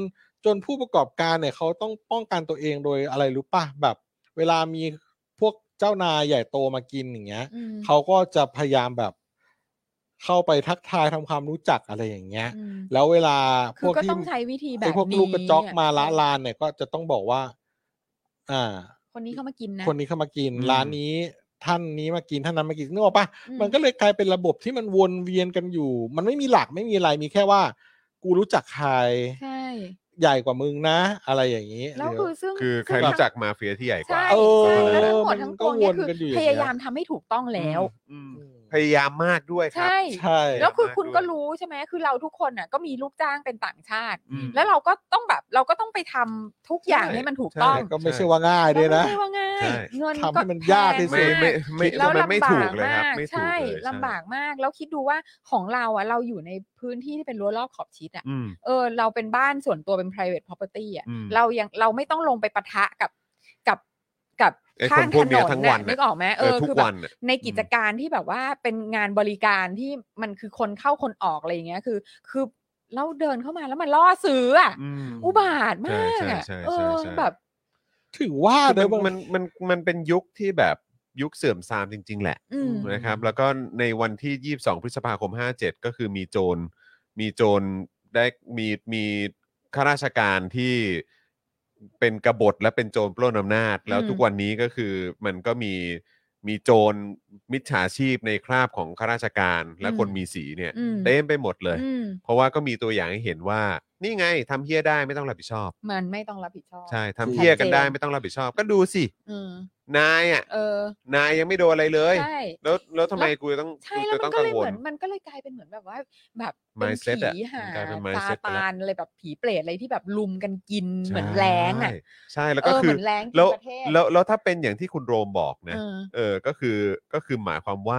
จนผู้ประกอบการเนี่ยเขาต้องป้องกันตัวเองโดยอะไรรู้ป่ะแบบเวลามีพวกเจ้านายใหญ่โตมากินอย่างเงี้ยเขาก็จะพยายามแบบเข้าไปทักทายทำความรู้จักอะไรอย่างเงี้ยแล้วเวลาพวกที่ต้องใช้วิธีแบบพวกลูกกระจอกมาละลานเนี่ยก็จะต้องบอกว่าคนนี้เข้ามากินนะคนนี้เข้ามากินร้านนี้ท่านนี้มากินท่านนั้นมากินนึกออกป่ะมันก็เลยกลายเป็นระบบที่มันวนเวียนกันอยู่มันไม่มีหลักไม่มีอะไรมีแค่ว่ากูรู้จักใครใช่ใหญ่กว่ามึงนะอะไรอย่างนี้แล้วคือใครรู้จักมาเฟียที่ใหญ่กว่าแล้วทั้งหมดทั้งปวงเนี่ยคือพยายามทำให้ถูกต้องแล้วพยายามมากด้วยครับใช่แล้วคือคุณก็รู้ใช่ไหมคือเราทุกคนน่ะก็มีลูกจ้างเป็นต่างชาติแล้วเราก็ต้องแบบเราก็ต้องไปทำทุกอย่างให้มันถูกต้องก็ไม่ใช่ว่าง่ายด้วยนะไม่ใช่ว่าง่ายเงินทำให้มันยากที่สุดแล้วลำบากมากใช่ลำบากมากแล้วคิดดูว่าของเราอ่ะเราอยู่ในพื้นที่ที่เป็นรั้วรอบขอบชิดอ่ะเราเป็นบ้านส่วนตัวเป็น private property อ่ะเราไม่ต้องลงไปปะทะกับข้างถนนน่ะนึกออกไหมคือแบบในกิจการที่แบบว่าเป็นงานบริการที่มันคือคนเข้าคนออกอะไรอย่างเงี้ยคือเราเดินเข้ามาแล้วมันล่อซื้ออ่ะอุบาทมากอ่ะแบบถือว่ามันเป็นยุคที่แบบยุคเสื่อมทรามจริงๆแหละนะครับแล้วก็ในวันที่22พฤษภาคม57ก็คือมีโจรได้มีข้าราชการที่เป็นกบฏและเป็นโจรปล้นอำนาจแล้วทุกวันนี้ก็คือมันก็มีโจรมิจฉาชีพในคราบของข้าราชการและคนมีสีเนี่ยเต็มไปหมดเลยเพราะว่าก็มีตัวอย่างให้เห็นว่านี่ไงทำเหี้ยได้ไม่ต้องรับผิดชอบมันไม่ต้องรับผิดชอบใช่ทำเหี้ยกันได้ไม่ต้องรับผิดชอบก็ดูสินายนายยังไม่โดนอะไรเลยแล้วทำไมกูจะต้องกังวลมันก็เลยกลายเป็นเหมือนแบบว่าแบบเป็นผีหาซาตานอะไรแบบผีเปรตอะไรที่แบบลุมกันกินเหมือนแล้งอ่ะใช่แล้วก็คือแล้วถ้าเป็นอย่างที่คุณโรมบอกนะก็คือหมายความว่า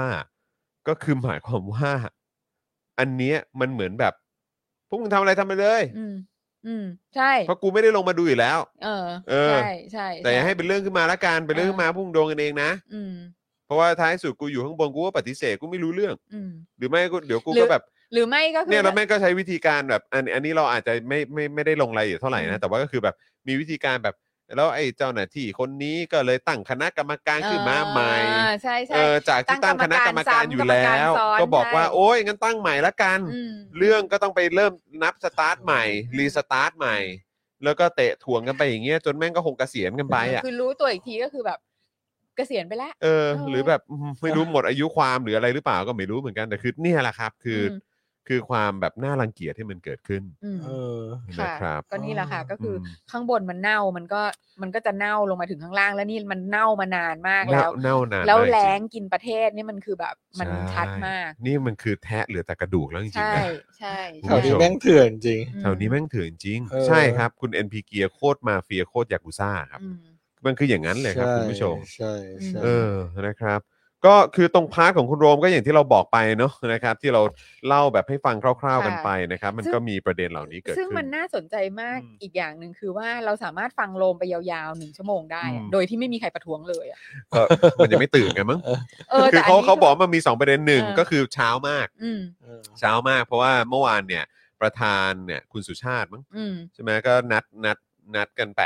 อันเนี้ยมันเหมือนแบบพวกมึงทำอะไรทำไปเลยใช่เพราะกูไม่ได้ลงมาดูอยู่แล้วใช่แต่อย่าให้เป็นเรื่องขึ้นมาละกันเป็นเรื่องขึ้นมาพวกมึงโดนกันเองนะเพราะว่าท้ายสุดกูอยู่ข้างบนกูก็ปฏิเสธกูไม่รู้เรื่องหรือไม่เดี๋ยวกูก็แบบหรือไม่ก็คือเนี่ยเราแม่ก็ใช้วิธีการแบบอันนี้เราอาจจะไม่ได้ลงรายละเอียดเท่าไหร่นะแต่ว่าก็คือแบบมีวิธีการแบบแล้วไอ้เจ้าหน้าที่คนนี้ก็เลยตั้งคณะกรรมการขึ้นมาใหม่ใช่จากที่ตั้งคณะกรรมการอยู่แล้วก็บอกว่าโอ๊ยงั้นตั้งใหม่ละกันเรื่องก็ต้องไปเริ่มนับสตาร์ทใหม่รีสตาร์ทใหม่แล้วก็เตะถ่วงกันไปอย่างเงี้ยจนแม่งก็คงเกษียณกันไปอ่ะคือรู้ตัวอีกทีก็คือแบบเกษียณไปแล้วหรือแบบไม่รู้หมดอายุความหรืออะไรหรือเปล่าก็ไม่รู้เหมือนกันแต่คือเนี่ยแหละครับคือความแบบน่ารังเกียจที่มันเกิดขึ้นนะครับก็นี่แหละค่ะก็คือข้างบนมันเน่ามันก็จะเน่าลงมาถึงข้างล่างแล้วนี่มันเน่ามานานมากแล้วแล้วแล้งกินประเทศนี่มันคือแบบมันชัดมากนี่มันคือแทะเหลือแต่กระดูกแล้วจริงๆนะใช่แถวนี้แม่งเถื่อนจริงแถวนี้แม่งเถื่อนจริงใช่ครับคุณ NP เกียร์โคตรมาเฟียโคตรยากุซ่าครับมันคืออย่างนั้นเลยครับคุณผู้ชมใช่นะครับก็คือตรงพาร์ทของคุณโรมก็อย่างที่เราบอกไปเนาะนะครับที่เราเล่าแบบให้ฟังคร่าวๆกันไปนะครับมันก็มีประเด็นเหล่านี้เกิดขึ้นซึ่งมันน่าสนใจมากอีกอย่างหนึ่งคือว่าเราสามารถฟังโรมไปยาวๆ1 ชั่วโมงได้โดยที่ไม่มีใครประท้วงเลยอ่ะมันจะไม่ตื่นไงมั้งคือเขาบอกมันมี2ประเด็นหนึ่งก็คือเช้ามากเพราะว่าเมื่อวานเนี่ยประธานเนี่ยคุณสุชาติมั้งใช่ไหมก็นัดกัน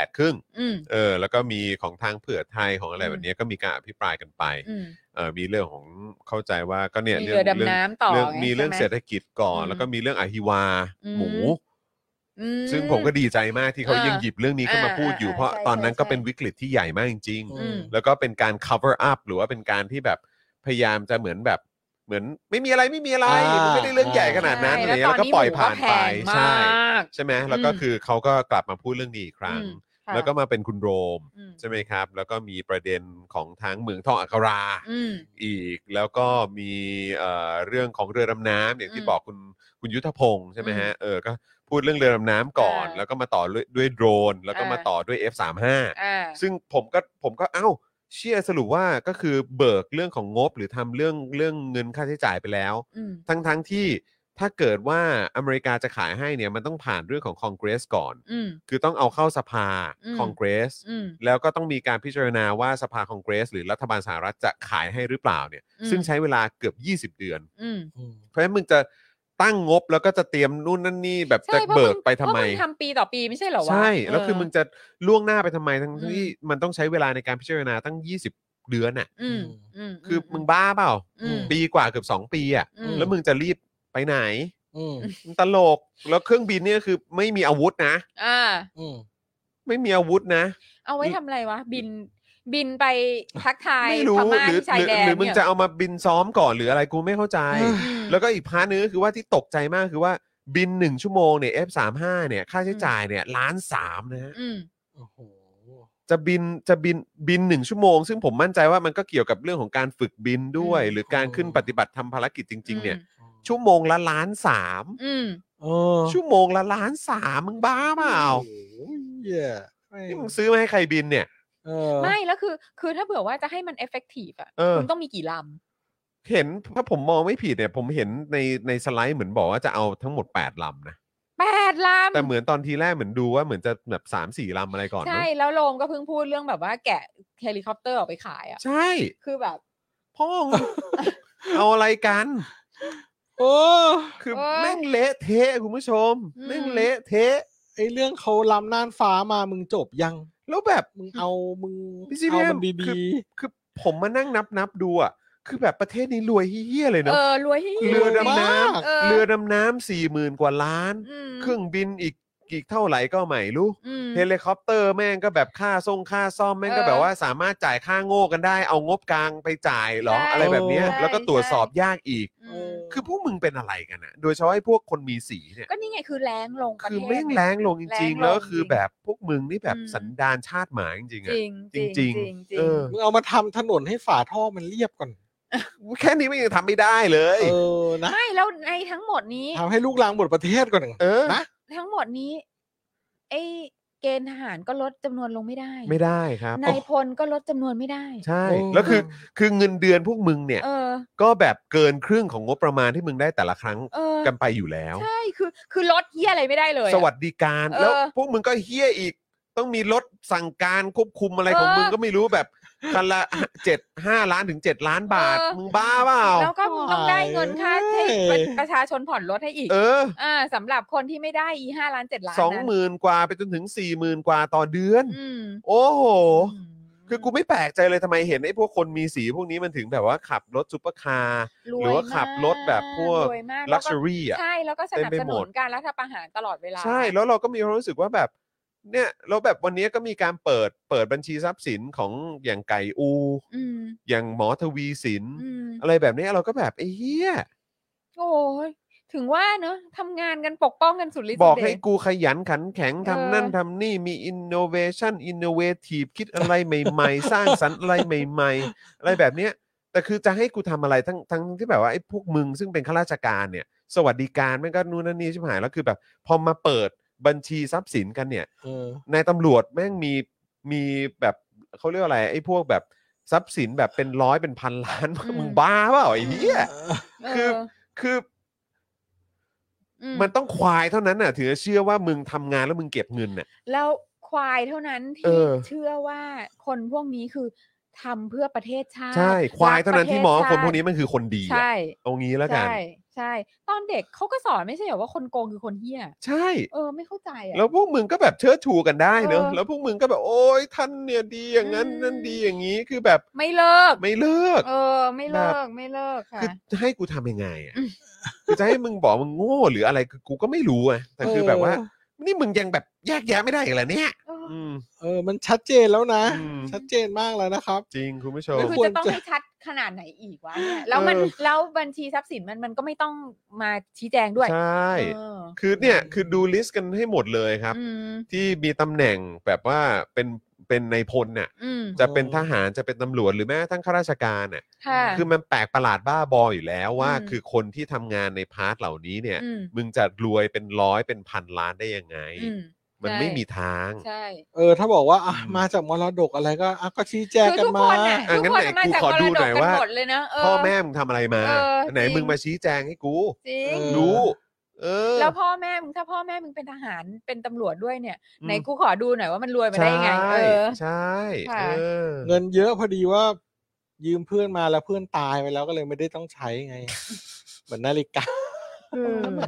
8:30แล้วก็มีของทางเผื่อไทยของอะไรแบบนี้ก็มีการอภิปรายกันไปมีเรื่องของเข้าใจว่าก็เนี่ยเรือดำน้ำต่อมีเรื่องเศรษฐกิจก่อนแล้วก็มีเรื่องอหิวาหมูซึ่งผมก็ดีใจมากที่เขายังหยิบเรื่องนี้ขึ้นมาพูดอยู่เพราะตอนนั้นก็เป็นวิกฤตที่ใหญ่มากจริงๆแล้วก็เป็นการ cover up หรือว่าเป็นการที่แบบพยายามจะเหมือนไม่มีอะไรมันไม่ได้เรื่องใหญ่ขนาดนั้นอะไรแล้วก็ปล่อยผ่านไปใช่ไหมแล้วก็คือเขาก็กลับมาพูดเรื่องนี้อีกครั้งแล้วก็มาเป็นคุณโรมใช่ไหมครับแล้วก็มีประเด็นของทั้งเมืองทองอัคราอีกแล้วก็มีเรื่องของเรือดำน้ำอย่างที่บอกคุณยุทธพงศ์ใช่ไหมฮะก็พูดเรื่องเรือดำน้ำก่อนแล้วก็มาต่อด้วยโดรนแล้วก็มาต่อด้วย F35 ซึ่งผมก็เชื่อสรุปว่าก็คือเบิกเรื่องของงบหรือทำเรื่องเงินค่าใช้จ่ายไปแล้วทั้งที่ถ้าเกิดว่าอเมริกาจะขายให้เนี่ยมันต้องผ่านเรื่องของคอนเกรสก่อนคือต้องเอาเข้าสภาคอนเกรสแล้วก็ต้องมีการพิจารณาว่าสภาคอนเกรสหรือรัฐบาลสหรัฐจะขายให้หรือเปล่าเนี่ยซึ่งใช้เวลาเกือบ20 เดือนเพราะฉะนั้นมึงจะตั้งงบแล้วก็จะเตรียมนู่นนั่นนี่แบบจะเบิกไปทำไมเพราะมึงทำปีต่อปีไม่ใช่เหรอวะใช่แล้วคือมึงจะล่วงหน้าไปทำไมทั้งที่มันต้องใช้เวลาในการพิจารณาตั้ง20 เดือนน่ะคือมึงบ้าเปล่าปีกว่าเกือบ2 ปีอ่ะแล้วมึงจะรีบไปไหนตลกแล้วเครื่องบินเนี่ยคือไม่มีอาวุธนะไม่มีอาวุธนะเอาไว้ทำอะไรวะบินไปทักทายไม่รู้พม่าที่ชายแดนหรือมึงจะเอามาบินซ้อมก่อนหรืออะไรกูไม่เข้าใจแล้วก็อีกพาร์ทนึงก็คือว่าที่ตกใจมากคือว่าบิน1 ชั่วโมงเนี่ย F35 เนี่ยค่าใช้จ่ายเนี่ย1.3 ล้านนะฮะโอ้โหจะบิน1 ชั่วโมงซึ่งผมมั่นใจว่ามันก็เกี่ยวกับเรื่องของการฝึกบินด้วยหรือการขึ้นปฏิบัติทำภารกิจจริงๆเนี่ยชั่วโมงละ1.3 ล้านชั่วโมงละ1.3 ล้านมึงบ้าเปล่านี่มึงซื้อมาให้ใครบินเนี่ยไม่แล้วคือถ้าเผื่อว่าจะให้มัน effective อ่ะคุณต้องมีกี่ลำเห็นถ้าผมมองไม่ผิดเนี่ยผมเห็นในสไลด์เหมือนบอกว่าจะเอาทั้งหมด8 ลำนะ 8 ลำแต่เหมือนตอนทีแรกเหมือนดูว่าเหมือนจะแบบ3-4 ลำอะไรก่อนใช่แล้วโรมก็เพิ่งพูดเรื่องแบบว่าแกะเฮลิคอปเตอร์ออกไปขายอ่ะใช่คือแบบพ่อเอาอะไรกันโอ้คือแม่งเละเทะคุณผู้ชมแม่งเละเทะไอ้เรื่องเขาล้ำน่านฟ้ามามึงจบยังแล้วแบบมึงเอามันดีๆคือผมมานั่งนับดูอ่ะคือแบบประเทศนี้รวยเหี้ยเลยเนาะรวยเหี้ยเรือดำน้ำ40,000 กว่าล้านเครื่องบินอีกเท่าไหร่ก็ไม่รู้เฮลิคอปเตอร์แม่งก็แบบค่าซ่อมแม่งก็แบบว่าสามารถจ่ายค่าโง่กันได้เอางบกลางไปจ่ายหรออะไรแบบนี้แล้วก็ตรวจสอบยากอีกคือพวกมึงเป็นอะไรกันอะโดยเฉพาะไอ้พวกคนมีสีเนี่ยก็นี่ไงคือแรงลงคือแม่งแรงลงจริงๆแล้วคือแบบพวกมึงนี่แบบสันดานชาติหมาจริงๆอะจริงมึงเอามาทำถนนให้ฝาท่อมันเรียบก่อนแค่นี้ไม่ยังทำไม่ได้เลยนะไม่แล้วในทั้งหมดนี้ทำให้ลูกลางหมดประเทศก่อนนะทั้งหมดนี้ไอ้เกณฑ์ทหารก็ลดจำนวนลงไม่ได้ครับนายพลก็ลดจำนวนไม่ได้ใช่แล้วคือเงินเดือนพวกมึงเนี่ยก็แบบเกินครึ่งของงบประมาณที่มึงได้แต่ละครั้งกันไปอยู่แล้วใช่คือลดเหี้ยอะไรไม่ได้เลยสวัสดิการแล้วพวกมึงก็เหี้ยอีกต้องมีรถสั่งการควบคุมอะไรของมึงก็ไม่รู้แบบคันละ5 ล้านถึง7 ล้านบาทมึงบ้าเปล่าแล้วก็มึงต้องได้เงินค่าให้ประชาชนผ่อนรถให้อีกสำหรับคนที่ไม่ได้5 ล้าน7 ล้าน 20,000 กว่าไปจนถึง40,000 กว่าต่อเดือนโอ้โหคือกูไม่แปลกใจเลยทำไมเห็นไอ้พวกคนมีสีพวกนี้มันถึงแบบว่าขับรถซุปเปอร์คาร์หรือว่าขับรถแบบพวกลักชัวรี่อ่ะใช่แล้วก็สนับสนุนการรัฐประหารตลอดเวลาใช่แล้วเราก็มีความรู้สึกว่าแบบเนี่ยแล้วแบบวันนี้ก็มีการเปิดบัญชีทรัพย์สินของอย่างไก่อย่างหมอทวีสินอะไรแบบนี้เราก็แบบไอ้เหี้ยโอ้ยถึงว่าเนอะทำงานกันปกป้องกันสุดฤทธิ์บอกให้กูขยันขันแข็งทำนั่นทำนี่มีinnovative คิดอะไรใหม่ๆสร้างสรรค์อะไรใหม่ๆอะไรแบบเนี้ยแต่คือจะให้กูทำอะไรทั้งที่แบบว่าไอ้พวกมึงซึ่งเป็นข้าราชการเนี่ยสวัสดิการแม่งก็นู่นนั่นนี่ชิบหายแล้วคือแบบพอมาเปิดบัญชีทรัพย์สินกันเนี่ยในตำรวจแม่งมีแบบเขาเรียกอะไรไอ้พวกแบบทรัพย์สินแบบเป็นร้อยเป็นพันล้านมึงบ้าเปล่าไอ้เหี้ยคือมันต้องควายเท่านั้นน่ะถึงจะเชื่อว่ามึงทำงานแล้วมึงเก็บเงินน่ะแล้วควายเท่านั้นที่เชื่อว่าคนพวกนี้คือทำเพื่อประเทศชาติใช่ควายเท่านั้นที่มองว่าคนพวกนี้มันคือคนดีใช่เอางี้แล้วกันใช่ตอนเด็กเขาก็สอนไม่ใช่เหรอว่าคนโกงคือคนเหี้ยใช่ไม่เข้าใจแล้วพวกมึงก็แบบเชิดชูกันได้เนอะแล้วพวกมึงก็แบบโอ๊ยท่านเนี่ยดีอย่างนั้นนั่นดีอย่างนี้คือแบบไม่เลิกไม่เลิกไม่เลิกค่ะคือจะให้กูทำยังไงอ่ะคือจะให้มึงบอกมึงโง่หรืออะไรคือกูก็ไม่รู้อ่ะแต่คือแบบว่านี่มึงยังแบบแยกแยะไม่ได้อีกเหรอเนี่ยมันชัดเจนแล้วนะชัดเจนมากแล้วนะครับจริงคุณผู้ชมคือจะต้องให้ชัดขนาดไหนอีกวะเนี่ยแล้วบัญชีทรัพย์สินมันก็ไม่ต้องมาชี้แจงด้วยใช่คือเนี่ยคือดูลิสต์กันให้หมดเลยครับที่มีตำแหน่งแบบว่าเป็นในพลน่ะจะเป็นทหารจะเป็นตำรวจหรือแม้ทั้งข้าราชการน่ะคือมันแปลกประหลาดบ้าบออยู่แล้วว่าคือคนที่ทำงานในพาร์ทเหล่านี้เนี่ยมึงจะรวยเป็นร้อยเป็นพันล้านได้ยังไงมันไม่มีทางใช่ถ้าบอกว่ามาจากมรดกอะไรก็ชี้แจงกันมางั้นไหนกูขอดูหน่อยว่าพ่อแม่มึงทำอะไรมาไหนมึงมาชี้แจงให้กูรู้แล้วพ่อแม่มึงถ้าพ่อแม่มึงเป็นทหารเป็นตำรวจด้วยเนี่ยไหนกูขอดูหน่อยว่ามันรวยมาได้ยังไงใช่เงินเยอะพอดีว่ายืมเพื่อนมาแล้วเพื่อนตายไปแล้วก็เลยไม่ได้ต้องใช้ไงเหมือนนาฬิกาแล้ว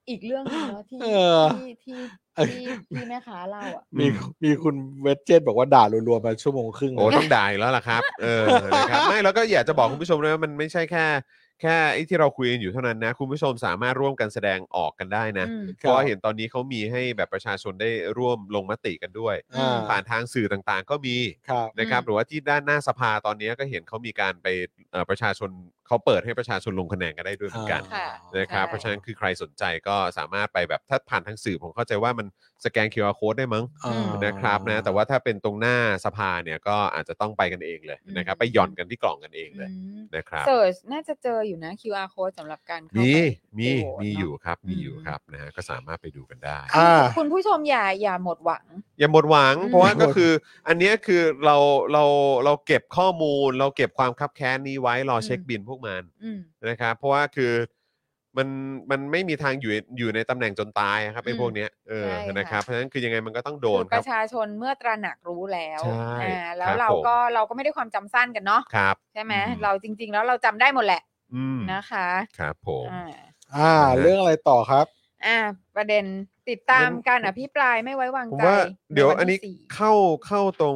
อีกเรื่องนึงเนาะที่แม่ค้าเล่าอ่ะมีคุณเวจเจตบอกว่าด่ารัวๆมาชั่วโมงครึ่งโอ้ต้องด่าแล้วล่ะครับนะครับไม่แล้วก็อยากจะบอกคุณผู้ชมด้วยว่ามันไม่ใช่แค่ไอ้ที่เราคุยกันอยู่เท่านั้นนะคุณผู้ชมสามารถร่วมกันแสดงออกกันได้นะเพราะว่าเห็นตอนนี้เขามีให้แบบประชาชนได้ร่วมลงมติกันด้วยผ่านทางสื่อต่างๆก็มีนะครับหรือว่าที่ด้านหน้าสภาตอนนี้ก็เห็นเขามีการไปประชาชนเขาเปิดให้ประชาชนลงคะแนนกันได้ด้วยเหมือนกันนะครับเพราะฉะนั้นคือใครสนใจก็สามารถไปแบบถ้าผ่านทางสื่อผมเข้าใจว่ามันสแกน QR Code ได้มั้งนะครับนะแต่ว่าถ้าเป็นตรงหน้าสภาเนี่ยก็อาจจะต้องไปกันเองเลยนะครับไปหย่อนกันที่กล่องกันเองเลยนะครับเสิร์ชน่าจะเจออยู่นะ QR code สำหรับการเข้าไปมีอยู่ครับนะฮะก็สามารถไปดูกันได้คุณผู้ชมอย่าหมดหวังเพราะว่าก็คืออันนี้คือเราเก็บข้อมูลเราเก็บความคับแค้นนี้ไว้รอเช็คบินพวกมันนะครับเพราะว่าคือมันไม่มีทางอยู่ในตำแหน่งจนตายครับไอ้พวกเนี้ยนะครับเพราะฉะนั้นคือยังไงมันก็ต้องโดนครับประชาชนเมื่อตระหนักรู้แล้วแล้วเราก็ไม่ได้ความจำสั้นกันเนาะใช่ไหมเราจริงๆแล้วเราจำได้หมดแหละนะคะครับผมเรื่องอะไรต่อครับประเด็นติดตามการอภิปรายไม่ไว้วางใจเดี๋ยวอันนี้เข้าตรง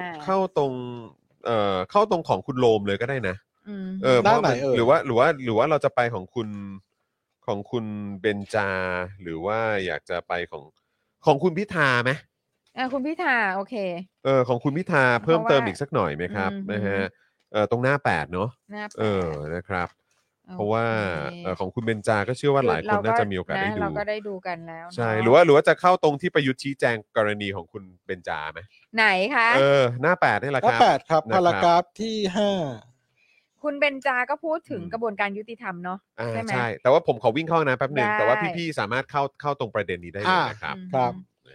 ของคุณโรมเลยก็ได้นะเพราะหรือว่าเราจะไปของคุณเบญจาหรือว่าอยากจะไปของคุณพิธาไหมคุณพิธาโอเคของคุณพิธาเพิ่มเติมอีกสักหน่อยไหมครับนะฮะตรงหน้า8เนาะนะครับเพราะว่าของคุณเบญจาก็เชื่อว่าหลายคนน่าจะมีโอกาสได้ดูเราก็ได้ดูกันแล้วใช่หรือว่าจะเข้าตรงที่ประยุทธ์ชี้แจงกรณีของคุณเบญจาไหมไหนคะหน้า8นี่แหละครับหน้า8ครับพารากราฟที่5 คุณเบญจาก็พูดถึงกระบวนการยุติธรรมเนาะใช่ไหมใช่แต่ว่าผมขอวิ่งเข้านะแป๊บนึงแต่ว่าพี่ๆสามารถเข้าตรงประเด็นนี้ได้เลยนะครับครับ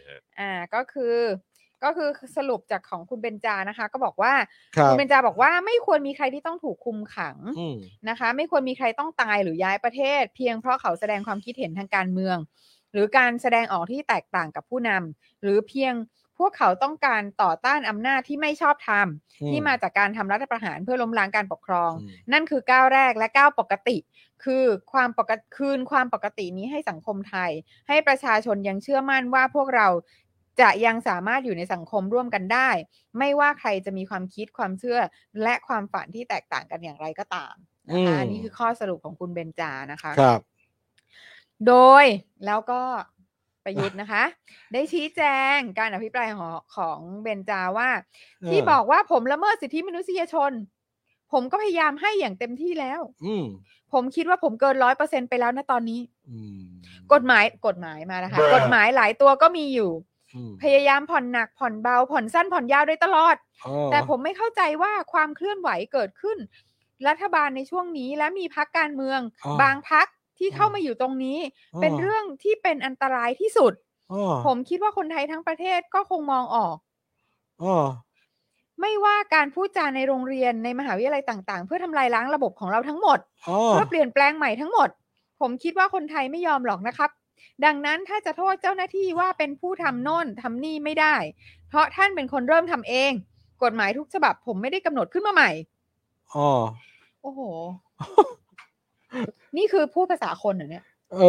ก็คือสรุปจากของคุณเบญจานะคะก็บอกว่าคุณเบญจาบอกว่าไม่ควรมีใครที่ต้องถูกคุมขังนะคะไม่ควรมีใครต้องตายหรือย้ายประเทศเพียงเพราะเขาแสดงความคิดเห็นทางการเมืองหรือการแสดงออกที่แตกต่างกับผู้นำหรือเพียงพวกเขาต้องการต่อต้านอำนาจที่ไม่ชอบธรรมที่มาจากการทำรัฐประหารเพื่อล้มล้างการปกครองนั่นคือก้าวแรกและก้าวปกติคือคืนความปกตินี้ให้สังคมไทยให้ประชาชนยังเชื่อมั่นว่าพวกเราจะยังสามารถอยู่ในสังคมร่วมกันได้ไม่ว่าใครจะมีความคิดความเชื่อและความฝันที่แตกต่างกันอย่างไรก็ตามนะคะอันนี้คือข้อสรุปของคุณเบญจานะคะครับโดยแล้วก็ประยุทธ์นะคะได้ชี้แจงการอภิปรายของเบญจาว่าที่บอกว่าผมละเมิดสิทธิมนุษยชนผมก็พยายามให้อย่างเต็มที่แล้วผมคิดว่าผมเกิน 100% ไปแล้วนะตอนนี้กฎหมายมานะคะกฎหมายหลายตัวก็มีอยู่พยายามผ่อนหนักผ่อนเบาผ่อนสั้นผ่อนยาวได้ตลอดแต่ผมไม่เข้าใจว่าความเคลื่อนไหวเกิดขึ้นรัฐบาลในช่วงนี้และมีพรรคการเมืองบางพรรคที่เข้ามาอยู่ตรงนี้เป็นเรื่องที่เป็นอันตรายที่สุดผมคิดว่าคนไทยทั้งประเทศก็คงมองออกไม่ว่าการพูดจาในโรงเรียนในมหาวิทยาลัยต่างๆเพื่อทำลายล้างระบบของเราทั้งหมดเพื่อเปลี่ยนแปลงใหม่ทั้งหมดผมคิดว่าคนไทยไม่ยอมหรอกนะครับดังนั้นถ้าจะโทษเจ้าหน้าที่ว่าเป็นผู้ทำโน่นทำนี่ไม่ได้เพราะท่านเป็นคนเริ่มทำเองกฎหมายทุกฉบับผมไม่ได้กำหนดขึ้นมาใหม่โอ้โห นี่คือพูดภาษาคนเหรอเนี่ย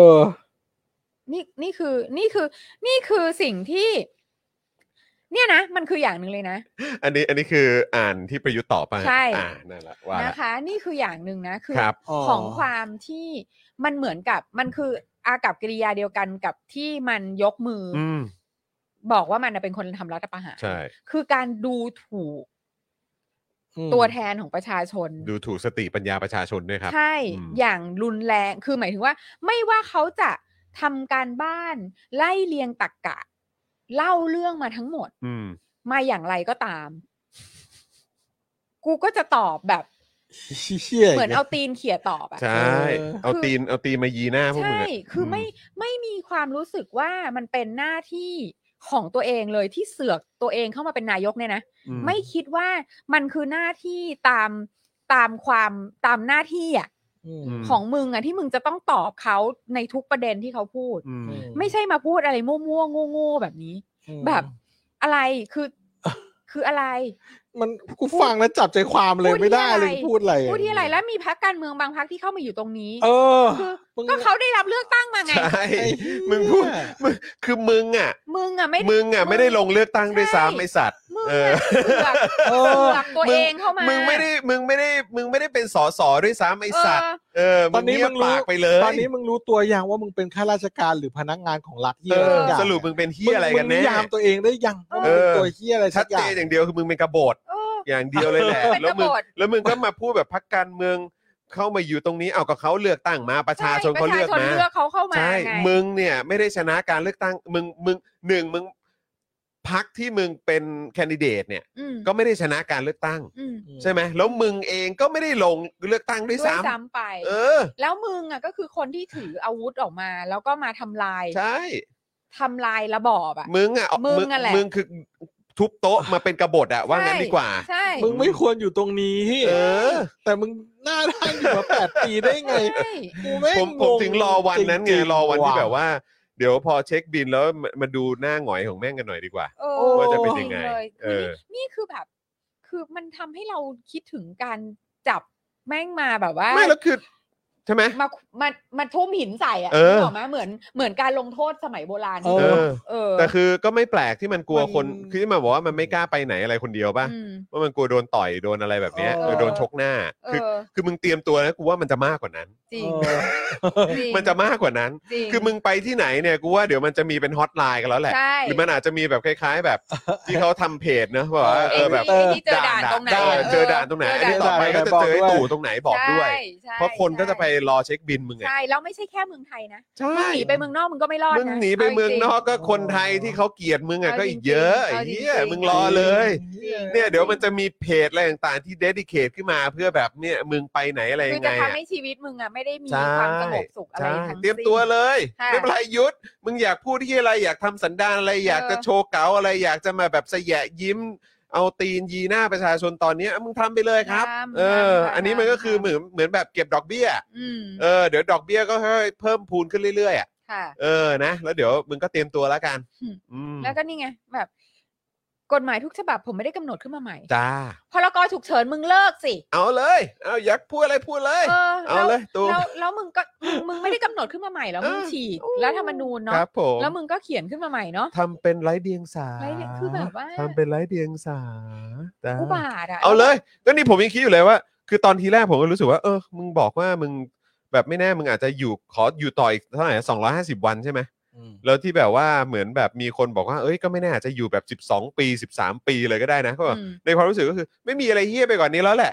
นี่คือสิ่งที่เนี่ยนะมันคืออย่างหนึ่งเลยนะอันนี้คืออ่านที่ประยุทธ์ตอบไปใช่นั่นแหละว่านะคะนี่คืออย่างหนึ่งนะคือของความที่มันเหมือนกับมันคืออากับกิริยาเดียวกันกับที่มันยกมือบอกว่ามันเป็นคนทำรัฐประหารคือการดูถูกตัวแทนของประชาชนดูถูกสติปัญญาประชาชนด้วยครับใช่อย่างรุนแรงคือหมายถึงว่าไม่ว่าเขาจะทำการบ้านไล่เรียงตรรกะเล่าเรื่องมาทั้งหมดมาอย่างไรก็ตามกูก็จะตอบแบบเหมือนเอาตีนเขี่ยตอบอ่ะใช่เอาตีนมายีหน้าพวกมึงใช่คือไม่มีความรู้สึกว่ามันเป็นหน้าที่ของตัวเองเลยที่เสือกตัวเองเข้ามาเป็นนายกเนี่ยนะไม่คิดว่ามันคือหน้าที่ตามหน้าที่อ่ะของมึงอ่ะที่มึงจะต้องตอบเขาในทุกประเด็นที่เขาพูดไม่ใช่มาพูดอะไรมั่วๆโง่ๆแบบนี้แบบอะไรคืออะไรมันกูฟังแล้วจับใจความเลยไม่ได้เลยพูดอะไรแล้วมีพรรคการเมืองบางพรรคที่เข้ามาอยู่ตรงนี้คือก็เขาได้รับเลือกตั้งมาไงใช่มึงพูดคือมึงอ่ะไม่ได้ลงเลือกตั้งด้วยซ้ำไอ้สัตว์เตัวเองเข้ามามึงไม่ได้เป็นสสด้วยซ้ำไอ้สัตว์ตอนนี้มึงรู้ไปเลยตอนนี้มึงรู้ตัวอย่างว่ามึงเป็นข้าราชการหรือพนักงานของรัฐเหี้ยสรุปมึงเป็นเหี้ยอะไรกันแน่มึงนิยามตัวเองได้ยังตัวเหี้ยอะไรชัดเจนอย่างเดียวคือมึงเป็นกบฏอย่างเดียวเลยแหละแล้วมึงก็มาพูดแบบพรรคการเมืองเข้ามาอยู่ตรงนี้เอากับเขาเลือกตั้งมาประชาชนเขาเลือกมาเขาเข้ามาใช่มึงเนี่ยไม่ได้ชนะการเลือกตั้งมึงพรรคที่มึงเป็นแคนดิเดตเนี่ยก็ไม่ได้ชนะการเลือกตั้งใช่ไหมแล้วมึงเองก็ไม่ได้ลงเลือกตั้งด้วยซ้ำไปแล้วมึงอ่ะก็คือคนที่ถืออาวุธออกมาแล้วก็มาทำลายใช่ทำลายระบอบอ่ะมึงมึงคือทุบโต๊ะมาเป็นกบฏอะว่างั้นดีกว่ามึงไม่ควรอยู่ตรงนี้แต่มึงหน้าด้านอยู่มา8 ปีได้ไงผมถึงรอวันนั้นไงรอวันที่แบบว่าเดี๋ยวพอเช็คบินแล้วมาดูหน้าหงอยของแม่งกันหน่อยดีกว่าว่าจะเป็นยังไงนี่คือแบบคือมันทำให้เราคิดถึงการจับแม่งมาแบบว่าไม่แล้วคือใช่ไหมมาทุ่มหินใส่อ่ะถูกไหมเหมือนการลงโทษสมัยโบราณแต่คือก็ไม่แปลกที่มันกลัวคนคือที่มาบอกว่ามันไม่กล้าไปไหนอะไรคนเดียวป่ะว่ามันกลัวโดนต่อยโดนอะไรแบบนี้โดนชกหน้าคือมึงเตรียมตัวนะกูว่ามันจะมากกว่านั้นจริงมันจะมากกว่านั้นคือมึงไปที่ไหนเนี่ยกูว่าเดี๋ยวมันจะมีเป็นฮอตไลน์กันแล้วแหละหรือมันอาจจะมีแบบคล้ายๆแบบที่เขาทำเพจนะว่าแบบเจอด่านตรงไหนต่อไปก็จะเจอไอ้ตู่ตรงไหนบอกด้วยเพราะคนก็จะไปรอเช็คบินมึงไงใช่แล้วไม่ใช่แค่เมืองไทยนะมึงหนีไปเมืองนอกมึงก็ไม่รอดนะมึงหนีไปเมืองนอกก็คนไทยที่เขาเกลียดมึงอ่ะก็อีกเยอะไอ้เหี้ยมึงรอเลยเนี่ยเดี๋ยวมันจะมีเพจอะไรต่างๆที่เดดิเคทขึ้นมาเพื่อแบบเนี่ยมึงไปไหนอะไรยังไงคือจะทำให้ชีวิตมึงอ่ะไม่ได้มีความสงบสุขอะไรทั้งสิ้นเตรียมตัวเลยไม่เป็นไรยุทธมึงอยากพูดที่อะไรอยากทำสันดานอะไรอยากจะโชว์เก๋าอะไรอยากจะมาแบบแสยะยิ้มเอาตีนยีหน้าประชาชนตอนนี้มึงทำไปเลยครับอันนี้มันก็คือเหมือนแบบเก็บดอกเบี้ยเดี๋ยวดอกเบี้ยก็ค่อยเพิ่มพูนขึ้นเรื่อยๆนะแล้วเดี๋ยวมึงก็เตรียมตัวแล้วกันแล้วก็นี่ไงแบบกฎหมายทุกฉบับผมไม่ได้กำหนดขึ้นมาใหม่จ้าพรก.ฉุกเฉินมึงเลิกสิเอาเลยเอาอยากพูดอะไรพูดเลยเอาเลยตูแล้วมึงไม่ได้กำหนดขึ้นมาใหม่แล้วมึงฉีกแล้วธรรมนูญเนาะแล้วมึงก็เขียนขึ้นมาใหม่เนาะทำเป็นไร้เดียงสาคือแบบว่าทำเป็นไร้เดียงสาอุบาทอ่ะเอาเลยก็นี่ผมยังคิดอยู่เลยว่าคือตอนทีแรกผมก็รู้สึกว่ามึงบอกว่ามึงแบบไม่แน่มึงอาจจะขออยู่ต่ออีกเท่าไหร่250 วันใช่ไหมแล้วที่แบบว่าเหมือนแบบมีคนบอกว่าก็ไม่แน่อาจจะอยู่แบบ12 ปี13 ปีเลยก็ได้นะก็ในความรู้สึกก็คือไม่มีอะไรเฮี้ยไปกว่านี้แล้วแหละ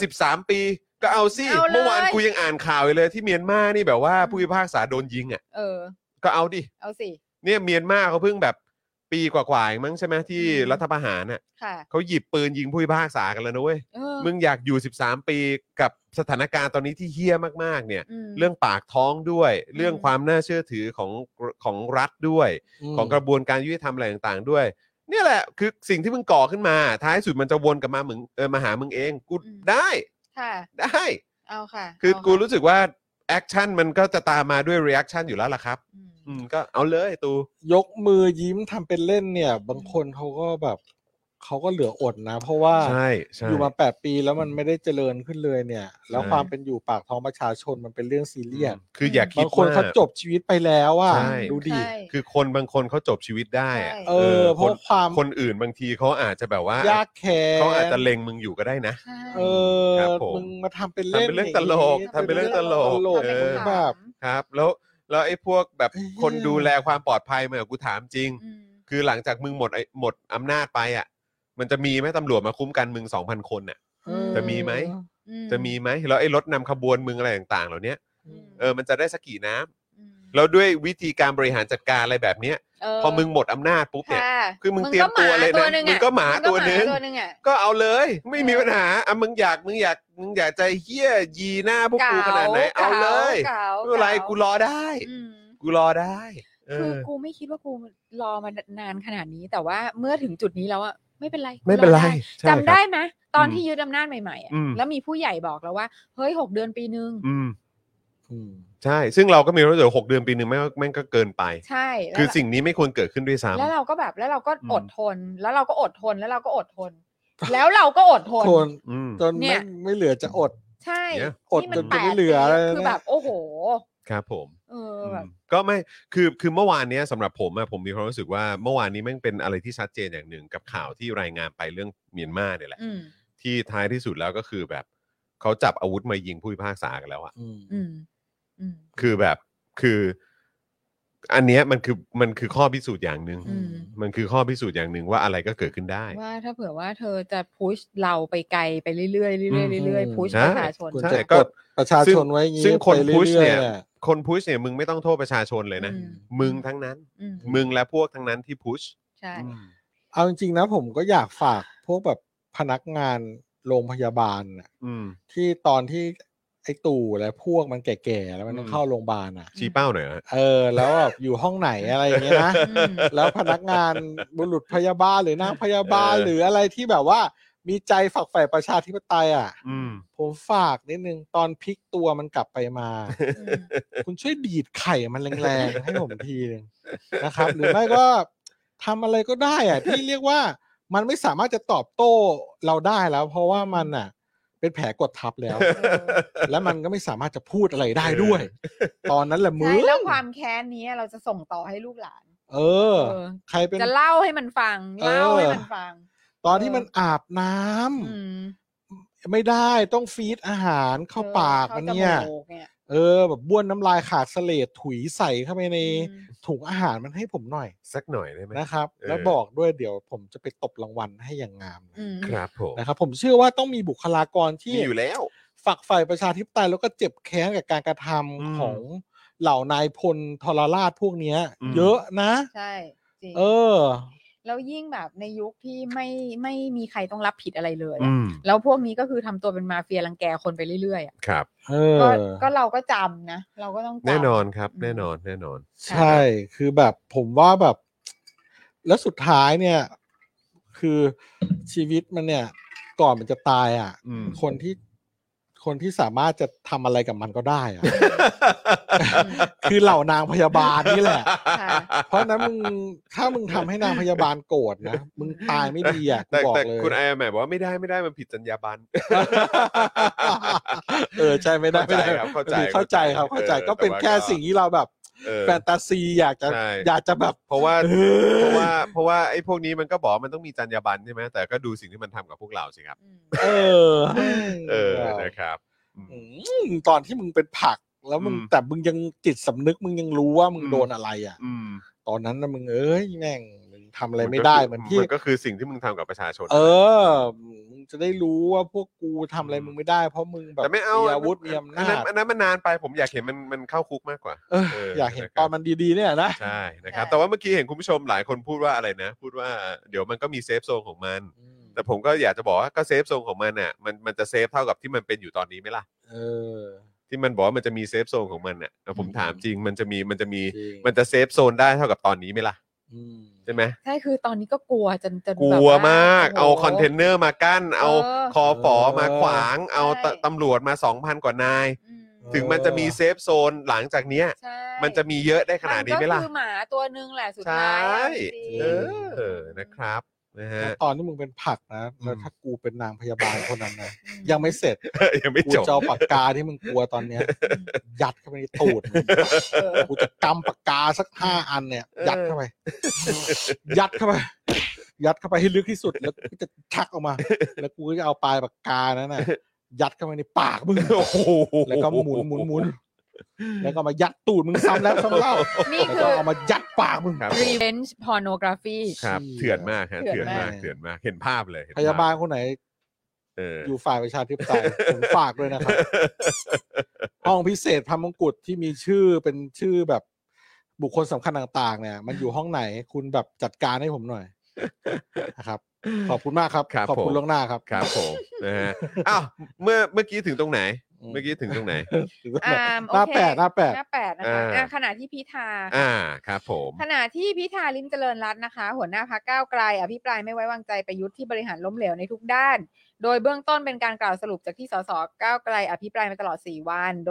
13 ปีก็เอาสิเมื่อวานกูยังอ่านข่าวเลยที่เมียนมานี่แบบว่าผู้พิพากษาโดนยิงอ่ะก็เอาดิเอาสิเนี่ยเมียนมาเขาเพิ่งแบบปีกว่าๆมั้งใช่ไหมที่รัฐประหารน่ะเขาหยิบปืนยิงผู้พิพากษากันแล้วนะเว้ยมึงอยากอยู่13 ปีกับสถานการณ์ตอนนี้ที่เฮี้ยมากๆเนี่ยเรื่องปากท้องด้วยเรื่องความน่าเชื่อถือของรัฐด้วยของกระบวนการยุติธรรมอะไรต่างๆด้วยเนี่ยแหละคือสิ่งที่มึงก่อขึ้นมาท้ายสุดมันจะวนกลับมามึงมาหามึงเองกูได้ได้เอาค่ะคือกูรู้สึกว่าแอคชั่นมันก็จะตามมาด้วยรีแอคชั่นอยู่แล้วล่ะครับก็เอาเลยตูยกมือยิ้มทำเป็นเล่นเนี่ยบางคนเขาก็แบบเขาก็เหลืออดนะเพราะว่าอยู่มา8 ปีแล้วมันไม่ได้เจริญขึ้นเลยเนี่ยแล้วความเป็นอยู่ปากท้องประชาชนมันเป็นเรื่องซีเรียสคืออยากคิดบางคนเขาจบชีวิตไปแล้วอ่ะดูดิคือคนบางคนเขาจบชีวิตได้เพราะความคนอื่นบางทีเขาอาจจะแบบว่ายากแค้นเขาอาจจะเล็งมึงอยู่ก็ได้นะมึงมาทำเป็นเล่นทำเป็นเรื่องตลกทำเป็นเรื่องตลกแบบครับแล้วไอ้พวกแบบคนดูแลความปลอดภัยเมื่อกูถามจริงคือหลังจากมึงหมดอำนาจไปอ่ะมันจะมีไหมตำรวจมาคุ้มกันมึง 2,000 คนน่ะจะมีไหมแล้วไอ้รถนำขบวนมึงอะไรต่างๆเหล่านี้มันจะได้สักกี่น้ำแล้วด้วยวิธีการบริหารจัดการอะไรแบบเนี้ยพอมึงหมดอำนาจปุ๊บเนี่ยคือมึงเตรียมตัวเลยนะมึงก็หมาตัวนึงก็เอาเลยไม่มีปัญหามึงอยากใจเหี้ยยีหน้าพวกกูขนาดไหนเอาเลยไม่เป็นไรกูรอได้คือกูไม่คิดว่ากูรอมานานขนาดนี้แต่ว่าเมื่อถึงจุดนี้แล้วอะไม่เป็นไรจำได้ไหมตอนที่ยึดอำนาจใหม่ๆแล้วมีผู้ใหญ่บอกแล้วว่าเฮ้ย6 เดือนปีนึงใช่ซึ่งเราก็มีรู้สึก6 เดือนปีนึงแม่งก็เกินไปใช่คือสิ่งนี้ไม่ควรเกิดขึ้นด้วยซ้ำแล้วเราก็อดทนแล้วเราก็อดทนแล้วเราก็อดทนจนไม่เหลือจะอดใช่อดจนไม่เหลือคือแบบโอ้โหครับผมแบบก็ไม่คือเมื่อวานนี้สำหรับผมมีความรู้สึกว่าเมื่อวานนี้แม่งเป็นอะไรที่ชัดเจนอย่างหนึ่งกับข่าวที่รายงานไปเรื่องเมียนมาเนี่ยแหละที่ท้ายที่สุดแล้วก็คือแบบเขาจับอาวุธมายิงผู้พิพากษากันแล้วอ่ะคือแบบคืออันเนี้ยมันคือข้อพิสูจน์อย่างหนึ่งมันคือข้อพิสูจน์อย่างหนึ่งว่าอะไรก็เกิดขึ้นได้ว่าถ้าเผื่อว่าเธอจะพุชเราไปไกลไปเรื่อยๆเรื่อยๆเรื่อยๆพุชประชาชนใช่ก็ประชาชนไว้ซึ่งคนพุชเนี่ยมึงไม่ต้องโทษประชาชนเลยนะมึงทั้งนั้นมึงและพวกทั้งนั้นที่พุชใช่เอาจริงๆนะผมก็อยากฝากพวกแบบพนักงานโรงพยาบาลน่ะที่ตอนที่ไอ้ตู่และพวกมันแก่ๆแล้วมันต้องเข้าโรงพยาบาลอ่ะชี้เป้าหน่อยนะแล้วแบบอยู่ห้องไหนอะไรอย่างเงี้ยนะแล้วพนักงานบุรุษพยาบาลหรือนางพยาบาลหรืออะไรที่แบบว่ามีใจฝักใฝ่ประชาธิปไตยอ่ะผมฝากนิดนึงตอนพลิกตัวมันกลับไปมาคุณช่วยดีดไข่มันแรงๆให้ผมทีนึงนะครับหรือไม่ก็ทำอะไรก็ได้อ่ะที่เรียกว่ามันไม่สามารถจะตอบโต้เราได้แล้วเพราะว่ามันอ่ะเป็นแผลกดทับแล้วแล้วมันก็ไม่สามารถจะพูดอะไรได้ด้วยตอนนั้นแหละมึงแล้วความแค้นนี้เราจะส่งต่อให้ลูกหลานใครเป็นจะเล่าให้มันฟังเล่าให้มันฟังตอนที่มันอาบน้ำไม่ได้ต้องฟีดอาหารเข้าปากมันเนี่ยแบบบ้วนน้ำลายขาดเสลดถุยใส่เข้าไปในถุงอาหารมันให้ผมหน่อยสักหน่อยได้ไหมนะครับแล้วบอกด้วยเดี๋ยวผมจะไปตบรางวัลให้อย่างงามครับผมนะครับผมเชื่อว่าต้องมีบุคลากรที่อยู่แล้วฝักใฝ่ประชาธิปไตยแล้วก็เจ็บแค้นกับการกระทำของเหล่านายพลทรราชพวกนี้เยอะนะใช่จริงแล้วยิ่งแบบในยุคที่ไม่มีใครต้องรับผิดอะไรเลยแล้วพวกนี้ก็คือทำตัวเป็นมาเฟียรังแกคนไปเรื่อยๆครับก็เราก็จำนะเราก็ต้องจำแน่นอนครับแน่นอนใช่คือแบบผมว่าแบบแล้วสุดท้ายเนี่ยคือชีวิตมันเนี่ยก่อนมันจะตายอ่ะคนที่สามารถจะทำอะไรกับมันก็ได้อ่ะ คือเหล่านางพยาบาลนี่แหละเพราะนั้นถ้ามึงทำให้นางพยาบาลโกรธนะมึงตายไม่ดีอ่ะกูบอกเลยคุณไอแมบอกว่าไม่ได้มันผิดจรรยาบรรณใช่ไม่ได้ครับเข้าใจครับเข้าใจก็เป็นแค่สิ่งที่เราแบบแฟนตาซีอยากจะแบบเพราะว่าไอ้พวกนี้มันก็บอกมันต้องมีจรรยาบรรณใช่ไหมแต่ก็ดูสิ่งที่มันทำกับพวกเราสิครับนะครับตอนที่มึงเป็นผักแล้วมึงแต่มึงยังจิตสำนึกมึงยังรู้ว่ามึงโดนอะไรอ่ะตอนนั้นนะมึงแม่งมึงทำอะไรไม่ได้เหมือนที่มันก็คือสิ่งที่มึงทำกับประชาชนมึงจะได้รู้ว่าพวกกูทำอะไรมึงไม่ได้เพราะมึงแบบมีอาวุธมีอำนาจอันนั้นมันนานไปผมอยากเห็นมันเข้าคุกมากกว่าอยากเห็นตอนมันดีๆเนี่ยนะใช่นะครับแต่ว่าเมื่อกี้เห็นคุณผู้ชมหลายคนพูดว่าอะไรนะพูดว่าเดี๋ยวมันก็มีเซฟโซนของมันแต่ผมก็อยากจะบอกว่าก็เซฟโซนของมันน่ะมันจะเซฟเท่ากับที่มันเป็นอยู่ตอนนี้ไหมล่ะที่มันบอกว่ามันจะมีเซฟโซนของมันน่ะผมถามจริงมันจะเซฟโซนได้เท่ากับตอนนี้ไหมล่ะใช่ไหมใช่คือตอนนี้ก็กลัวจนกลัวมากเอาคอนเทนเนอร์มากั้นเอาคอฝอมาขวางเอาตำรวจมา 2,000 กว่านายถึงมันจะมีเซฟโซนหลังจากเนี้ยมันจะมีเยอะได้ขนาดนี้ไหมล่ะก็คือหมาตัวนึงแหละสุดท้ายนะครับนะฮะตอนที่มึงเป็นผักนะแล้วถ้ากูเป็นนางพยาบาลคนนั้นนะยังไม่เสร็จยังไม่จบกูจะเอาปากกาที่มึงกลัวตอนเนี้ยยัดเข้าไปในตูดกูจะกำปากกาสัก5 อันเนี่ยยัดเข้าไปให้ลึกที่สุดแล้วกูจะชักออกมาแล้วกูก็จะเอาปลายปากกานั้นน่ะยัดเข้าไปในปากมึงแล้วก็หมุนแล้วก็มายัดตูดมึงซ้ำแล้วซ้ำเล่านี่คือเอามายัดปากมึง revenge pornography ครับเถื่อนมากฮะเถื่อนมากเห็นภาพเลยพยาบาลคนไหนอยู่ฝ่ายประชาธิปไตยผมฝากด้วยนะครับห้องพิเศษพระมงกุฎที่มีชื่อเป็นชื่อแบบบุคคลสำคัญต่างๆเนี่ยมันอยู่ห้องไหนคุณแบบจัดการให้ผมหน่อยนะครับขอบคุณมากครับขอบคุณล่วงหน้าครับครับผมนะฮะอ้าวเมื่อกี้ถึงตรงไหนถึงตรงไหนหน้า8 นะคะขณะที่พิธาครับผมขณะที่พิธาลิ้มเจริญรัตน์นะคะหัวหน้าพรรคก้าวไกลอภิปรายไม่ไว้วางใจประยุทธ์ที่บริหารล้มเหลวในทุกด้านโดยเบื้องต้นเป็นการกล่าวสรุปจากที่สสก้าวไกลอภิปรายมาตลอด4 วันโดย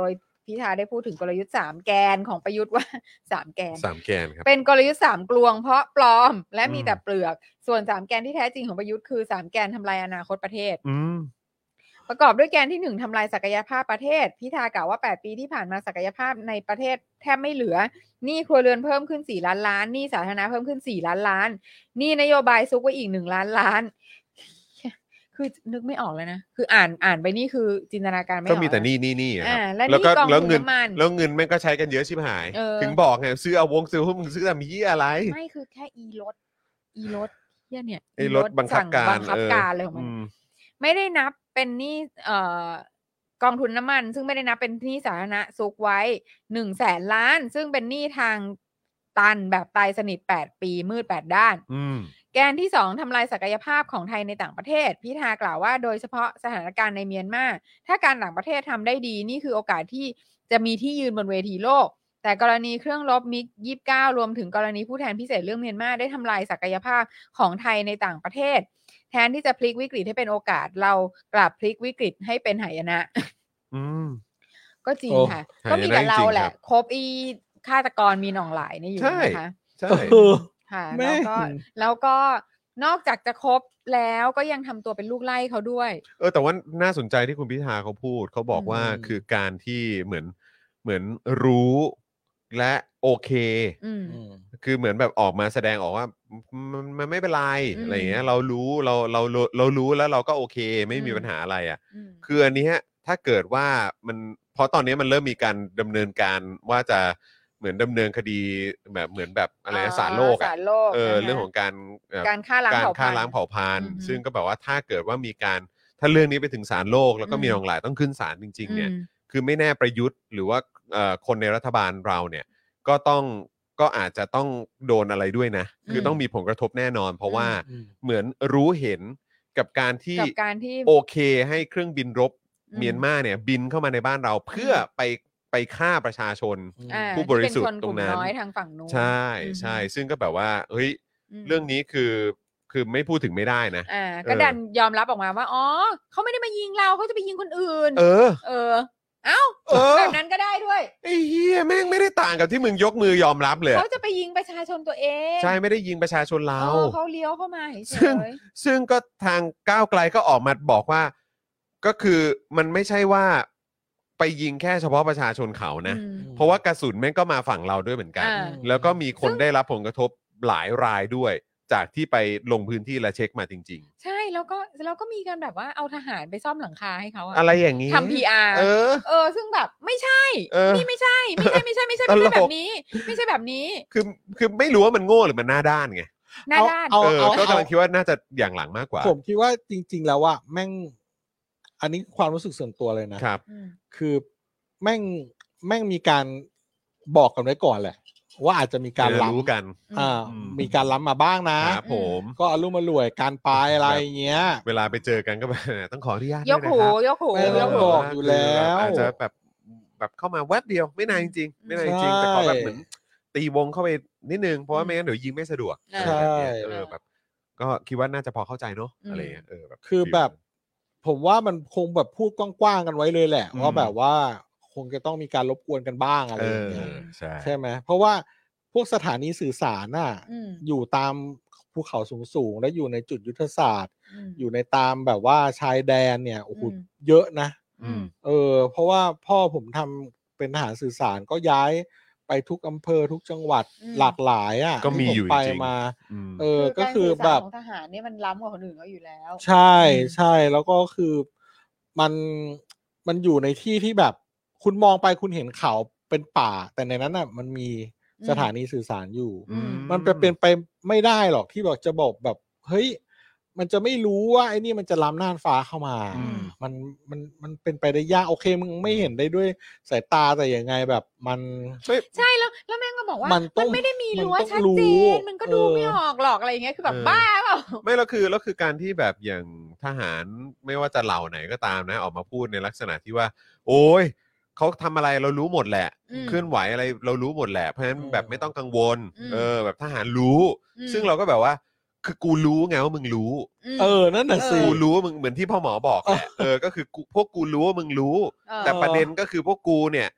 พิธาได้พูดถึงกลยุทธ์3แกนของประยุทธ์ว่า3แกน 3แกนครับเป็นกลยุทธ์3กลวงเพราะปลอมและมีแต่เปลือกส่วน3แกนที่แท้จริงของประยุทธ์คือ3แกนทำลายอนาคตประเทศประกอบด้วยแกนที่1ทำลายศักยภาพประเทศพิธากล่าวว่า8ปีที่ผ่านมาศักยภาพในประเทศแทบไม่เหลือหนี้ครัวเรือนเพิ่มขึ้น4ล้านล้านหนี้สาธารณะเพิ่มขึ้น4ล้านล้านหนี้นโยบายซุกไว้อีก1ล้านล้านคือนึกไม่ออกเลยนะคืออ่านไปนี่คือจินตนาการไม่ออกก็มีแต่นี่แล้วก็แล้วเงินแม่งก็ใช้กันเยอะชิบหายถึงบอกไงซื้อเอาซื้อหุ้นมึงซื้อแต่มีอะไรไม่คือแค่อีรถเนี่ยรถบังคับการเลยของมันไม่ได้นับเป็นหนี้กองทุนน้ำมันซึ่งไม่ได้นับเป็นหนี้สาธารณะซุกไว้100,000 ล้านซึ่งเป็นหนี้ทางตันแบบตายสนิท8ปีมืด8ด้านแกนที่2ทำลายศักยภาพของไทยในต่างประเทศพิธากล่าวว่าโดยเฉพาะสถานการณ์ในเมียนมาถ้าการต่างประเทศทำได้ดีนี่คือโอกาสที่จะมีที่ยืนบนเวทีโลกแต่กรณีเครื่องรบมิก29รวมถึงกรณีผู้แทนพิเศษเรื่องเมียนมาได้ทำลายศักยภาพของไทยในต่างประเทศแทนที่จะพลิกวิกฤตให้เป็นโอกาสเรากลับพลิกวิกฤตให้เป็นหายนะก็จริงค่ะก็มีแต่เราแหละคบอีฆาตกรมีหนองหลายนี่อยู่นะคะใช่ค่ะแล้วก็นอกจากจะคบแล้วก็ยังทำตัวเป็นลูกไล่เขาด้วยแต่ว่าน่าสนใจที่คุณพิธาเขาพูดเขาบอกว่าคือการที่เหมือนรู้และโอเคคือเหมือนแบบออกมาแสดงออกว่ามันไม่เป็นไรอะไรเงี้ยเรารู้เรารู้แล้วเราก็โอเคไม่มีปัญหาอะไรอ่ะคืออันนี้ถ้าเกิดว่ามันเพราะตอนนี้มันเริ่มมีการดำเนินการว่าจะเหมือนดำเนินคดีแบบเหมือนแบบอะไรศาลโลกอ่ะเรื่องของการฆ่าล้างเผ่าพันธุ์ซึ่งก็แบบว่าถ้าเกิดว่ามีการถ้าเรื่องนี้ไปถึงศาลโลกแล้วก็มีหลงหลายต้องขึ้นศาลจริงๆเนี่ยคือไม่แน่ประยุทธ์หรือว่าคนในรัฐบาลเราเนี่ยก็อาจจะต้องโดนอะไรด้วยนะคือต้องมีผลกระทบแน่นอนเพราะว่าเหมือนรู้เห็นกับการที่โอเคให้เครื่องบินรบเมียนมาเนี่ยบินเข้ามาในบ้านเราเพื่อไปฆ่าประชาชนผู้บริสุทธิ์ตรงนั้นทางฝั่งนู้นใช่ซึ่งก็แบบว่าเฮ้ยเรื่องนี้คือไม่พูดถึงไม่ได้นะก็ดันยอมรับออกมาว่าอ๋อเขาไม่ได้มายิงเราเขาจะไปยิงคนอื่นเอ้าแบบนั้นก็ได้ด้วยไอ้เหี้ยแม่งไม่ได้ต่างกับที่มึงยกมือยอมรับเลยเขาจะไปยิงประชาชนตัวเองใช่ไม่ได้ยิงประชาชนเราเขาเลี้ยวเข้ามาเฉยซึ่งก็ทางก้าวไกลก็ออกมาบอกว่าก็คือมันไม่ใช่ว่าไปยิงแค่เฉพาะประชาชนเขานะเพราะว่ากระสุนแม่งก็มาฝั่งเราด้วยเหมือนกันแล้วก็มีคนได้รับผลกระทบหลายรายด้วยจากที่ไปลงพื้นที่และเช็คมาจริงๆใช่แล้วก็มีกันแบบว่าเอาทหารไปซ่อมหลังคาให้เขาอะไรอย่างนี้ทำ PR ซึ่งแบบไม่ใช่นี่ไม่ใช่แบบนี้ไม่ใช่แบบนี้คือไม่รู้ว่ามันโง่หรือมันหน้าด้านไงหน้าด้านก็กำลังคิดว่าน่าจะอย่างหลังมากกว่าผมคิดว่าจริงๆแล้วว่าแม่งอันนี้ความรู้สึกส่วนตัวเลยนะครับคือแม่งมีการบอกกันไว้ก่อนแหละว่าอาจจะมีการล้ำกันมีการล้ำมาบ้างนะครับผมก็อารมณ์มารวยการปลายอะไรเงี้ยเวลาไปเจอกันก็แบบต้องขออนุญาตยกหูบอกอยู่แล้วอาจจะแบบเข้ามาแวบเดียวไม่นานจริงๆแต่ขอแบบเหมือนตีวงเข้าไปนิดนึงเพราะว่าไม่งั้นเดี๋ยวยิงไม่สะดวกใช่แบบก็คิดว่าน่าจะพอเข้าใจเนาะอะไรเงี้ยแบบคือแบบผมว่ามันคงแบบพูดกว้างๆกันไว้เลยแหละว่าแบบว่าคงจะต้องมีการรบกวนกันบ้างอะไรอย่างเงี้ยใช่ไหมเพราะว่าพวกสถานีสื่อสารน่ะอยู่ตามภูเขาสูงๆและอยู่ในจุดยุทธศาสตร์อยู่ในตามแบบว่าชายแดนเนี่ยโอ้โหเยอะนะเพราะว่าพ่อผมทำเป็นทหารสื่อสารก็ย้ายไปทุกอำเภอทุกจังหวัดหลากหลายอ่ะก็มีอยู่ไปมาก็คือแบบของทหารนี่มันล้ำกว่าคนอื่นเขาอยู่แล้วใช่แล้วก็คือมันอยู่ในที่ที่แบบคุณมองไปคุณเห็นเขาเป็นป่าแต่ในนั้นน่ะมันมีสถานีสื่อสารอยู่มันเป็นไปไม่ได้หรอกที่บอกจะบอกแบบเฮ้ยมันจะไม่รู้ว่าไอ้นี่มันจะล้ำน่านฟ้าเข้ามามันเป็นไปได้ยากโอเคมึงไม่เห็นได้ด้วยสายตาแต่ยังไงแบบมันใช่แล้วแม่งก็บอกว่ามันไม่ได้มีรั้วชัดเจนมันก็ดูไม่ออกหรอกอะไรอย่างเงี้ยคือแบบบ้าเปล่าไม่แล้วคือการที่แบบอย่างทหารไม่ว่าจะเหล่าไหนก็ตามนะออกมาพูดในลักษณะที่ว่าโอ้ยเขาทำอะไรเรารู้หมดแหละเคลื่อนไหวอะไรเรารู้หมดแหละเพราะฉะนั้นแบบไม่ต้องกังวลแบบทหารรู้ซึ่งเราก็แบบว่าคือกูรู้ไงว่ามึงรู้นั่นน่ะสิกูรู้ว่ามึงเหมือนที่พ่อหมอบอกแหละก็คือพวกกูรู้ว่ามึงรู้แต่ประเด็นก็คือพวกกูเนี่ย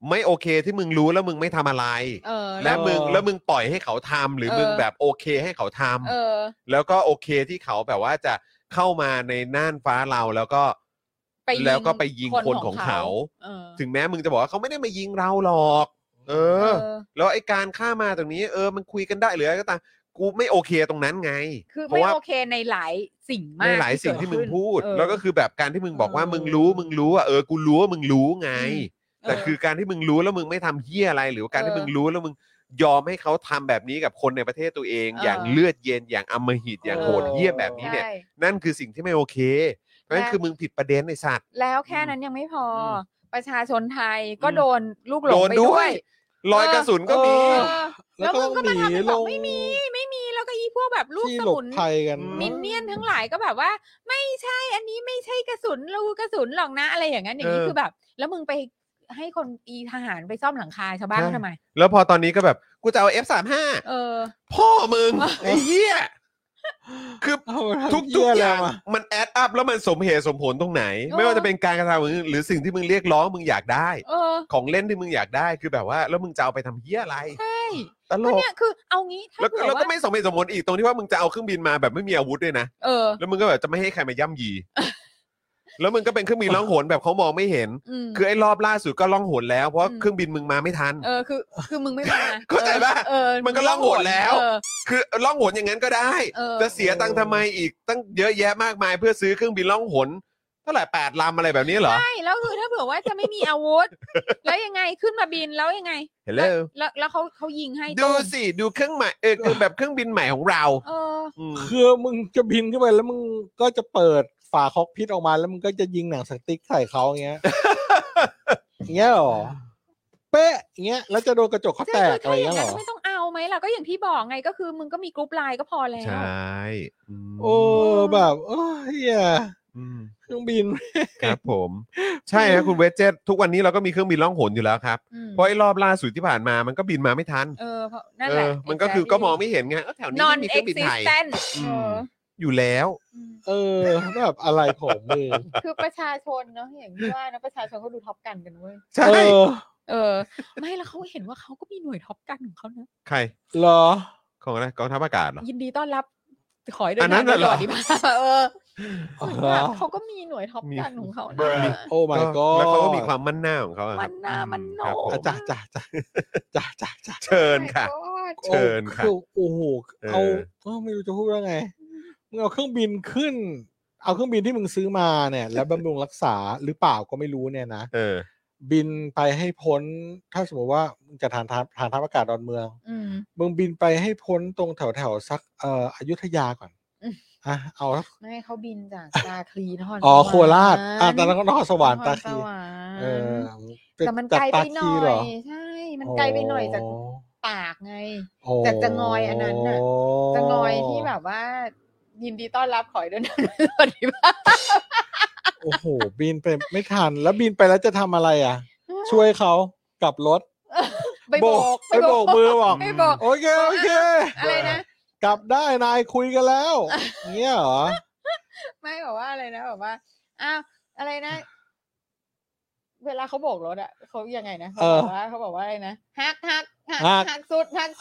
ไม่โอเคที่มึงรู้แล้วมึงไม่ทำอะไรและมึงปล่อยให้เขาทำหรือมึงแบบโอเคให้เขาทำแล้วก็โอเคที่เขาแบบว่าจะเข้ามาในน่านฟ้าเราแล้วก็ไปยิงคนของเขาถึงแม้มึงจะบอกว่าเขาไม่ได้มายิงเราหรอกแล้วไอ้การฆ่ามาตรงนี้มันคุยกันได้หรืออะไรก็ตามกูไม่โอเคตรงนั้นไงคือไม่โอเคในหลายสิ่งมากในหลายสิ่งที่มึงพูดแล้วก็คือแบบการที่มึงบอกว่ามึงรู้ว่ากูรู้ว่ามึงรู้ไงแต่คือการที่มึงรู้แล้วมึงไม่ทำเหี้ยอะไรหรือการที่มึงรู้แล้วมึงยอมให้เขาทำแบบนี้กับคนในประเทศตัวเองอย่างเลือดเย็นอย่างอำมหิตอย่างโหดเหี้ยแบบนี้เนี่ยนั่นคือสิ่งที่ไม่โอเคเพราะฉะนั้นคือมึงผิดประเด็นไอ้สัตว์แล้วแค่นั้นยังไม่พอประชาชนไทยก็โดนลูกหลงไปด้วยรอยกระสุนก็มีแล้วมึงก็มาทำเป็นบอกไม่มีแล้วก็อีพวกแบบลูกสมุนมินเนี่ยนทั้งหลายก็แบบว่าไม่ใช่อันนี้ไม่ใช่กระสุนลูกกระสุนหรอกนะอะไรอย่างนั้นอย่างนี้คือแบบแล้วมึงไปให้คนอีทหารไปซ่อมหลังคาชาวบ้านทำไมแล้วพอตอนนี้ก็แบบกูจะเอา F35 พ่อมึงไอ้เหี้ยคือทุกอย่างมันแอดอัพแล้วมันสมเหตุสมผลตรงไหนไม่ว่าจะเป็นการกระทำหรือสิ่งที่มึงเรียกร้องมึงอยากได้ของเล่นที่มึงอยากได้คือแบบว่าแล้วมึงจะเอาไปทำเหี้ยอะไรใช่ตลกเนี่ยคือเอางี้แล้วก็ไม่สมเหตุสมผลอีกตรงที่ว่ามึงจะเอาเครื่องบินมาแบบไม่มีอาวุธด้วยนะแล้วมึงก็แบบจะไม่ให้ใครมาย่ำยีแล้วมึงก็เป็นเครื่องบินล่องหนแบบเขามองไม่เห็นคือไอ้รอบล่าสุดก็ล่องหนแล้วเพราะเครื่องบินมึงมาไม่ทันคือมึงไม่มาเข้าใจป่ะมันก็ล่องหนแล้วคือล่องหนอย่างนั้นก็ได้จะเสียตังค์ทำไมอีกตั้งเยอะแยะมากมายเพื่อซื้อเครื่องบินล่องหนเท่าไหร่8 ลำอะไรแบบนี้เหรอใช่แล้วคือถ้าเผื่อว่าจะไม่มีอาวุธแล้วยังไงขึ้นมาบินแล้วยังไงแล้วเขายิงให้ดูสิดูเครื่องใหม่คือแบบเครื่องบินใหม่ของเราคือมึงจะบินขึ้นไปแล้วมึงก็จะเปิดฝาคอกพิษออกมาแล้วมึงก็จะยิงหนังสติ๊กใส่เขาอย่างเงี้ยอย่างเงี้ยหรอเป๊ะอย่างเงี้ยแล้วจะโดนกระจกเขาแตกอะไรเงี้ยหรอไม่ต้องเอาไหมล่ะก็อย่างที่บอกไงก็คือมึงก็มีกรุ๊ปไลน์ก็พอแล้วใช่โอ้แบบเฮียเครื่องบินครับผมใช่ครับคุณเวจเจตทุกวันนี้เราก็มีเครื่องบินล่องหนอยู่แล้วครับเพราะไอ้รอบล่าสุดที่ผ่านมามันก็บินมาไม่ทันเพราะนั่นแหละมันก็คือก็มองไม่เห็นไงแถวนี้มีเครื่องบินไทยอยู่แล้วแบบอะไรของมึงคือประชาชนเนาะอย่างที่ว่านะประชาชนก็ดูท็อปกันกันเว้ยใช่ไม่แล้วเขาเห็นว่าเขาก็มีหน่วยท็อปกันของเขานะใครเหรอของอะไรกองทัพอากาศเหรอยินดีต้อนรับขอให้เดินทางตลอดดีป่ะเขาก็มีหน่วยท็อปกันของเขาโอ้ my god แล้วเขาก็มีความมั่นหน้าของเขามั่นหน้ามันโหนจ้าเชิญค่ะเชิญค่ะโอ้โหเอาไม่รู้จะพูดว่าไงมึงเอาเครื่องบินขึ้นเอาเครื่องบินที่มึงซื้อมาเนี่ยแล้วบำรุงรักษาหรือเปล่าก็ไม่รู้เนี่ยนะบินไปให้พ้นถ้าสมมติว่ามึงจะฐานทัพอากาศดอนเมืองมึงบินไปให้พ้นตรงแถวสักอยุธยาก่อนเอาไม่เขาบินจากตาคลีนครโคราชแต่แล้วก็นครสวรรค์ตาคลีแต่มันไกลไปหน่อยใช่มันไกลไปหน่อยจากปากไงจากจะงอยอันนั้นน่ะจะงอยที่แบบว่ายินดีต้อนรับขอเดินทางสวัสดีป่ะโอ้โหบินไปไม่ทันแล้วบินไปแล้วจะทำอะไรช่วยเขากลับรถไปโบกมือบอกโอเคอะไรนะกลับได้นายคุยกันแล้วเงี้ยเหรอไม่บอกว่าอะไรนะบอกว่าอะไรนะเวลาเขาโบกรถเขายังไงนะเขาบอกว่าอะไรนะฮักสุดห่าง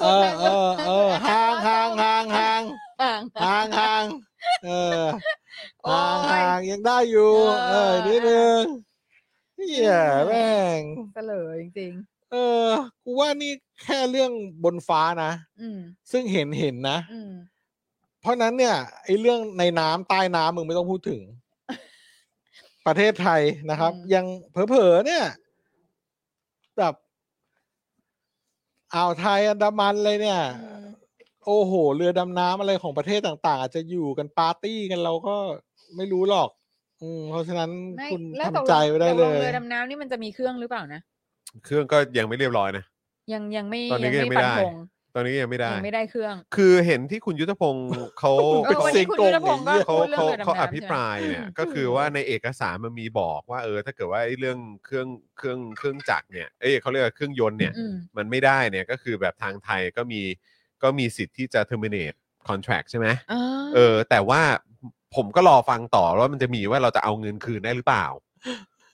ยังได้อยู่นิดนึงเหี้ยแม่งเสลอจริงกูว่านี่แค่เรื่องบนฟ้านะซึ่งเห็นนะเพราะนั้นเนี่ยไอ้เรื่องในน้ำใต้น้ำมึงไม่ต้องพูดถึงประเทศไทยนะครับยังเผลอๆเนี่ยแบบอ่าวไทยอันดามันเลยเนี่ยโอ้โหเรือดำน้ำอะไรของประเทศต่างๆอาจจะอยู่กันปาร์ตี้กันเราก็ไม่รู้หรอกเพราะฉะนั้นคุณทำใจไว้ได้เลยเรือดำน้ำนี่มันจะมีเครื่องหรือเปล่านะเครื่องก็ยังไม่เรียบร้อยนะยังไม่ตอนนี้ยังไม่ได้ตอนนี้ยังไม่ได้เครื่องคือเห็นที่คุณยุทธพงศ์เขาเขาอภิปรายเนี่ยก็คือว่าในเอกสารมันมีบอกว่าถ้าเกิดว่าเรื่องเครื่องจักรเนี่ยเขาเรียกว่าเครื่องยนต์เนี่ยมันไม่ได้เนี่ยก็คือแบบทางไทยก็มีสิทธิ์ที่จะ terminate contract ใช่ไหมแต่ว่าผมก็รอฟังต่อว่ามันจะมีว่าเราจะเอาเงินคืนได้หรือเปล่า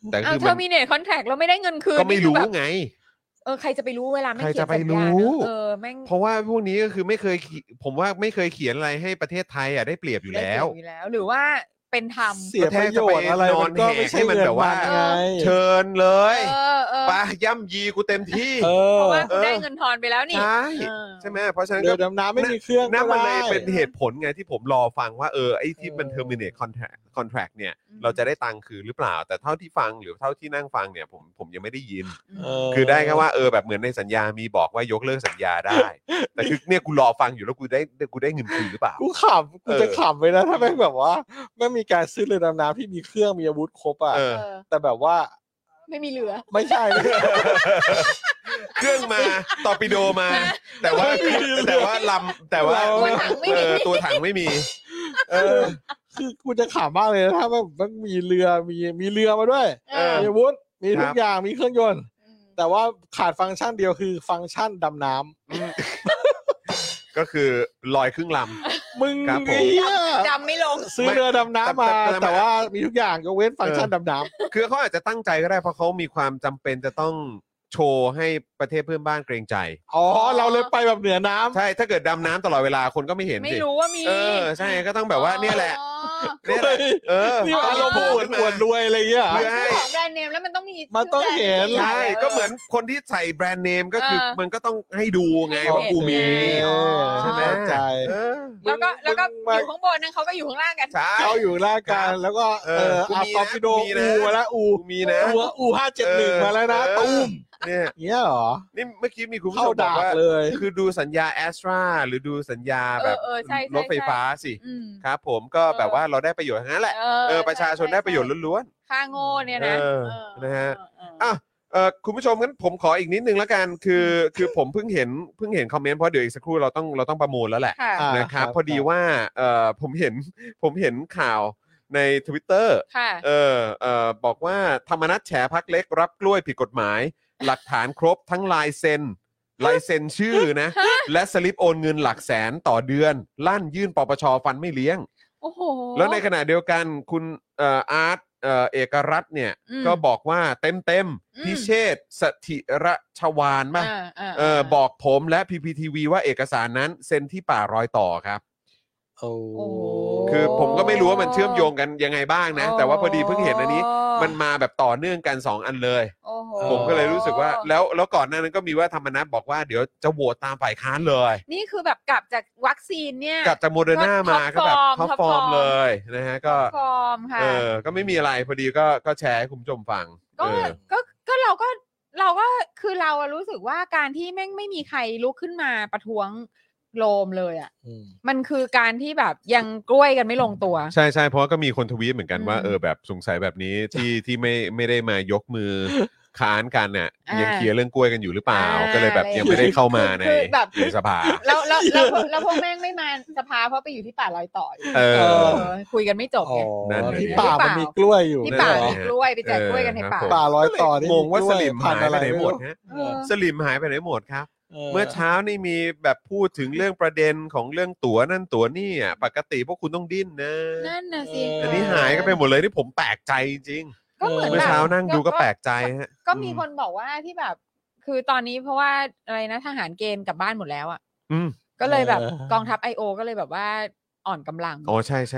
แต่คือ terminate contract เราไม่ได้เงินคืนก็ไม่รู้ไงใครจะไปรู้เวลาไม่เขียนสัญญาเพราะว่าพวกนี้ก็คือไม่เคยผมว่าไม่เคยเขียนอะไรให้ประเทศไทยได้เปรียบอยู่แล้วหรือว่าเป็นธรรมเสียประโยชน์อะไรมันก็ไม่ใช่มันแบบว่าเชิญเลยไปย่ำยีกูเต็มที่เพราะว่ากูได้เงินทอนไปแล้วนี่ใช่ไหมเพราะฉะนั้นเรือดำน้ำไม่มีเครื่องนั่นมันเลยเป็นเหตุผลไงที่ผมรอฟังว่าไอ้ที่มัน terminate contract เนี่ยเราจะได้ตังค์คืนหรือเปล่าแต่เท่าที่ฟังหรือเท่าที่นั่งฟังเนี่ยผมยังไม่ได้ยินคือได้แค่ว่าแบบเหมือนในสัญญามีบอกว่ายกเลิกสัญญาได้แต่คือเนี่ยกูรอฟังอยู่แล้วกูได้เงินคืนหรือเปล่ากูจะขำไปนะถ้าแม่งแบบว่าไม่มีการซื้อเรือดำน้ำที่มีเครื่องมีอาวุธครบแต่แบบว่าไม่มีเรือไม่ใช่เครื่องมาตอร์ปิโดมาแต่ว่าลำแต่ว่าตัวถังไม่มีคือกูจะขำมากเลยนะถ้ามันมีเรือมีเรือมาด้วยมีอาวุธมีทุกอย่างมีเครื่องยนต์แต่ว่าขาดฟังก์ชันเดียวคือฟังก์ชันดำน้ำก็คือลอยครึ่งลำมึงดำไม่ลงซื้อเรือดำน้ำมาแต่ว่ามีทุกอย่างก็เว้นฟังก์ชันดำน้ำคือเขาอาจจะตั้งใจก็ได้เพราะเขามีความจำเป็นจะต้องโชว์ให้ประเทศเพื่อนบ้านเกรงใจเราเลยไปแบบเหนือน้ำใช่ถ้าเกิดดำน้ำตลอดเวลาคนก็ไม่เห็นไม่รู้ว่ามีใช่ก็ต้องแบบว่าเนี่ยแหละนี่อารมณ์ปวดรวยอะไรเงี้ยเพื่อให้ของแบรนด์เนมแล้วมันต้องมีเห็นใช่ก็เหมือนคนที่ใส่แบรนด์เนมก็คือมันก็ต้องให้ดูไงว่ากูมีใช่ไหมใจแล้วก็อยู่ข้างบนนั่นเขาก็อยู่ข้างล่างกันเขาอยู่ล่างกันแล้วก็อาคอฟิโดมาแล้วมีนะอู571มาแล้วนะตุ้มเนี่ยเหรอนี่เมื่อกี้มีคุณผู้ชมบอกว่าคือดูสัญญาแอสตราหรือดูสัญญาแบบรถไฟฟ้าสิครับผมก็แบบว่าเราได้ประโยชน์ทั้งนั้นแหละประชาชนได้ประโยชน์ล้วนๆค่าโง่เนี่ยนะฮะคุณผู้ชมงั้นผมขออีกนิดนึงแล้วกันคือผมเพิ่งเห็นคอมเมนต์เพราะเดี๋ยวอีกสักครู่เราต้องประมูลแล้วแหละนะครับพอดีว่าผมเห็นข่าวใน Twitter บอกว่าธรรมนัสแฉพรรคเล็กรับกล้วยผิดกฎหมายหลักฐานครบทั้งลายเซ็นชื่อนะและสลิปโอนเงินหลักแสนต่อเดือนลั่นยื่นปปชฟันไม่เลี้ยงแล้วในขณะเดียวกันคุณอาร์ตเอกรัตน์เนี่ยก็บอกว่าเต็มพิเชษสถิรชวานป่ะบอกผมและ PPTV ว่าเอกสารนั้นเซ็นที่ป่ารอยต่อครับคือผมก็ไม่รู้ว่ามันเชื่อมโยงกันยังไงบ้างนะแต่ว่าพอดีเพิ่งเห็นอันนี้มันมาแบบต่อเนื่องกัน2อันเลยผมก็เลยรู้สึกว่าแล้วก่อนหน้านั้นก็มีว่าธรรมนัสบอกว่าเดี๋ยวจะโหวตตามฝ่ายค้านเลยนี่คือแบบกลับจากวัคซีนเนี่ยกลับจากโมเดอร์นามาก็แบบท็อปฟอร์มเลยนะฮะก็ฟอร์มค่ะก็ไม่มีอะไรพอดีก็แชร์ให้คุณผู้ชมฟังก็เราก็คือเรารู้สึกว่าการที่แม่งไม่มีใครลุกขึ้นมาประท้วงโลมเลยอ่ะมันคือการที่แบบยังกล้วยกันไม่ลงตัวใช่เพราะก็มีคนทวีตเหมือนกันว่าแบบสงสัยแบบนี้ที่ไม่ได้มายกมือค้านกันเนี่ยยังเคลียร์เรื่องกล้วยกันอยู่หรือเปล่าก็เลยแบบยังไม่ได้เข้ามาในสภาแล้วพวกแม่งไม่มาสภาเพราะไปอยู่ที่ป่ารอยต่อคุยกันไม่จบไงที่ป่ามันมีกล้วยอยู่ที่ป่ามีกล้วยไปแจกกล้วยกันในป่ารอยต่อนี่งงว่าสลิมหายไปไหนหมดฮะสลิมหายไปไหนหมดครับเมื่อเช้านี่มีแบบพูดถึงเรื่องประเด็นของเรื่องตั๋วนั่นตั๋วนี่อ่ะปกติพวกคุณต้องดิ้นนะนั่นน่ะสิอันนี้หายก็ไปหมดเลยที่ผมแปลกใจจริงก็เหมือนเมื่อเช้านั่งดูก็แปลกใจฮะก็มีคนบอกว่าที่แบบคือตอนนี้เพราะว่าอะไรนะทหารเกณฑ์กลับบ้านหมดแล้วอ่ะก็เลยแบบกองทัพ IO ก็เลยแบบว่าอ่อนกำลังใช่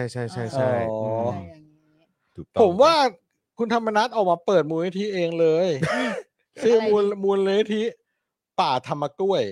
ผมว่าคุณธรรมนัสออกมาเปิดมูลนิธิเองเลยชื่อมูลนิธิป่าธรรมกล้วย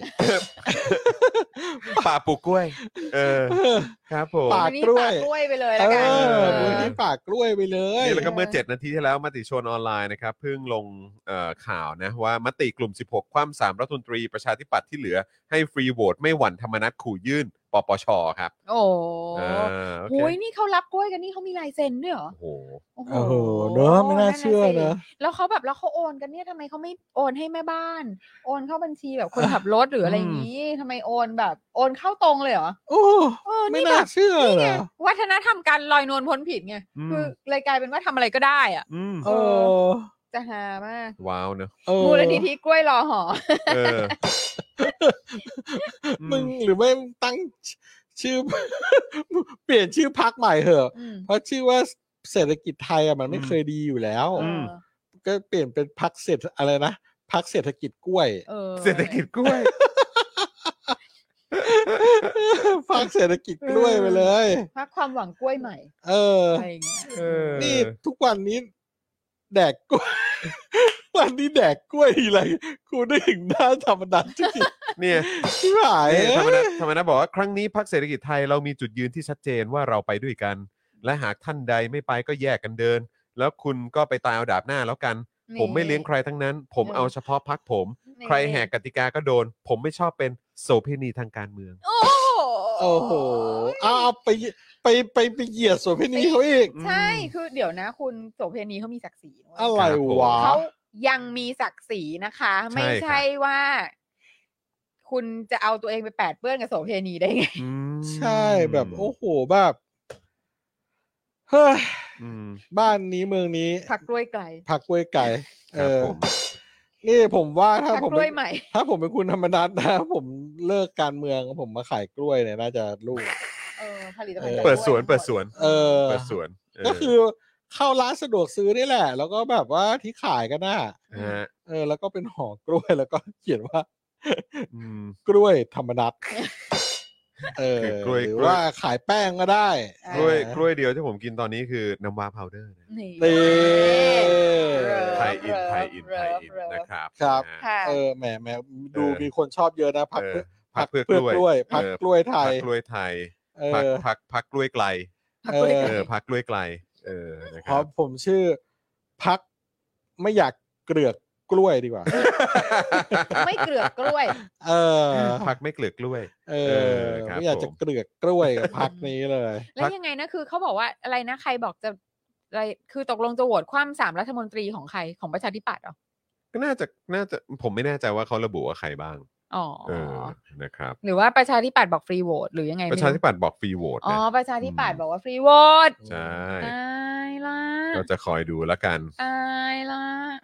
ป่าปลูกกล้วยครับผมป่ากล้วยไปเลยแล้วกันมูลนิธิป่ากล้วยไปเลยนี่แล้วก็เมื่อ7นาทีที่แล้วมติชนออนไลน์นะครับเพิ่งลงข่าวนะว่ามติกลุ่ม16คว่ำ3รัฐมนตรีประชาธิปัตย์ที่เหลือให้ฟรีโหวตไม่หวั่นธรรมนัสขู่ยื่นปปชครับโอ้โหนี่เขารับกล้วยกันนี่เขามีลายเซ็นด้วยเหรอโอ้โหเนอะไม่น่าเชื่อนะแล้วเขาแบบแล้วเขาโอนกันเนี่ยทำไมเขาไม่โอนให้แม่บ้านโอนเข้าบัญชีแบบคนขับรถหรืออะไรอย่างนี้ทำไมโอนแบบโอนเข้าตรงเลยเหรอไม่น่าเชื่อนะวัฒนธรรมการลอยนวลพ้นผิดไงคือเลยกลายเป็นว่าทำอะไรก็ได้อ่ะจะหามากว้าวเนอะมูลนิธิกล้วยรอหอมึงหรือไม่ตั้งชื่อเปลี่ยนชื่อพรรคใหม่เหอะเพราะชื่อว่าเศรษฐกิจไทยอ่ะมันไม่เคยดีอยู่แล้วก็เปลี่ยนเป็นพรรคเศรษฐอะไรนะพรรคเศรษฐกิจกล้วยเศรษฐกิจกล้วยพรรคเศรษฐกิจกล้วยไปเลยพรรคความหวังกล้วยใหม่อะไรเงี้ยนี่ทุกวันนี้แดกกล้วยวันนี้แดกกล้วยทีไรกูได้ถึงหน้าธรรมนัสจริงเนี่ยที่หายธรรมนัสบอกว่าครั้งนี้พรรคเศรษฐกิจไทยเรามีจุดยืนที่ชัดเจนว่าเราไปด้วยกันและหากท่านใดไม่ไปก็แยกกันเดินแล้วคุณก็ไปตายเอาดาบหน้าแล้วกันผมไม่เลี้ยงใครทั้งนั้นผมเอาเฉพาะพรรคผมใครแหกกติกาก็โดนผมไม่ชอบเป็นโสเภณีทางการเมืองโอ้โหเอาไปเหยียดโสเภณีเขาอีกใช่คือเดี๋ยวนะคุณโสเภณีเขามีศักดิ์ศรีอะไรวะเขายังมีศักดิ์ศรีนะคะไม่ใช่ว่าคุณจะเอาตัวเองไปแปดเปื้อนกับโสเภณีได้ไงใช่แบบโอ้โหแบบเฮ้ยบ้านนี้เมืองนี้ผักกล้วยไก่ผักกล้วยไก่นี่ผมว่าถ้าผมเป็นคุณธรรมนัสนะผมเลิกการเมืองผมมาขายกล้วยเนี่ยน่าจะรุ่งผลิตภัณฑ์เปิดสวนเปิดสวนก็คือเข้าร้านสะดวกซื้อนี่แหละแล้วก็แบบว่าที่ขายกันน่ะแล้วก็เป็นห่อกล้วยแล้วก็เขียนว่ากล้วยธรรมนัสหรือว่าขายแป้งก็ได้กล้วยเดียวที่ผมกินตอนนี้คือน้ำว้าพาวเดอร์นี่ไทยอินนะครับครับแหมดูมีคนชอบเยอะนะพักเพื่อกล้วยพักกล้วยไทยพักกล้วยไกลพักกล้วยไกลเพราะผมชื่อพักไม่อยากเกลือกกล้วยดีกว่าไม่เกลือกกล้วยพักไม่เกลือกกล้วยไม่อยากจะเกลือกกล้วยกับพักนี้เลยแล้วยังไงนะคือเขาบอกว่าอะไรนะใครบอกจะอะไรคือตกลงจะโหวตคว่ำ3รัฐมนตรีของใครของประชาธิปัตย์เหรอก็น่าจะผมไม่แน่ใจว่าเขาระบุว่าใครบ้างนะครับหรือว่าประชาธิปัตย์บอกฟรีโหวตหรือยังไงประชาธิปัตย์บอกฟรีโหวตประชาธิปัตย์บอกว่าฟรีโหวตใช่ตายละเราจะคอยดูแล้วกันตายละ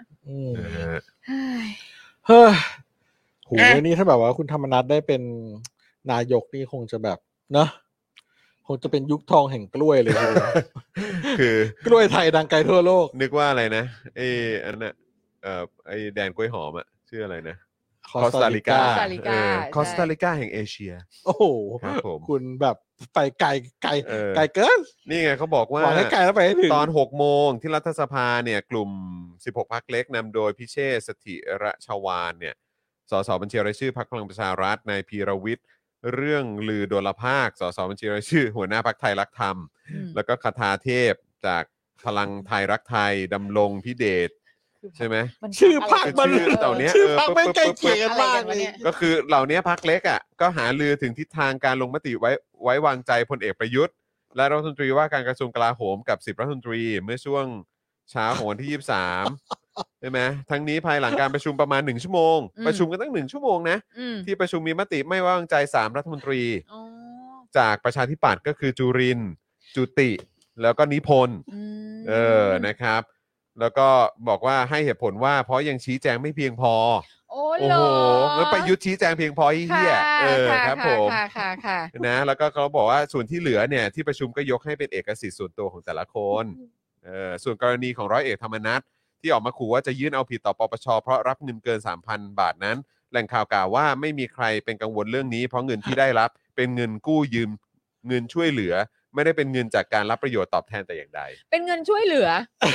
เฮ้ยโหนี่ถ้าแบบว่าคุณธรรมนัสได้เป็นนายกนี่คงจะแบบเนาะคงจะเป็นยุคทองแห่งกล้วยเลยคือกล้วยไทยดังไกลทั่วโลกนึกว่าอะไรนะอันน่ะไอแดนกล้วยหอมอ่ะชื่ออะไรนะคอสตาริกาคอสตาริกาแห่งเอเชียโอ้โหคุณแบบไปไกลเกินนี่ไงเขาบอกว่าไกลแล้วไปให้ถึงตอน 6 โมงที่รัฐสภาเนี่ยกลุ่ม16พรรคเล็กนำโดยพิเชษฐ์สถิรชวาลเนี่ยสสบัญชีรายชื่อพรรคพลังประชารัฐนายพีรวิทย์เรื่องลือโดลภาคสสบัญชีรายชื่อหัวหน้าพรรคไทยรักธรรมแล้วก็คทาเทพจากพลังไทยรักไทยดำรงพิเดชใช่ไหมชื่อพรรคมันเหล่านี้ไม่ใกล้เคียงกันมากเลยก็คือเหล่านี้พรรคเล็กอ่ะก็หาลือถึงทิศทางการลงมติไว้วางใจพลเอกประยุทธ์และรัฐมนตรีว่าการกระทรวงกลาโหมกับ10รัฐมนตรีเมื่อช่วงเช้าของวันที่23ใช่ไหมทั้งนี้ภายหลังการประชุมประมาณ1ชั่วโมงประชุมกันตั้ง1ชั่วโมงนะที่ประชุมมีมติไม่ไว้วางใจ3รัฐมนตรีจากประชาธิปัตย์ก็คือจุรินทร์จุติแล้วก็นิพนธ์นะครับแล้วก็บอกว่าให้เหตุผลว่าเพราะยังชี้แจงไม่เพียงพอโอ้โหแล้วประยุทธ์ชี้แจงเพียงพอเหี้ยครับผมนะแล้วก็เขาบอกว่าส่วนที่เหลือเนี่ยที่ประชุมก็ยกให้เป็นเอกสิทธิ์ส่วนตัวของแต่ละคนส่วนกรณีของร้อยเอกธรรมนัสที่ออกมาขู่ว่าจะยื่นเอาผิดต่อปปชเพราะรับเงินเกิน 3,000 บาทนั้นแหล่งข่าวกล่าวว่าไม่มีใครเป็นกังวลเรื่องนี้เพราะเงินที่ได้รับเป็นเงินกู้ยืมเงินช่วยเหลือไม่ได้เป็นเงินจากการรับประโยชน์ตอบแทนแต่อย่างใดเป็นเงินช่วยเหลือ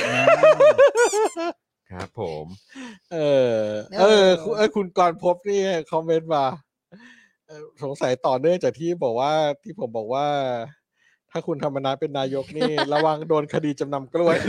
ครับผมคุณกรณ์ภพนี่คอมเมนต์มาสงสัยต่อเนื่องจากที่บอกว่าที่ผมบอกว่าถ้าคุณธรรมนัสเป็นนายกนี่ระวังโดนคดีจำนำกล้วย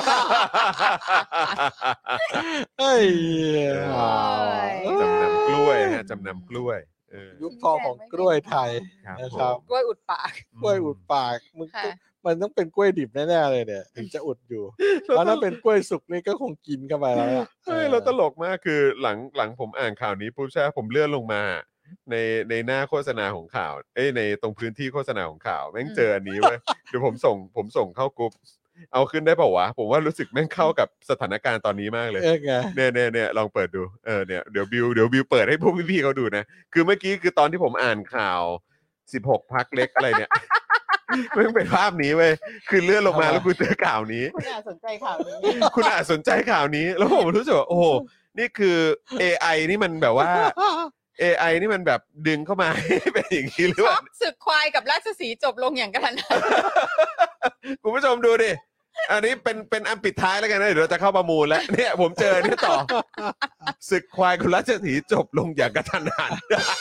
จำนำกล้วยฮะจำนำกล้วยยุคทองของกล้วยไทยนะครับกล้วยอุดปากมึงมันต้องเป็นกล้วยดิบแน่ๆเลยเนี่ยถึงจะอุดอยู่เพราะถ้าเป็นกล้วยสุกนี่ก็คงกินเข้าไปแล้วเราตลกมากคือหลังผมอ่านข่าวนี้ปุ๊บใช่ผมเลื่อนลงมาในหน้าโฆษณาของข่าวในตรงพื้นที่โฆษณาของข่าวแม่งเจออันนี้เว้ยเดี๋ยวผมส่งเข้ากรุ๊ปเอาขึ้นได้เปล่าวะผมว่ารู้สึกแม่งเข้ากับสถานการณ์ตอนนี้มากเลยเนี่ยลองเปิดดูเนี่ยเดี๋ยวบิวเปิดให้พวกพี่ๆเขาดูนะคือเมื่อกี้คือตอนที่ผมอ่านข่าว16พรรคเล็กอะไรเนี่ยไม่เป็นภาพนี้เว้ยคือเลื่อนลงมาแล้วกูเจอข่าวนี้คุณอาจสนใจข่าวนี้คุณอาจสนใจข่าวนี้แล้วผมรู้สึกว่าโอ้โหนี่คือ AI นี่มันแบบว่า AI นี่มันแบบดึงเข้ามาให้เป็นอย่างนี้หรือเปล่าศึกควายกับราชสีห์จบลงอย่างกระทันหันคุณผู้ชมดูดิอันนี้เป็นอันปิดท้ายแล้วกันนะเดี๋ยวเราจะเข้าประมูลแล้วเนี่ยผมเจอนี่ต่อศึกควายกับราชสีห์จบลงอย่างกระทันหัน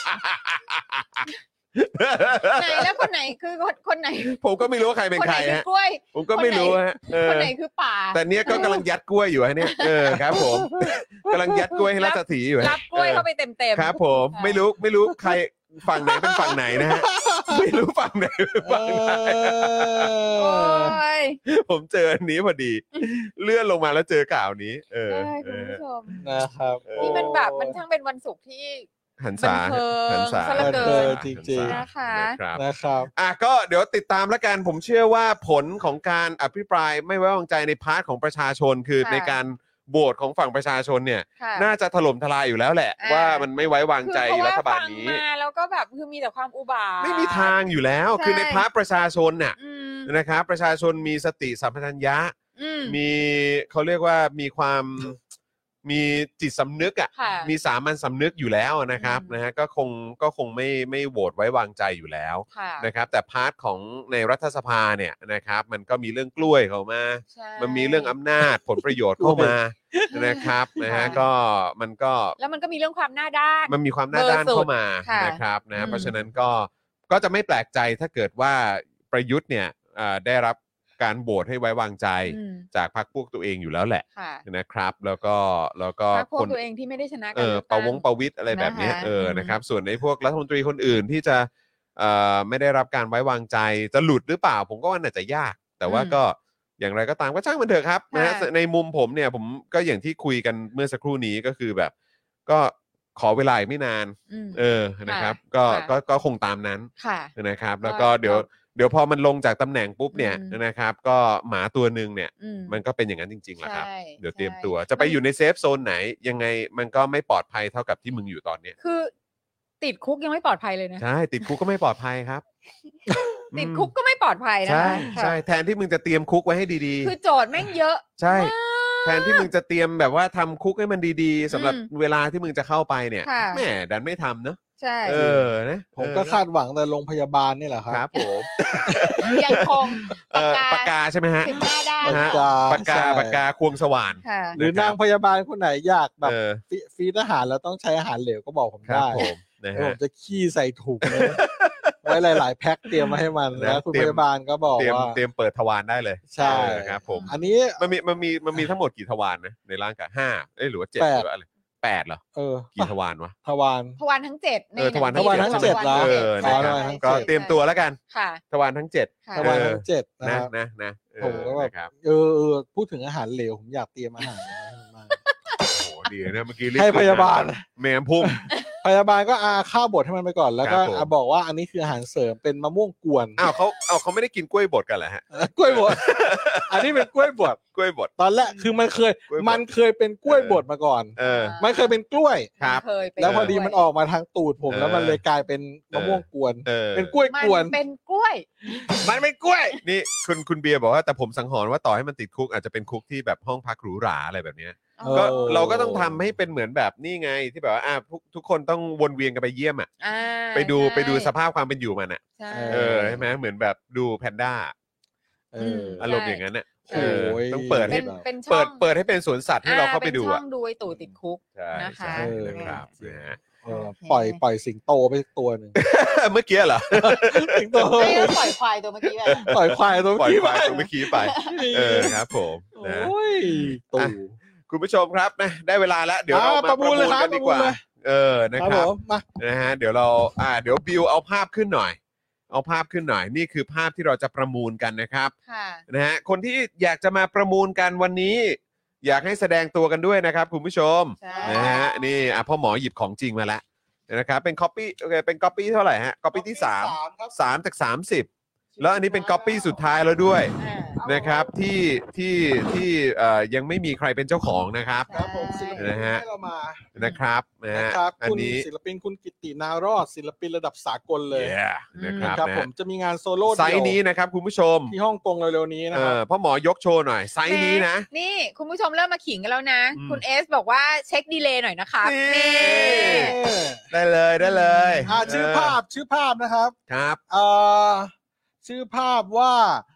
ไหนแล้วคนไหนคือคนไหนผมก็ไม่รู้ว่าใครเป็นคนใคไหนรคือฮะกล้วยผมก็ไม่รู้ฮะคนไหนคือป่าแต่เนี้ยก็กำลังยัดกล้วยอยู่ฮะเนี่ยครับผมกำลังยัดกล้วยให้ราชสีห์อยู่ฮะรับกล้วยเข้าไปเต็มครับผมไม่รู้ใครฝั่งไหนเป็นฝั่งไหนนะฮะไม่รู้ฝั่งไหนเป็นฝั่งไหนโอ้ยผมเจออันนี้พอดีเลื่อนลงมาแล้วเจอข่าวนี้คุณผู้ชมนะครับนี่มันแบบมันช่างเป็นวันศุกร์ที่หันษาบันเทิงซะเหลือเกินจริงๆนะคะนะครับนะครับก็เดี๋ยวติดตามแล้วกันผมเชื่อว่าผลของการอภิปรายไม่ไว้วางใจในพาร์ทของประชาชนคือในการโหวตของฝั่งประชาชนเนี่ยน่าจะถล่มทลายอยู่แล้วแหละว่ามันไม่ไว้วางใจรัฐบาลนี้มาแล้วก็แบบคือมีแต่ความอุบาทไม่มีทางอยู่แล้วคือในพาร์ทประชาชนน่ะ นะครับประชาชนมีสติสัมปชัญญะมีเขาเรียกว่ามีความมีจิตสำนึกอ่ะมีสามัญสำนึกอยู่แล้วนะครับนะฮะก็คงไม่โหวตไว้วางใจอยู่แล้วนะครับแต่พาร์ทของในรัฐสภาเนี่ยนะครับมันก็มีเรื่องกล้วยเข้ามามันมีเรื่องอำนาจผลประโยชน์เข้ามานะครับนะฮะก็มันก็แล้วมันก็มีเรื่องความหน้าด้านมันมีความหน้าด้านเข้ามานะครับนะเพราะฉะนั้นก็จะไม่แปลกใจถ้าเกิดว่าประยุทธ์เนี่ยได้รับการโหวตให้ไว้วางใจจากพรรคพวกตัวเองอยู่แล้วแหละนะครับแล้วก็พรรคพวกตัวเองที่ไม่ได้ชนะกันประวิตรอะไรแบบนี้นะครับส่วนในพวกรัฐมนตรีคนอื่นที่จะไม่ได้รับการไว้วางใจจะหลุดหรือเปล่าผมก็ว่าน่าจะยากแต่ว่าก็อย่างไรก็ตามก็ช่างมันเถอะครับนะฮะในมุมผมเนี่ยผมก็อย่างที่คุยกันเมื่อสักครู่นี้ก็คือแบบก็ขอเวลาไม่นานนะครับก็คงตามนั้นนะครับแล้วก็เดี๋ยวพอมันลงจากตำแหน่งปุ๊บเนี่ยนะครับก็หมาตัวหนึ่งเนี่ยมันก็เป็นอย่างนั้นจริงๆแหละครับเดี๋ยวเตรียมตัวจะไปอยู่ในเซฟโซนไหนยังไงมันก็ไม่ปลอดภัยเท่ากับที่มึงอยู่ตอนเนี้ยคือติดคุกยังไม่ปลอดภัยเลยนะใช่ติดคุกก็ไม่ปลอดภัยครับติดคุกก็ไม่ปลอดภัยนะใช่แทนที่มึงจะเตรียมคุกไว้ให้ดีๆคือโจทย์แม่งเยอะใช่แทนที่มึงจะเตรียมแบบว่าทำคุกให้มันดีๆสำหรับเวลาที่มึงจะเข้าไปเนี่ยแม่ดันไม่ทำเนอะใช่นะผมก็คาดหวังแต่โรงพยาบาลนี่แหละครับครับผมยังคงปากกาใช่ไหมฮะปากกาควงสว่านหรือนางพยาบาลคนไหนอยากแบบฟีดอาหารแล้วต้องใช้อาหารเหลวก็บอกผมได้ผมจะขี้ใส่ถุงไว้หลายๆแพ็คเตรียมมาให้มันแล้วคุณพยาบาลก็บอกว่าเตรียมเปิดทวารได้เลยใช่ครับผมอันนี้มันมีทั้งหมดกี่ทวารนะในร่างกาย5หรือว่า7หรืออะไร8เหรอกี่ทวารวะทวารทั้ง7ในทวารทั้ง 7แล้วก็เตรียมตัวแล้วกันค่ะทวารทั้ง7 ทวารทั้ง7 นะผมก็แบบพูดถึงอาหารเหลวผมอยากเตรียมอาหารมากโอ้โหดีนะเมื่อกี้ให้พยาบาลแมมพุ่มพยาบาลก็ข้าวบดให้มันไปก่อนแล้วก็บอกว่าอันนี้คืออาหารเสริมเป็นมะม่วงกวนเขาไม่ได้กินกล้วยบดกันเหรอฮะกล้วยบดอันนี้เป็นกล้วยบดตอนแรกคือมันเคยเป็นกล้วยบดมาก่อนมันเคยเป็นกล้วยครับแล้วพอดีมันออกมาทางตูดผมแล้วมันเลยกลายเป็นมะม่วงกวนเป็นกล้วยกวนมันเป็นกล้วยนี่คุณเบียร์บอกว่าแต่ผมสังหรณ์ว่าต่อให้มันติดคุกอาจจะเป็นคุกที่แบบห้องพักหรูหราอะไรแบบนี้ก็เราก็ต้องทำให้เป็นเหมือนแบบนี่ไงที่แบบว่าทุกคนต้องวนเวียนกันไปเยี่ยมไปดูสภาพความเป็นอยู่มันใช่ไหมเหมือนแบบดูแพนด้าอารมณ์อย่างนั้นต้องเปิดให้เป็นสวนสัตว์ให้เราเข้าไปดูช่องดูไอ้ตู่ติดคุกนะคะครับปล่อยสิงโตไปตัวหนึ่งเมื่อกี้เหรอสิงโตไม่ปล่อยควายตัวเมื่อกี้ไปปล่อยควายตัวเมื่อกี้ไปครับผมตู่คุณผู้ชมครับนะได้เวลาแล้วเดี๋ยวเรามาประมูลกันดีกว่านะครับนะฮะเดี๋ยวเราบิวเอาภาพขึ้นหน่อยนี่คือภาพที่เราจะประมูลกันนะครับนะฮะคนที่อยากจะมาประมูลกันวันนี้อยากให้แสดงตัวกันด้วยนะครับคุณผู้ชมนะฮะนี่พ่อหมอหยิบของจริงมาแล้วนะครับเป็น copy โอเคเป็น copy เท่าไหร่ฮะ copy ที่3จาก30 แล้วอันนี้เป็นก๊อปปี้สุดท้ายแล้วด้วยนะครับที่ยังไม่มีใครเป็นเจ้าของนะครับครับผมศิลปินให้เรามานะครับอันนี้ศิลปินคุณกิตตินารอดศิลปินระดับสากลเลยนะครับผมจะมีงานโซโล่ไซส์นี้นะครับคุณผู้ชมที่ฮ่องกงเร็วๆนี้นะครับพ่อหมอยกโชว์หน่อยไซส์นี้นะนี่คุณผู้ชมเริ่มมาขิงกันแล้วนะคุณเอสบอกว่าเช็คดีเลย์หน่อยนะคะนี่ได้เลยชื่อภาพนะครับครับชื่อภาพว่า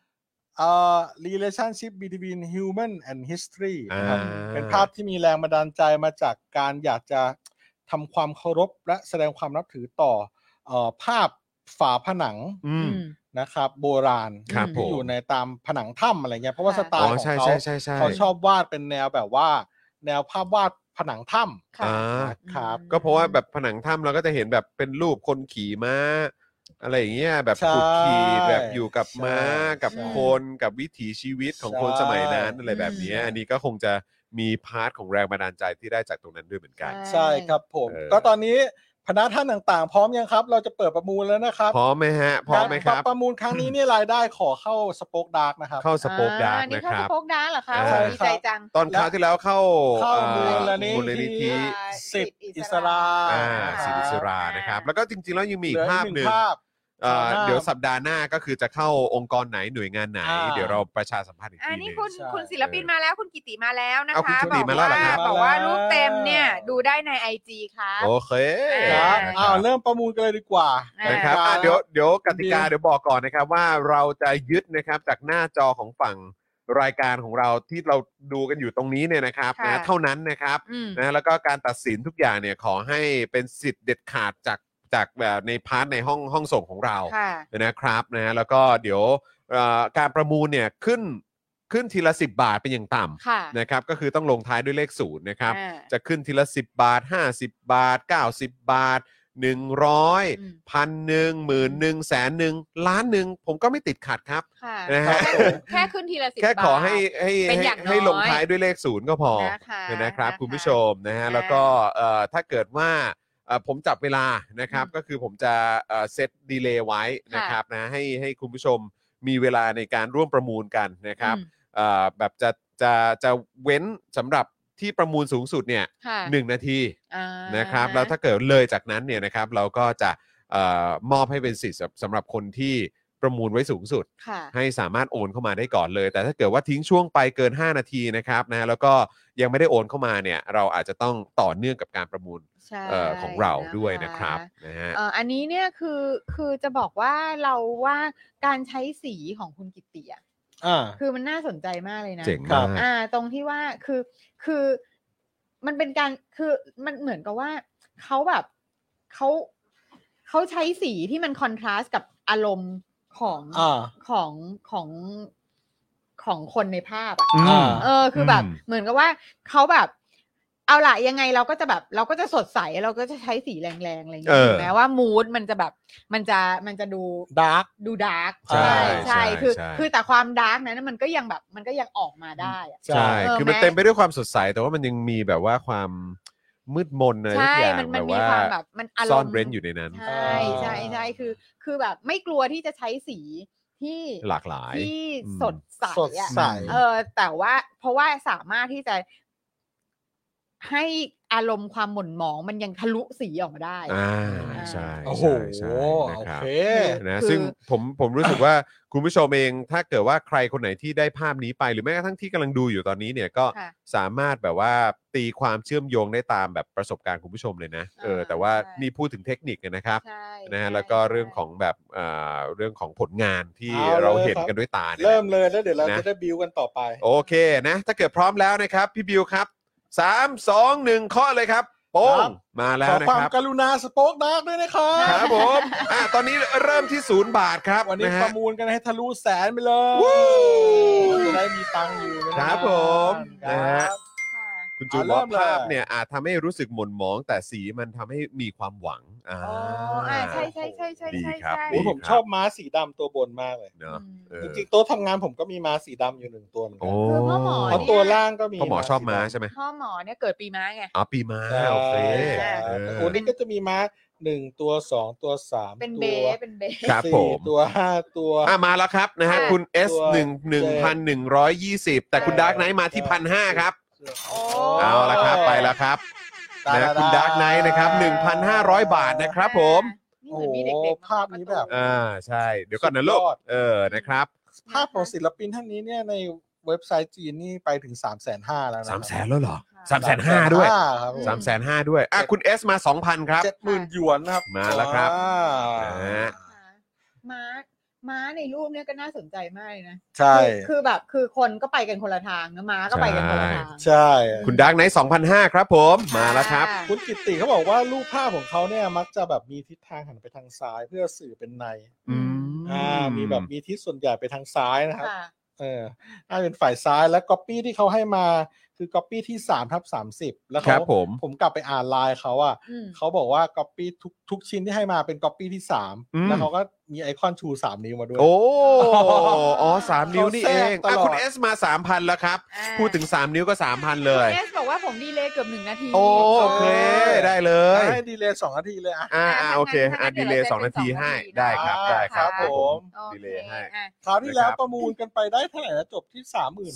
relationship between human and history นะครับเป็นภาพที่มีแรงบันดาลใจมาจากการอยากจะทำความเคารพและแสดงความนับถือต่อภาพฝาผนังนะครับโบราณที่อยู่ในตามผนังถ้ำอะไรเงี้ยเพราะว่าสไตล์ของเขาชอบวาดเป็นแนวแบบว่าแนวภาพวาดผนังถ้ำครับก็เพราะว่าแบบผนังถ้ำเราก็จะเห็นแบบเป็นรูปคนขี่ม้าอะไรอย่างเงี้ยแบบถูกขี่แบบอยู่กับม้ากับคนกับวิถีชีวิตของคนสมัยนั้นอะไรแบบนี้อันนี้ก็คงจะมีพาร์ทของแรงบันดาลใจที่ได้จากตรงนั้นด้วยเหมือนกันใช่ครับผมก็ตอนนี้พนักท่านต่างๆพร้อมยังครับเราจะเปิดประมูลแล้วนะครับพร้อมไหมฮะพร้อมไหมครับประมูลครั้งนี้นี่รายได้ขอเข้าสป็อคดาร์กนะครับเข้าสป็อคดาร์กนะครับเข้าสป็อคดาร์กเหรอคะดีใจจังตอนคราวที่แล้วเข้ามูลนิธิสิทธิอิสราสิทธิอิสรานะครับแล้วก็จริงๆแล้วยังมีอีกภาพหนึ่งเดี๋ยวสัปดาห์หน้าก็คือจะเข้าองค์กรไหนหน่วยงานไหนเดี๋ยวเราประชาสัมพันธ์อีกทีนึงนี่คุณศิลปินมาแล้วคุณกิติมาแล้วนะคะคุณกิติมาแล้วเหรอครับบอกว่ารูปเต็มเนี่ยดูได้ใน IG ครับโอเคครับเริ่มประมูลกันเลยดีกว่านะครับเดี๋ยวกติกาเดี๋ยวบอกก่อนนะครับว่าเราจะยึดนะครับจากหน้าจอของฝั่งรายการของเราที่เราดูกันอยู่ตรงนี้เนี่ยนะครับนะเท่านั้นนะครับนะแล้วก็การตัดสินทุกอย่างเนี่ยขอให้เป็นสิทธิ์เด็ดขาดจากแบบในพาร์ทในห้องส่งของเรานะครับนะแล้วก็เดี๋ยวการประมูลเนี่ยขึ้นทีละ10 บาทเป็นอย่างต่ำนะครับก็คือต้องลงท้ายด้วยเลข0นะครับจะขึ้นทีละ10 บาท50 บาท90 บาท100 1,000 10,000 100,000 ล้านหนึ่งผมก็ไม่ติดขัดครับนะฮะแค่ขึ้นทีละ10 บาทแค่ขอให้ลงท้ายด้วยเลข0ก็พอนะครับคุณผู้ชมนะฮะแล้วก็ถ้าเกิดว่าผมจับเวลานะครับก็คือผมจะเซตดีเลย์ไว้นะครับนะให้คุณผู้ชมมีเวลาในการร่วมประมูลกันนะครับแบบจะเว้นสำหรับที่ประมูลสูงสุดเนี่ย1 นาทีนะครับแล้วถ้าเกิดเลยจากนั้นเนี่ยนะครับเราก็จะมอบให้เป็นสิทธิ์สำหรับคนที่ประมูลไว้สูงสุดให้สามารถโอนเข้ามาได้ก่อนเลยแต่ถ้าเกิดว่าทิ้งช่วงไปเกิน5 นาทีนะครับนะแล้วก็ยังไม่ได้โอนเข้ามาเนี่ยเราอาจจะต้องต่อเนื่องกับการประมูลของเราด้วยนะครับนะฮะอันนี้เนี่ยคือจะบอกว่าเราว่าการใช้สีของคุณกิตติคือมันน่าสนใจมากเลยนะเจ๋งมากตรงที่ว่าคือมันเป็นการคือมันเหมือนกับว่าเขาแบบเขาใช้สีที่มันคอนทราสต์กับอารมณ์ของคนในภาพคือแบบเหมือนกับว่าเขาแบบเอาล่ะยังไงเราก็จะสดใสเราก็จะใช้สีแรงๆอะไรอย่างเงี้ยแม้ว่ามูดมันจะแบบมันจะดูดาร์กใช่คือแต่ความดาร์กนั้นมันก็ยังออกมาได้ใช่คือมันเต็มไปด้วยความสดใสแต่ว่ามันยังมีแบบว่าความมืดมนอะไรทุกอย่างมันมีความแบบมันอารมณ์ซ่อนเร้นอยู่ในนั้นใช่คือแบบไม่กลัวที่จะใช้สีที่หลากหลายที่สดใสแต่ว่าเพราะว่าสามารถที่จะให้อารมณ์ความหม่นหมองมันยังทะลุสีออกมาได้ใช่โอ้โหนะครับนะซึ่งผมรู้สึกว่าคุณผู้ชมเองถ้าเกิดว่าใครคนไหนที่ได้ภาพนี้ไปหรือแม้กระทั่งที่กำลังดูอยู่ตอนนี้เนี่ยก็สามารถแบบว่าตีความเชื่อมโยงได้ตามแบบประสบการณ์คุณผู้ชมเลยนะแต่ว่านี่พูดถึงเทคนิคนะครับนะฮะแล้วก็เรื่องของแบบเรื่องของผลงานที่เราเห็นกันด้วยตาเริ่มเลยแล้วเดี๋ยวเราจะได้บิวกันต่อไปโอเคนะถ้าเกิดพร้อมแล้วนะครับพี่บิวครับ3 2 1เคาะเลยครับโป้งมาแล้วนะครับขอความกรุณาสป็อคดาร์กด้วยนะครับครับผมตอนนี้เริ่มที่0 บาทครับวันนี้ประมูลกันให้ทะลุแสนไปเลยจะได้มีตังค์อยู่ครับผมนะฮะคุณจูนบอกภาพเนี่ยอาจทำให้รู้สึกหม่นหมองแต่สีมันทำให้มีความหวังใช่ดีครับผมชอบม้าสีดำตัวบนมากเลยเนาะจริงๆโต๊ะทำงานผมก็มีม้าสีดำอยู่1 ตัวเหมือนกันคือพ่อหมอเพราะตัวล่างก็มีพ่อหมอชอบม้าใช่ไหมพ่อหมอเนี่ยเกิดปีม้าไงปีม้าโอเคตัวนี้ก็จะมีม้า 1ตัว2ตัว3 เป็นตัเบวเป็นเบครับผม 4ตัว5ตัวมาแล้วครับนะฮะคุณ S 1,120แต่คุณดาร์กไนท์มาที่ 1,500 ครับโอ้เอาละครับไปแล้วครับนะคุณดาร์กไนท์นะครับ 1,500 บาทนะครับผมนี่เหมือนมีเด็กๆภาพนี้แบบใช่เดี๋ยวก่อนนะลูกสุดยอดนะครับภาพของศิลปินท่านนี้เนี่ยในเว็บไซต์จีนนี่ไปถึง 350,000 แล้วนะ 300,000แล้วเหรอ 350,000 ด้วยครับผม 350,000 ด้วยคุณ S มา 2,000 ครับ 70,000 หยวนนะครับมาแล้วครับม้าในรูปเนี่ยก็น่าสนใจมากเลยนะใช่คือแบบคือคนก็ไปกันคนละทางนะม้าก็ไปกันคนละทางใช่คุณดาร์กไนท์ 2,500 ครับผมมาแล้วครับคุณกิตติเขาบอกว่ารูปภาพของเขาเนี่ยมักจะแบบมีทิศทางหันไปทางซ้ายเพื่อสื่อเป็นในมีแบบมีทิศส่วนใหญ่ไปทางซ้ายนะครับน่าเป็นฝ่ายซ้ายและก๊อปปี้ที่เขาให้มาคือก๊อปปี้ที่3/30แล้วเขาผมกลับไปอ่านไลน์เขาเขาบอกว่าก๊อปปี้ทุกชิ้นที่ให้มาเป็นก๊อปปี้ที่3แล้วเขาก็มีไอคอนชู3 นิ้วมาด้วย 3 นิ้วนี่เองคุณ S มา 3,000 แล้วครับพูดถึง3 นิ้วก็ 3,000 เลยคุณ S บอกว่าผมดีเลย์เกือบ1 นาทีโอเคได้เลยให้ดีเลย์2 นาทีเลยโอเคดีเลย์2 นาทีให้ได้ครับได้ครับผมดีเลย์ให้คราวที่แล้วประมูลกันไปได้เท่าไหร่นะจบที่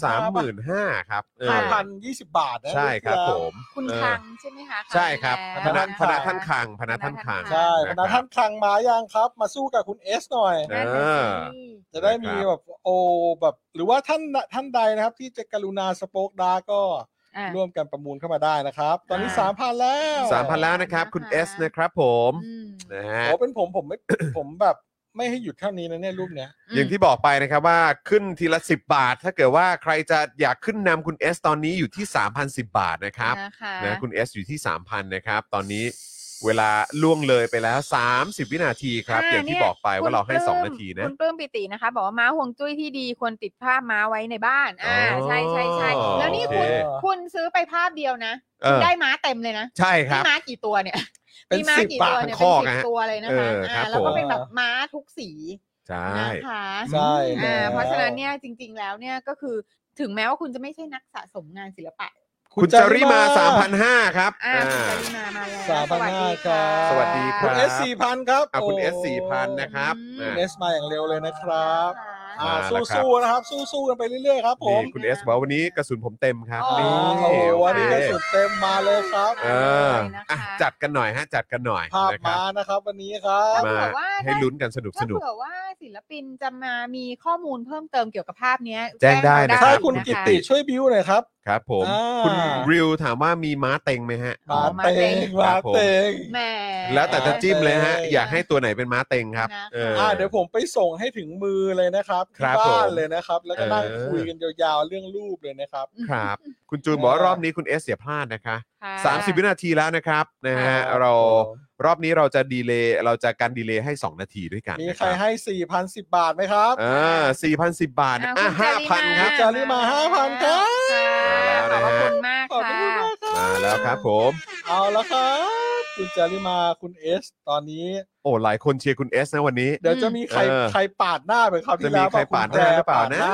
35,000 ครับ 5,020 บาทนะใช่ครับผมคุณคังใช่ไหมคะใช่ครับพนักท่านคังใช่พนักท่านคังมายังครับมาสู้กับคุณเอสหน่อยจะได้มีแบบแบบหรือว่าท่านใดนะครับที่จะกรุณาสป็อคดาก็ร่วมกันประมูลเข้ามาได้นะครับตอนนี้ 3,000 แล้วนะครับคุณ S นะครับผมนะฮะเป็นผมไม่ผมแบบไม่ให้หยุดเท่านี้นะเนี่ยรูปเนี้ยอย่างที่บอกไปนะครับว่าขึ้นทีละ10 บาทถ้าเกิดว่าใครจะอยากขึ้นนำคุณ S ตอนนี้อยู่ที่ 3,010 บาทนะครับนะคุณ S อยู่ที่ 3,000 นะครับตอนนี้เวลาล่วงเลยไปแล้ว30 วินาทีครับอย่างที่บอกไปว่าเราให้2 นาทีนะคุณปลื้มปิตินะคะบอกว่าม้าห่วงจุ้ยที่ดีควรติดภาพม้าไว้ในบ้านใช่แล้วนี่คุณซื้อไปภาพเดียวนะได้ม้าเต็มเลยนะใช่ครับม้ากี่ตัวเนี่ยเป็น10 ตัวเนี่ยเป็น10 ตัวเลยนะคะแล้วก็เป็นแบบม้าทุกสีใช่นะคะใช่เพราะฉะนั้นเนี่ยจริงๆแล้วเนี่ยก็คือถึงแม้ว่าคุณจะไม่ใช่นักสะสมงานศิลปะคุณจาริมา 3,500 ครับคุณจาริมามาแล้ว 3,500 ครับสวัสดีครับคุณ S 4,000 ครับคุณ S 4,000 นะครับคุณ S มาอย่างเร็วเลยนะครับสู้ๆนะครับสู้ๆกันไปเรื่อยๆครับผมคุณ S บอกวันนี้กระสุนผมเต็มครับนี่วันนี้กระสุนเต็มมาเลยครับจัดกันหน่อยจัดกันหน่อยภาพมานะครับวันนี้ครับมาให้ลุ้นกันสนุกถ้าเผื่อว่าศิลปินจะมามีข้อมูลเพิ่มเติมเกี่ยวกับภาพนี้แจ้งได้นะถ้าคุณกิตติช่วยบิ้วหน่อยครับครับผมคุณริวถามว่ามีม้าเต็งไหมฮะม้าเต็งแหมแล้วแต่จะจิ้มเลยฮะอยากให้ตัวไหนเป็นม้าเต็งครับเดี๋ยวผมไปส่งให้ถึงมือเลยนะครับที่บ้านเลยนะครับแล้วก็นั่งคุยกันยาวๆเรื่องรูปเลยนะครับครับคุณจูนบอกว่ารอบนี้คุณเอสอย่าพลาดนะคะ30 วินาทีแล้วนะครับนะฮะรอบนี้เราจะดีเลย์เราจะการดีเลย์ให้2 นาทีด้วยกันมีใครให้ 4,010 บาทไหมครับ 4,010 บาท5,000 ครับจาริมา 5,000 ครับขอบคุณมากค่ะมาแล้วครับผมเอาแล้วครับคุณจาริมาคุณเอสตอนนี้หลายคนเชียร์คุณเอสนะวันนี้เดี๋ยวจะมีใครปาดหน้าไปครับจะมีใครปาดหน้าหรือเปล่านะ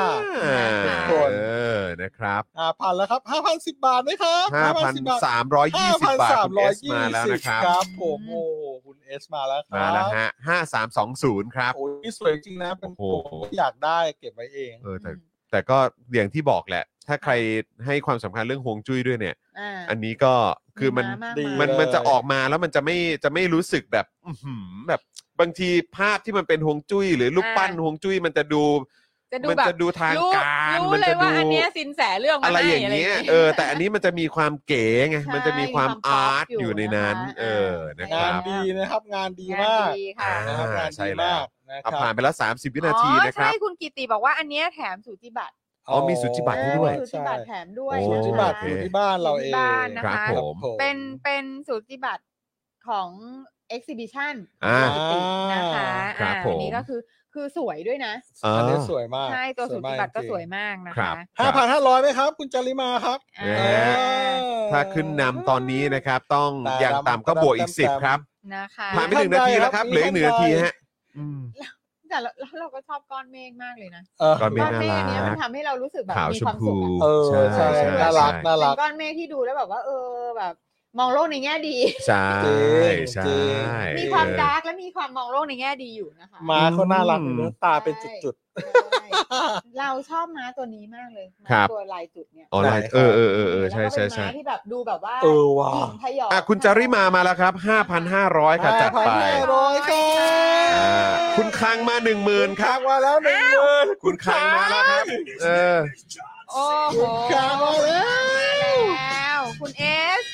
นะครับผ่านแล้วครับ 5,010 บาทไหมครับ 5,320 บาทคุณเอสมาแล้วนะครับผมคุณเอสมาแล้วครับมาแล้วฮะ5320ครับนี่สวยจริงนะเป็นผมอยากได้เก็บไว้เองแต่ก็อย่างที่บอกแหละถ้าใครให้ความสำคัญเรื่องฮวงจุ้ยด้วยเนี่ยอันนี้ก็คือมันจะออกมาแล้วมันจะไม่รู้สึกแบบแบบบางทีภาพที่มันเป็นฮวงจุ้ยหรือรูปปั้นฮวงจุ้ยมันจะดูทางการมันจะดูอันนี้สินแสเรื่องอะไรอย่างเงี้ยแต่อันนี้มันจะมีความเก๋ไงมันจะมีความอาร์ตอยู่ในนั้นนะครับงานดีนะครับงานดีมากนะครับงานดีมากเอาผ่านไปแล้ว30 วินาทีนะครับใช่คุณกิติบอกว่าอันนี้แถมสูติบัตรมีสูติบัตรให้ด้วยสูติบัตรแถมด้วยสูติบัตรอยู่ที่บ้านเราเองนะคะเป็นสูติบัตรของ exhibition นะคะอันนี้ก็คือสวยด้วยนะอันนี้สวยมากใช่ตัวสูติบัตรก็สวยมากนะคะ 5,500 ไหมครับคุณจาริมาครับถ้าขึ้นนำตอนนี้นะครับต้องอย่างต่ำก็บวกอีก10ครับนะคะผ่านไป1 นาทีแล้วครับเหลืออีก1 นาทีฮะแต่เราก็ชอบก้อนเมฆมากเลยนะก้อนเมฆนี้มันทำให้เรารู้สึกแบบมีความสุขใช่น่ารักก้อนเมฆที่ดูแล้วแบบว่าแบบมองโลกในแง่ดีใช่ใช่มีความดาร์กและมีความมองโลกในแง่ดีอยู่นะคะม้าเขาน่ารักเนื้อตาเป็นจุดๆเราชอบม้าตัวนี้มากเลยตัวลายจุดเนี่ยลายใช่ใช่ใช่ที่แบบดูแบบว่าว่ะคุณจาริมาแล้วครับ 5,500 ค่ะจัดไป 5,500ครับคุณคังมา 10,000 ครับมาแล้ว 10,000 คุณคังมาแล้วครับโอ้โหคังมาแล้วคุณเอส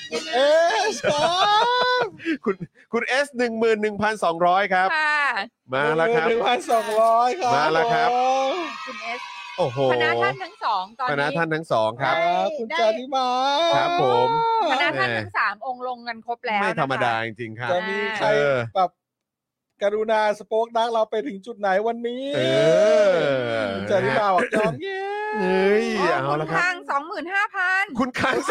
คุณเอส 11,200 ครับมาแล้วครับ 1,200 ครับมาแล้วครับคุณเอสโอ้โหคณะท่านทั้งสองตอนนี้คณะท่านทั้งสองครับคุณจาริมาครับผมคณะท่านทั้ง3องค์ลงกันครบแล้วไม่ธรรมดาจริงๆครับจะมีใครแบบกรุณาสโป๊กดักเราไปถึงจุดไหนวันนี้จาริมาบอกจองเย้เอาละครับคุณคัง 25,000 คุณคัง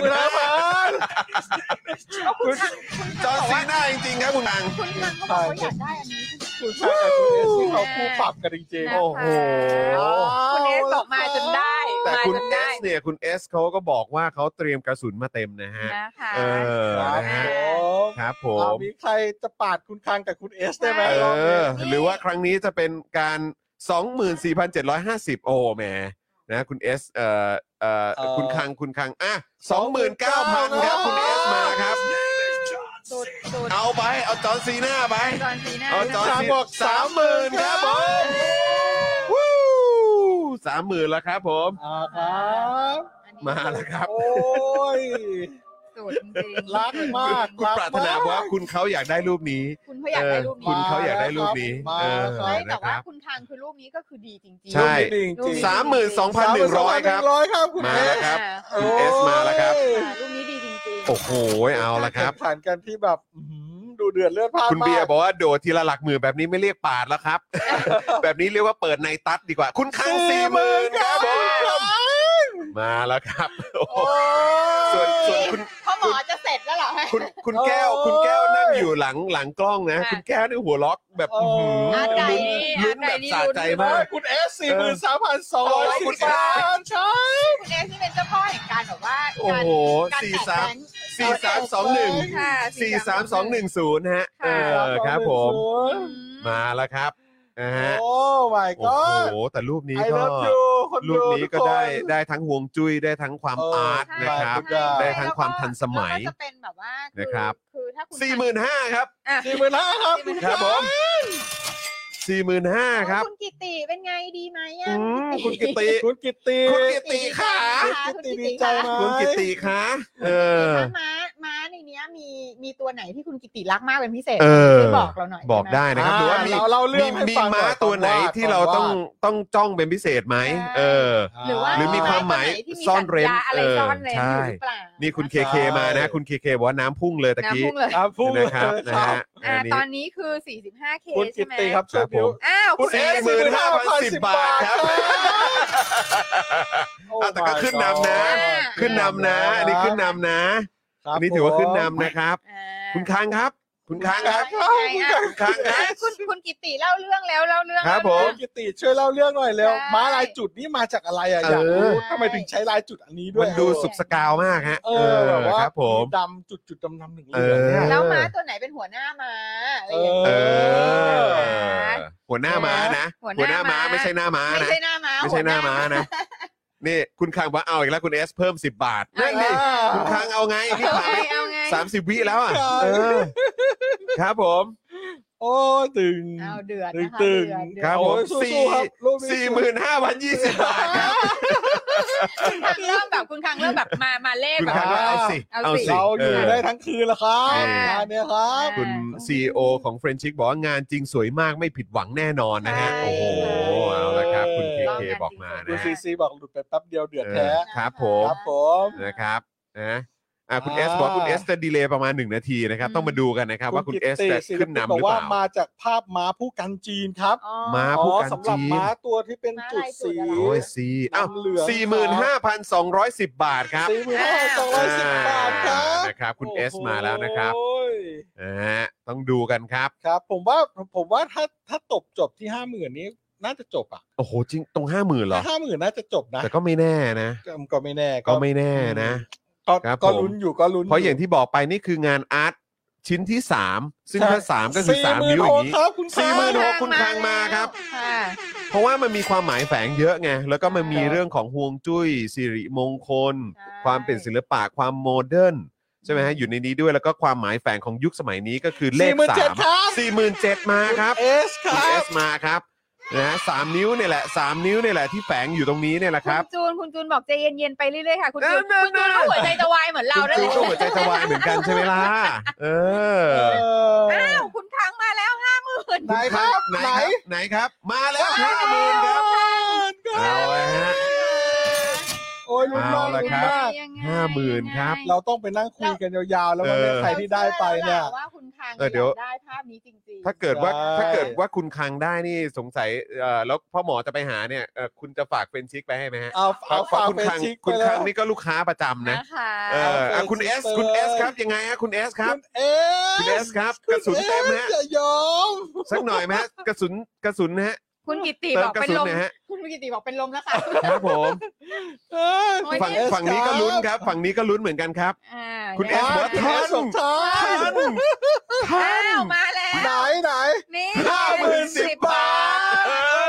25,000คุณจอซีน่าจริงๆครับคุณคังเขาบอกว่าอยากได้อันนี้คุณคังกับคุณเอสที่เขาคู่ปรับกันจริงๆโอ้โหคุณเอสบอกมาจนได้แต่คุณเอสเนี่ยคุณเอสเขาก็บอกว่าเขาเตรียมกระสุนมาเต็มนะฮะครับผมมีใครจะปาดคุณคังกับคุณเอสได้ไหมหรือว่าครั้งนี้จะเป็นการ 24,750 โอ้แหมนะคุณเอสคุณคังอ่ะ 29,000 ครับคุณเอสมาครับเอาไปเอาจอห์นซีน่าไปเอาจอห์นซีบอก 30,000 ครับผม30,000 แล้วครับผมครับมาแล้วครับโอ้ยรักมากคุณปรารถนาว่าคุณเขาอยากได้รูปนี้คุณเขาอยากได้รูปนี้คุณเขาอยากได้รูปนี้แต่ว่าคุณคังคือรูปนี้ก็คือดีจริงๆใช่ 32,100 ครับมาแล้วครับคุณเอสมาแล้วครับรูปนี้ดีจริงๆโอ้โหเอาละครับผ่านกันที่แบบดูเดือดเลือดพล่านคุณเบียร์บอกว่าโดดทีละหลักหมื่นแบบนี้ไม่เรียกปาดแล้วครับแบบนี้เรียกว่าเปิดในตัดดีกว่าคุณคัง 40,000 ครับมาแล้วครับส่วนคุณพ่อหมอจะเสร็จแล้วเหรอคุณแก้วนั่งอยู่หลังกล้องนะคุณแก้วนี่หัวล็อกแบบลุ้นแบบสะใจมากคุณเอส 43,210 บาทใช่คุณเอสนี่เป็นเจ้าพ่อแห่งการแบบว่าโอ้โห4321 ฮะครับผมมาแล้วครับโอ้ my god โอ้โหแต่รูปนี้ก็ได้ทั้งฮวงจุ้ยได้ทั้งความอาร์ตนะครับได้ทั้งความทันสมัยจะเป็นแบบว่านะครับคือถ้าคุณ 45,000 ครับ 45,000 ครับครับผม 45,000 ครับคุณกิติเป็นไงดีไหมคุณกิติค่ะดีใจไหมคุณกิติค่ะม้าในนี้มีตัวไหนที่คุณกิติรักมากเป็นพิเศษบอกเราหน่อยบอกได้นะครับหรือว่ามีม้าตัวไหนที่เราต้องจ้องเป็นพิเศษไหมหรือมีความหมายซ่อนเร้นใช่นี่คุณเคมานะคุณเคบอกว่าน้ำพุ่งเลยตะกี้นะครับนะฮะตอนนี้คือ 45K ใช่ไหมครับผมคุณ 45,010 บาทครับแต่ก็ขึ้นนำนะอันนี้ขึ้นนำนะอันนี้ถือว่าขึ้นนำนะครับคุณค้างครับคุณค้างครับคุณกิติเล่าเรื่องครับผมกิติช่วยเล่าเรื่องหน่อยเร็วม้าลายจุดนี้มาจากอะไรอยากรู้ทำไมถึงใช้ลายจุดอันนี้ด้วยมันดูสุกสกาวมากฮะครับผมดำจุดดำๆหนึ่งเหลืองเนี่ยแล้วม้าตัวไหนเป็นหัวหน้าม้าหัวหน้าม้านะหัวหน้าม้าไม่ใช่หน้าม้านะไม่ใช่หน้าม้านะนี่คุณคังว่าเอาอีกแล้วคุณเอสเพิ่ม10 บาทนั่นนี่คุณคังเอาไงพี่ผ่านไป30 วิแล้วอ่ะครับผมโอ้ตึงเอาเดือดตึงครับผม45,020 บาทครับคุณคังเริ่มแบบมาเลขแบบเอาสิเราอยู่ได้ทั้งคืนแล้วครับเนี่ยครับคุณ CEO ของเฟรนชิกบอกว่างานจริงสวยมากไม่ผิดหวังแน่นอนนะฮะโอ้โหเอาละครับคุณเคบอกมานะคุณซีบอกหลุดไปแป๊บเดียวเดือดแท้ครับผมนะครับคุณเอสบอกคุณเอสจะดีเลย์ประมาณ1 นาทีนะครับต้องมาดูกันนะครับว่าคุณเอสจะขึ้นนำหรือเปล่ามาจากภาพม้าผู้กันจีนครับม้าผู้กันจีนสำหรับม้าตัวที่เป็นจุดสีโอ้ย45,210 บาทครับ 45,210 บาทครับนะครับคุณเอสมาแล้วนะครับต้องดูกันครับครับผมว่าถ้าจบที่ 50,000 นี้น่าจะจบโอ้โหจริงตรง 50,000 เหรอ 50,000 น่าจะจบนะแต่ก็ไม่แน่นะก็ไม่แน่นะกก็ลุ้นอยู่ก็ลุ้นเพราะอย่างที่บอกไปนี่คืองานอาร์ตชิ้นที่3ซึ่งถ้า3ก็คือ3นิ้วอย่างนี้46,000คุณคังมาครับเพราะว่ามันมีความหมายแฝงเยอะไงแล้วก็มันมีเรื่องของฮวงจุ้ยสิริมงคลความเป็นศิลปะความโมเดิร์นใช่ไหมฮะอยู่ในนี้ด้วยแล้วก็ความหมายแฝงของยุคสมัยนี้ก็คือเลข47,000มาครับ S มาครับนะ3นิ้วเนี่ยแหละ3นิ้วเนี่ยแหละที่แฝงอยู่ตรงนี้เนี่ยแหละครับคุณจูนบอกใจเย็นๆไปเรื่อยๆค่ะคุณจูนก็หัวใจจะวายเหมือนเราได้เลยก็หัวใจจะวายเหมือนกันใช่ไหมล่ะอ้าวคุณค้างมาแล้ว50,000 ไหนครับไหนครับมาแล้ว 50,000 ครับเอาเลยฮะโอ้ยลุ้นมากลุ้นมาก50,000 ครับเราต้องไปนั่งคุยกันยาวๆแล้วว่าใครที่ได้ไปเนี่ยว่าคุณคังได้ภาพนี้จริงๆถ้าเกิดว่าคุณคังได้นี่สงสัยแล้วพ่อหมอจะไปหาเนี่ยคุณจะฝากเฟรนชิกไปให้ไหมฮะเอาฝากเฟรนชิกคุณคังนี่ก็ลูกค้าประจำนะคุณเอสครับยังไงฮะคุณเอสครับคุณเอสครับกระสุนเต็มฮะอย่ายอมสักหน่อยไหมฮะกระสุนนะฮะคุณกิติบอกเป็นลมคุณกิติบอกเป็นลมแล้วค่ะครับผมฝั่งนี้ก็ลุ้นครับฝั่งนี้ก็ลุ้นเหมือนกันครับคุณเอสบอกทันมาแล้วไหนนี่ 50,010 บาท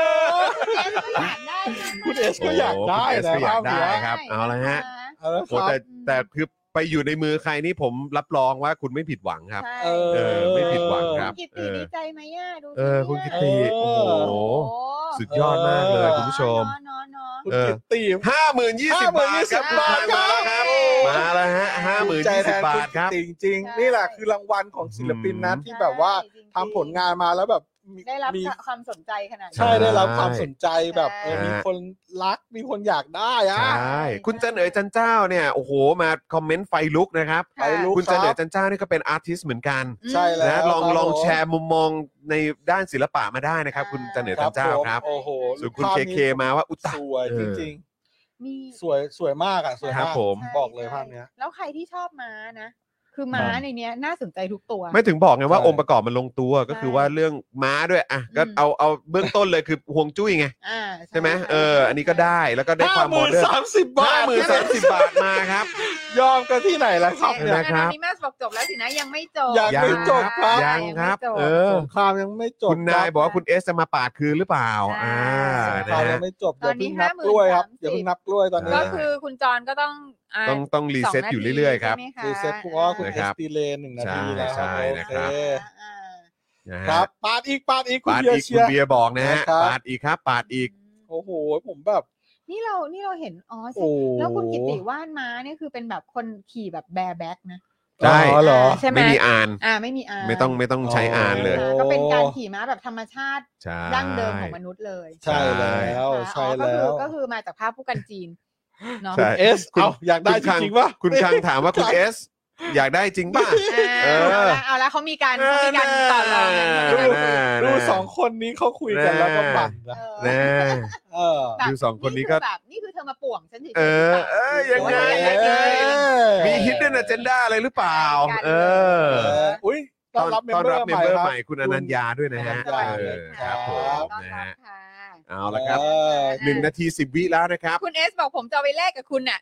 คุณเอสก็อยากได้นะครับเอาละฮะแต่คือไปอยู่ในมือใครนี่ผมรับรองว่าคุณไม่ผิดหวังครับไม่ผิดหวังครับคุณกิติดีใจไหมอ่ะดูคุณกิติโอ้โหสุดยอดมากเลยคุณผู้ชมคุณกิติ 50,020 บาทครับมาแล้วครับมาแล้วฮะ50,020 บาทครับจริงๆนี่แหละคือรางวัลของศิลปินนะที่แบบว่าทำผลงานมาแล้วแบบได้รับความสนใจขนาดนี้ใช่ได้รับความสนใจแบบมีคนรักมีคนอยากได้ใช่คุณจันเอ๋ยจันเจ้าเนี่ยโอ้โหมาคอมเมนต์ไฟลุกนะครับคุณจันเอ๋ยจันเจ้านี่ก็เป็นอาร์ติสต์เหมือนกันใช่แล้วนะลองแชร์มุมมองในด้านศิลปะมาได้นะครับคุณจันเอ๋ยจันเจ้าครับโอ้โหส่วนคุณเคมาว่าอุตสวยจริงๆมีสวยมากอ่ะสวยมากบอกเลยภาพนี้แล้วใครที่ชอบม้านะคือม้าในนี้น่าสนใจทุกตัวไม่ถึงบอกไงว่าองค์ประกอบมันลงตัวก็คือว่าเรื่องม้าด้วยอ่ะก็เอาเบื้องต้นเลยคือฮวงจุ้ยไงใช่ไหมอันนี้ก็ได้แล้วก็ได้ความโมเดิร์น 30 บาท 50,000 บาทมาครับยอมกันที่ไหนล่ะครับนะครับนี่แม่บอกจบแล้วสินะยังไม่จบยังไม่จบครับยังครับสงครามยังไม่จบคุณนายบอกว่าคุณเอสจะมาปาดคืนหรือเปล่าสงครามยังไม่จบอย่าเพิ่งนับกล้วยครับอย่าเพิ่งนับกล้วยตอนนี้ก็คือคุณจอนก็ต้องรีเซ็ตอยู่เรื่อยๆครับรีเซ็ตเพราะว่าคุณเอสตีเลน1 นาทีแล้วใช่นะครับครับปาดอีกคุณเบียร์บอกนะฮะปาดอีกครับปาดอีกโอ้โหผมแบบนี่เราเห็นแล้วคุณกิติว่านม้าเนี่ยคือเป็นแบบคนขี่แบบแบร์แบ็กนะใช่เหรอใช่ไหมไม่มีอ่านไม่มีอ่านไม่ต้องใช้อ่านเลยก็เป็นการขี่ม้าแบบธรรมชาติดั้งเดิมของมนุษย์เลยใช่แล้วก็คือมาจากภาพผู้กันจีนคุณเอสอยากได้จริงๆป่ะคุณคังถามว่าคุณเอสอยากได้จริงป่ะเอาแล้วเขามีการต่อรองดู2 คนนี้เขาคุยกันแล้วก็บั่นนะดู2 คนนี้ก็แบบนี่คือเธอมาป่วงฉันเฉยๆยังไงมี hidden agenda อะไรหรือเปล่าอุ้ยต้อนรับเมมเบอร์ใหม่คุณอนัญญาด้วยนะฮะครับผมนะฮะเอาละครับ1 นาที 10 วิแล้วนะครับคุณเอสบอกผมจะไปแลกกับคุณอ่ะ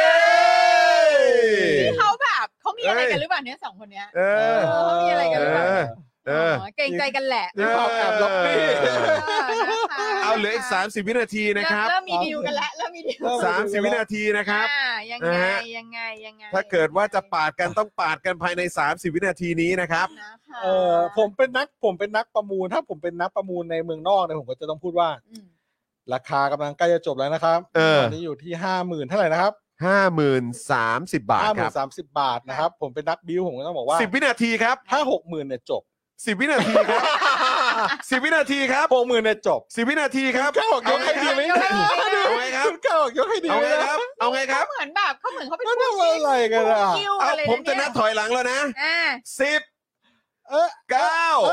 เขาแบบเขามีอะไรกันหรือเปล่าเนี่ย2 คนเนี้ยเขามีอะไรกันหรือเปล่าเกรงใจกันแหละนี่ความแอบล็อบบี้เอาเหลืออีก30 วินาทีนะครับเริ่มมีดิวกันแล้วเริ่มมีดิว 30 วินาทีนะครับยังไงถ้าเกิดว่าจะปาดกันต้องปาดกันภายใน30 วินาทีนี้นะครับผมเป็นนักประมูลถ้าผมเป็นนักประมูลในเมืองนอกเนี่ยผมก็จะต้องพูดว่าราคากำลังใกล้จะจบแล้วนะครับตอนนี้อยู่ที่ 50,000 เท่าไหร่นะครับ 50,030 บาทครับ 50,030 บาทนะครับผมเป็นนักบิ้วผมก็ต้องบอกว่า 10 วินาทีครับถ้า 60,000 เนี่ยจบ 10 วินาทีครับ10 วินาทีครับ 60,000 เนี่ยจบ 10 วินาทีครับก้าวยกให้ดีไหมเอาไงครับก้าวยกให้ดีเอาไงครับเอาไงครับเหมือนแบบเขาเป็นทำอะไรกันอ่ะผมจะนับถอยหลังแล้วนะ10 9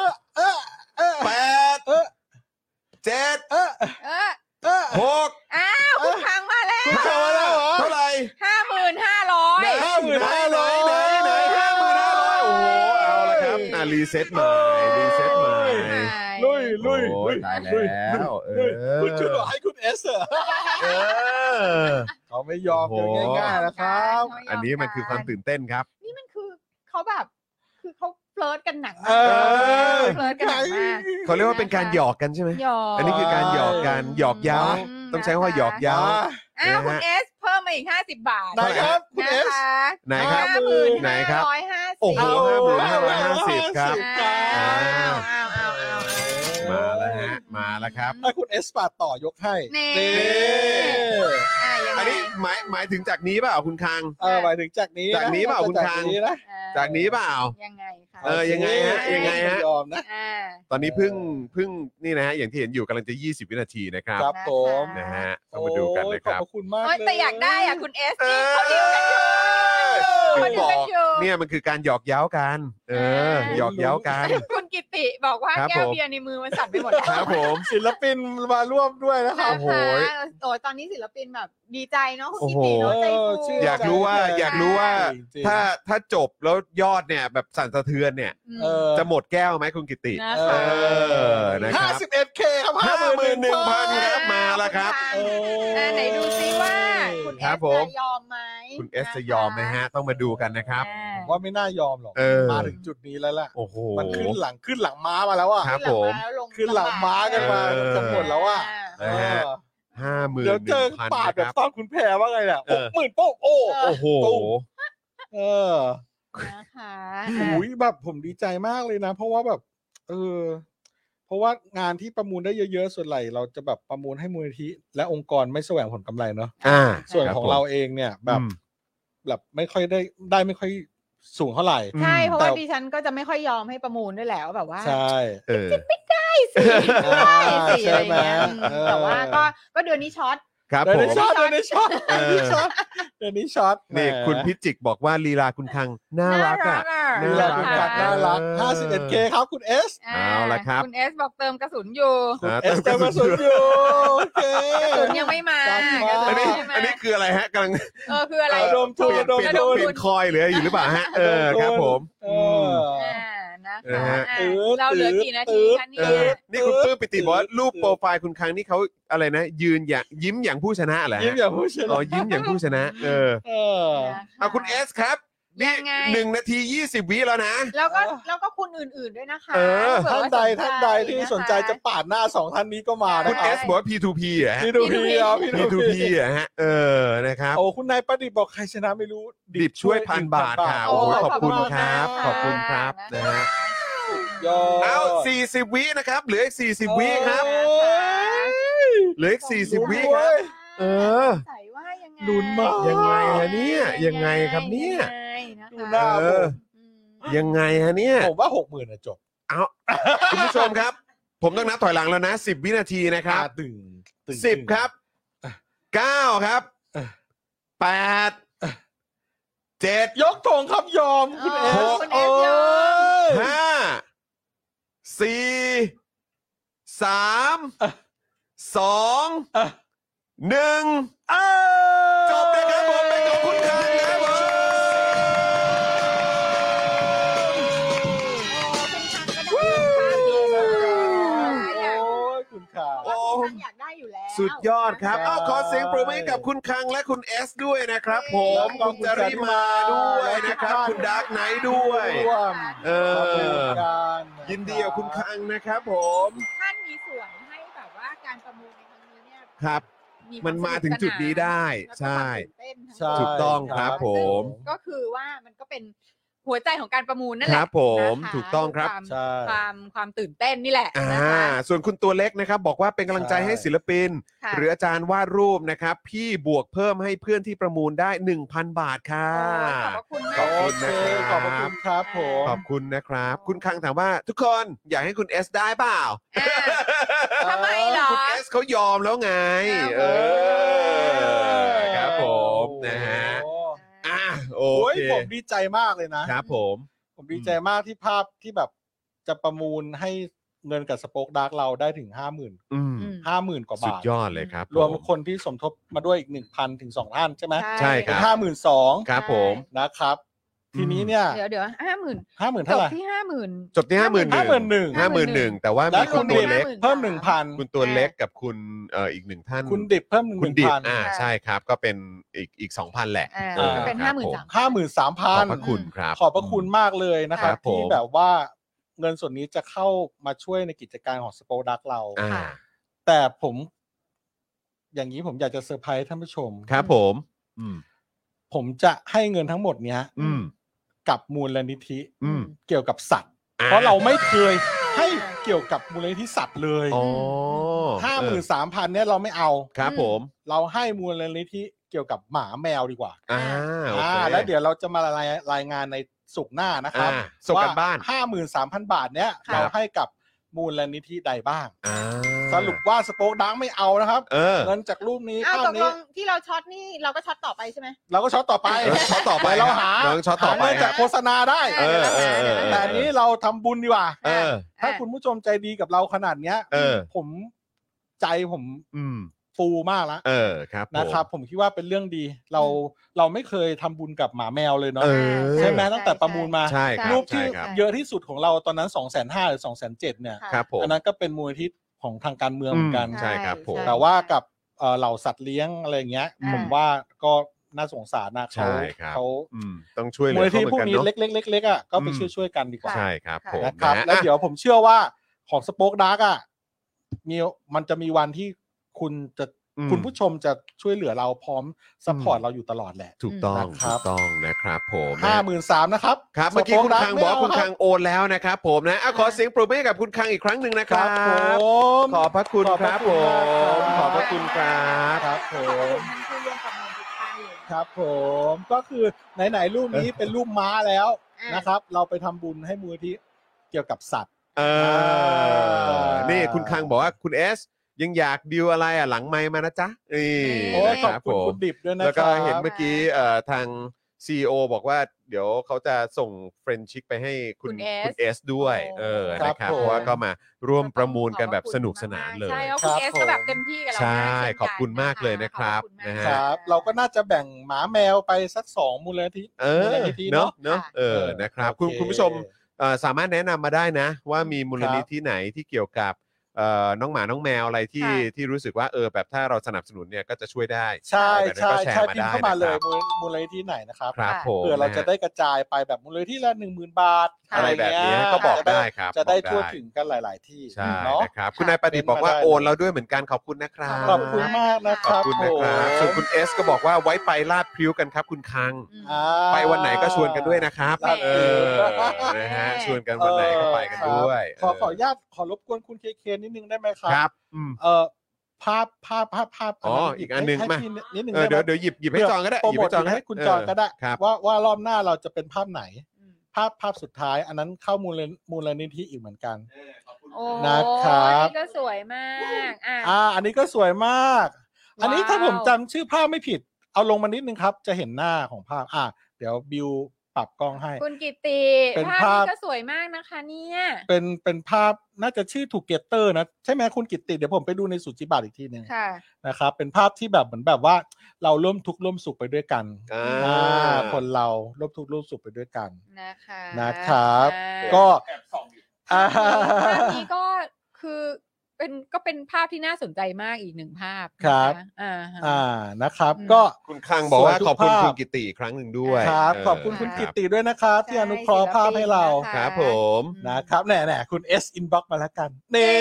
8 7 6 คุณพังมาแล้วเท่าไหร่ 55,000 ไหน 50,500 โอ้โหเอาละครับรีเซ็ตใหม่ลุยตายแล้วคุณช่วยให้คุณเอสเหรอเออเขาไม่ยอมกันง่ายๆนะครับอันนี้มันคือความตื่นเต้นครับนี่มันคือเขาแบบคือเขาเฟลิร์ตกันหนักเอมากอเฟลิร์ตกันหนักมากเขาเรียกว่าเป็นการหยอกกันใช่ไหมหยอกอันนี้คือการหยอกกันหยอกเย้าต้องใช้คำว่าหยอกเย้าอ้าวนะฮะคุณเอสเพิ่มมาอีก50 บาทไหนครับคุณเอสนะคะไหนครับ 50,000 ไหนครับ 550 โอ้โห 55,550 ครับอ้าวอ่าอ้าวอ้าวอ้าวมาแล้วฮะมาแล้วครับถ้าคุณเอสปาดต่อยกให้นี่นี่ยังไงอันนี้หมายถึงจากนี้เปล่าคุณคังหมายถึงจากนี้จากนี้เปล่าคุณคังจากนี้นะจากนี้เปล่ายังไงคะยังไงฮะยังไงฮะยอมนะอ่าตอนนี้เพิ่งนี่นะฮะอย่างที่เห็นอยู่กำลังจะ 20 วินาทีนะครับครับผมนะฮะต้องมาดูกันนะครับขอบคุณมากโอ๊ยเลยแต่อยากได้อ่ะคุณเอสนี่เขาดิวกันอยู่ถึเขางดิบวอกันกอยู่เนี่ยมันคือการหยอกเย้ากัน หยอกเย้ากันคุณกิติบอกว่าครับแก้วผมเบียร์ในมือมันสั่นไปหมดแล้วครับผมศิลปินมาร่วมด้วยนะครับโอ้โหนะคะโอ้ยตอนนี้ศิลปินแบบดีใจเนาะคุณโอ้กิโหติเนาะใจฟูชื่ออยากรู้ว่าใจอยากรู้ว่าจริงๆถ้าจบแล้วยอดเนี่ยแบบสั่นสะเทือนเนี่ยอืมเออจะหมดแก้วไหมคุณกิตินะเอคะอนะครับ 51K ครับ 51,000 ครับมาแล้วครับเออไหนดูซิว่าคุณเอครับสผมจะยอมไหมคุณเอสจะยอมไหมฮะ ต้องมาดูกันนะครับผมว่าไม่น่ายอมหรอกเออมาถึงจุดนี้แล้วล่ะโอ้โหมันขึ้นหลังม้ามาแล้วอ่ะครับ ผมขึ้นหลังม้ากันมาเออจะหมดแล้วอ่ะนะฮะ 51,000 เดี๋ยวเจอปาดนะแบคบรับตอนคุณแพรว่าไงเนี่ยเออ 60,000โป๊ะโอ้โอ้โหเออนะคะอุ้ยแบบผมดีใจมากเลยนะ เพราะว่าแบบ เพราะว่างานที่ประมูลได้เยอะๆส่วนใหญ่เราจะแบบประมูลให้มูลนิธิและองค์กรไม่แสวงผลกำไรเนาะ ส่วนของเราเองเนี่ยแบบไม่ค่อยได้ไม่ค่อยสูงเท่าไหร่ใช่เพราะว่าแต่ดิฉันก็จะไม่ค่อยยอมให้ประมูลด้วยแหละว่าแบบว่าใช่เออได้สิได้สิอะไรอย่างเงี้ยใช่ไหมแต่ว่าก็เดือนนี้ช็อตครับเดี๋ยวผนี้มช็อตเดี๋ยวนี้ช็อตเออเดี๋ยวนี้ช็อตนี่แหมคุณพิจิกบอกว่าลีลาคุณคังน่ารักอ่ะลีลาคุณกัดน่ารัก 51K ครับคุณเอสเอาละครับคุณเอสบอกเติมกระสุนอยู่อ่าเอสเต็มกระสุนอยู่โอเคกระสุนยังไม่มาจัดมากระสุอันนนี้ยังไม่มาอันนี้คืออะไรฮะกำลังคืออะไรระดมทุนเปลี่ยนระดมทุนเปลี่ยนคอยหรืออะไรอยู่หรือเปล่าฮะครับผมเออนะนะคะ ฮะเราเหลือกี่นาทีคะเนี่เอย อนี่คุณปื้มปิติบอกว่ารูปโปรไฟล์คุณคังนี่เขาอะไรนะ ยืนอย่างยิ้มอย่างผู้ชนะเหรอฮะยิ้มอย่างผู้ชอ๋อนะยิ้มอย่างผู้ชนะเออเอาคุณเอสครับนี่ยังไง 1 นาที 20 วิแล้วนะแล้วก็คุณอื่นๆด้วยนะคะเออเผื่ท่านว่ใดสท่านใดที่สนใจจะปาดหน้า2ท่านนี้ก็มาคุนะณคเอรับสบอกว่า P2P เหรอฮะพี่ดูพีเอาพี่ดู P2P พีเหรอฮะนะครับโอ้คุณนายประดิษฐ์บอกใครชนะไม่รู้ดิบช่วย1,000 บาทค่ะโอ้โหขอบคุณครับ ขอบคุณครับนะฮะยอดเอา40 วินะครับเหลืออีก40 วิครับโอ้ยเหลืออีก40 วิครับ เออใส่ว่ายังไงลุ้นมากยังไงฮะเนี่ยยังไงครับเนี่ยดูหน้าเอผอมยังไงฮะเนี่ยผมว่า 60,000อะจบเอาคุณผู้ชมครับ ผมต้องนับถอยหลังแล้วนะ 10 วินาทีนะครับตึง 10 ครับ 9 ครับ 8 7 ยกธงครับยอมคุณเอสคุณเอสยอม 5 4 3 2 1 จบนะครับผมเป็นของคุณคังครับผมคุณขาโอ้อยากได้อยู่แล้วสุดยอดครับเอาขอเสียงปรบมือให้กับคุณคังและคุณเอสด้วยนะครับผมคุณจริมาด้วยนะครับ คุณดาร์กไนท์ด้วยร่วมเออกันยินดีกับคุณคังนะครับผมท่านมีส่วนให้แบบว่าการประมูลในครั้งนี้เนี่ยครับ มันมาถึงจุดนี้ได้ ใช่ใช่ถูกต้องครับผมก็คือว่ามันก็เป็นหัวใจของการประมูลนั่นคแหละรับผมนะคะถูกต้องครับใช่ความตื่นเต้นนี่แหละนะคะส่วนคุณตัวเล็กนะครับ บอกว่าเป็นกำลังใจให้ศิลปินค่ะหรืออาจารย์วาดรูปนะครับ พี่บวกเพิ่มให้เพื่อนที่ประมูลได้ 1,000 บาทค่ะขอบคุณขอบมากคุณนะครับขอบพระคุณครับผมขอบคุณนะครับ คุณคังถามว่าทุกคนอยากให้คุณเอสได้เปล่าอ่าทำไมเหรอคุณเอสเขายอมแล้วไง เออครับผมนะฮะอ่ะโอโอ้ยเคผมดีใจมากเลยนะครับผมผมดีใจมากที่ภาพที่แบบจะประมูลให้เงินกับสป็อคดาร์กเราได้ถึง 50,000 อืม 50,000 กว่าสุดบาทยอดเลยครับรวมผคนที่สมทบมาด้วยอีก 1,000 ถึง 2 ท่านใช่ไหมใช่คเป็รันบ 52,000 ครับผมนะครับทีนี้เนี่ยเดี๋ยว50,000 เท่าไหร่ที่50,000 จบที่ 51,000แต่ว่ามีคุณตัวเล็กเพิ่ม 1,000 คุณตัวเล็กกับคุณอีก1ท่านคุณดิบเพิ่มคุณดิบ 1,000 ใช่ครับก็เป็นอีก 2,000 แหละก็เป็นครับผม 53,000 ขอบพระคุณครับขอบพระคุณมากเลยนะครับครับผมที่แบบว่าเงินส่วนนี้จะเข้ามาช่วยในกิจการของสโปอดักเรา แต่อย่างนี้ผมอยากจะเซอร์ไพรส์ท่านผู้ชมครับผมผมจะให้เงินทั้งหมดเนี้ยกับมูลนิธิเกี่ยวกับสัตว์เพราะเราไม่เคยให้เกี่ยวกับมูลนิธิสัตว์เลย53,000เนี่ยเราไม่เอาครับผมเราให้มูลนิธิเกี่ยวกับหมาแมวดีกว่าโอเคแล้วเดี๋ยวเราจะมารายงานในศุกร์หน้านะครับส่งกันบ้าน 53,000 บาทเนี้ยเราให้กับมูลนิธิใดบ้างสรุปว่าสโป๊กดังไม่เอานะครับเงินจากรูปนี้ภาพนี้ที่เราช็อตนี่เราก็ช็อตต่อไปใช่ไหมเราก็ช็อตต่อไปเราหาช็อตต่อไปจากโฆษณาได้แต่นี้เราทำบุญดีกว่าถ้าคุณผู้ชมใจดีกับเราขนาดเนี้ยผมใจผมฟูมากแล้วครับนะครับผมคิดว่าเป็นเรื่องดีเราไม่เคยทำบุญกับหมาแมวเลยเนาะใช่ไหมตั้งแต่ประมูลมารูปที่เยอะที่สุดของเราตอนนั้น 250,000 หรือ 270,000 เนี่ยอันนั้นก็เป็นมูลนิธิของทางการเมืองเหมือนกันใช่ครับผมแต่ว่ากับเหล่าสัตว์เลี้ยงอะไรเงี้ยผมว่าก็น่าสงสารนะเขาต้องช่วยเหลือมูลนิธิพวกนี้เล็กๆอ่ะก็ไปช่วยกันดีกว่าใช่ครับผมนะครับแล้วเดี๋ยวผมเชื่อว่าของสโป๊กดาร์กอ่ะมันจะมีวันที่คุณผู้ชมจะช่วยเหลือเราพร้อมซัพพอร์ตเราอยู่ตลอดแหละถูกต้องนะครับผม 53,000 นะครับครับเมื่อกี้คุณคังบอกคุณคังโอนแล้วนะครับผมนะขอเสียงปรบมือให้กับคุณคังอีกครั้งหนึ่งนะครับขอบพระคุณครับผมขอบพระคุณครับครับผมครับผมก็คือไหนๆรูปนี้เป็นรูปม้าแล้วนะครับเราไปทำบุญให้มูลที่เกี่ยวกับสัตว์นี่คุณคังบอกว่าคุณเอสยังอยากดิวอะไรหลังไมค์มานะจ๊ะขอบคุณคุณดิบด้วยนะครับแล้วก็เห็นเมื่อกี้ทาง CEO บอกว่าเดี๋ยวเขาจะส่งเฟรนชิกไปให้คุณเอสด้วยนะครับเพราะว่าก็มาร่วมประมูลกันแบบสนุกสนานเลยใช่คุณเอสก็แบบเต็มที่กับเราใช่ขอบคุณมากเลยนะครับครับเราก็น่าจะแบ่งหมาแมวไปสัก2มูลนิธิเนาะนะครับคุณผู้ชมสามารถแนะนำมาได้นะว่ามีมูลนิธิไหนที่เกี่ยวกับน้องหมาน้องแมวอะไรที่รู้สึกว่าแบบถ้าเราสนับสนุนเนี่ยก็จะช่วยได้ใช่พิมพ์เข้ามาเลยมูลนิธิไหนนะครับเพื่อเราจะได้กระจายไปแบบมูลนิธิละ 10,000 บาทอะไรแบบนี้ก็บอกได้ครับจะได้ทั่วถึงกันหลายๆที่ใช่นะครับคุณนายประดิษฐ์บอกว่าโอนเราด้วยเหมือนกันขอบคุณนะครับขอบคุณมากนะครับขอบคุณนะครับส่วนคุณเอสก็บอกว่าไว้ไปลาดพริ้วกันครับคุณคังไปวันไหนก็ชวนกันด้วยนะครับนะฮะชวนกันวันไหนก็ไปกันด้วยขออนุญาตขอรบกวนคุณเคนิดนึงได้ไหมครับครับภาพอีกอันนึงมานิดนึงเดี๋ยวหยิบให้จองก็ได้หยิบให้จองให้คุณจองก็ได้ว่ารอบหน้าเราจะเป็นภาพไหนภาพสุดท้ายอันนั้นเข้ามูลนิธิอีกเหมือนกันนะครับอันนี้ก็สวยมากอันนี้ก็สวยมากอันนี้ถ้าผมจำชื่อภาพไม่ผิดเอาลงมานิดนึงครับจะเห็นหน้าของภาพเดี๋ยวบิวปรับกล้องให้คุณกิติเป็นภาพนี้ก็สวยมากนะคะเนี่ยเป็นภาพน่าจะชื่อทูเกเตอร์นะใช่ไหมคุณกิติเดี๋ยวผมไปดูในสุจิบัตรอีกทีนึงนะครับเป็นภาพที่แบบเหมือนแบบว่าเราร่วมทุกข์ร่วมสุขไปด้วยกันคนเราร่วมทุกข์ร่วมสุขไปด้วยกันนะครับก็ภาพนี้ก็คือเป็นภาพที่น่าสนใจมากอีกหนึ่งภาพครับนะครับก็คุณคังบอกว่าขอบคุณคุณกิติอีกครั้งหนึ่งด้วยครับขอบคุณคุณกิติด้วยนะครับที่อนุเคราะห์ภาพให้เราครับผมนะครับแน่ๆคุณ S inbox มาแล้วกันนี่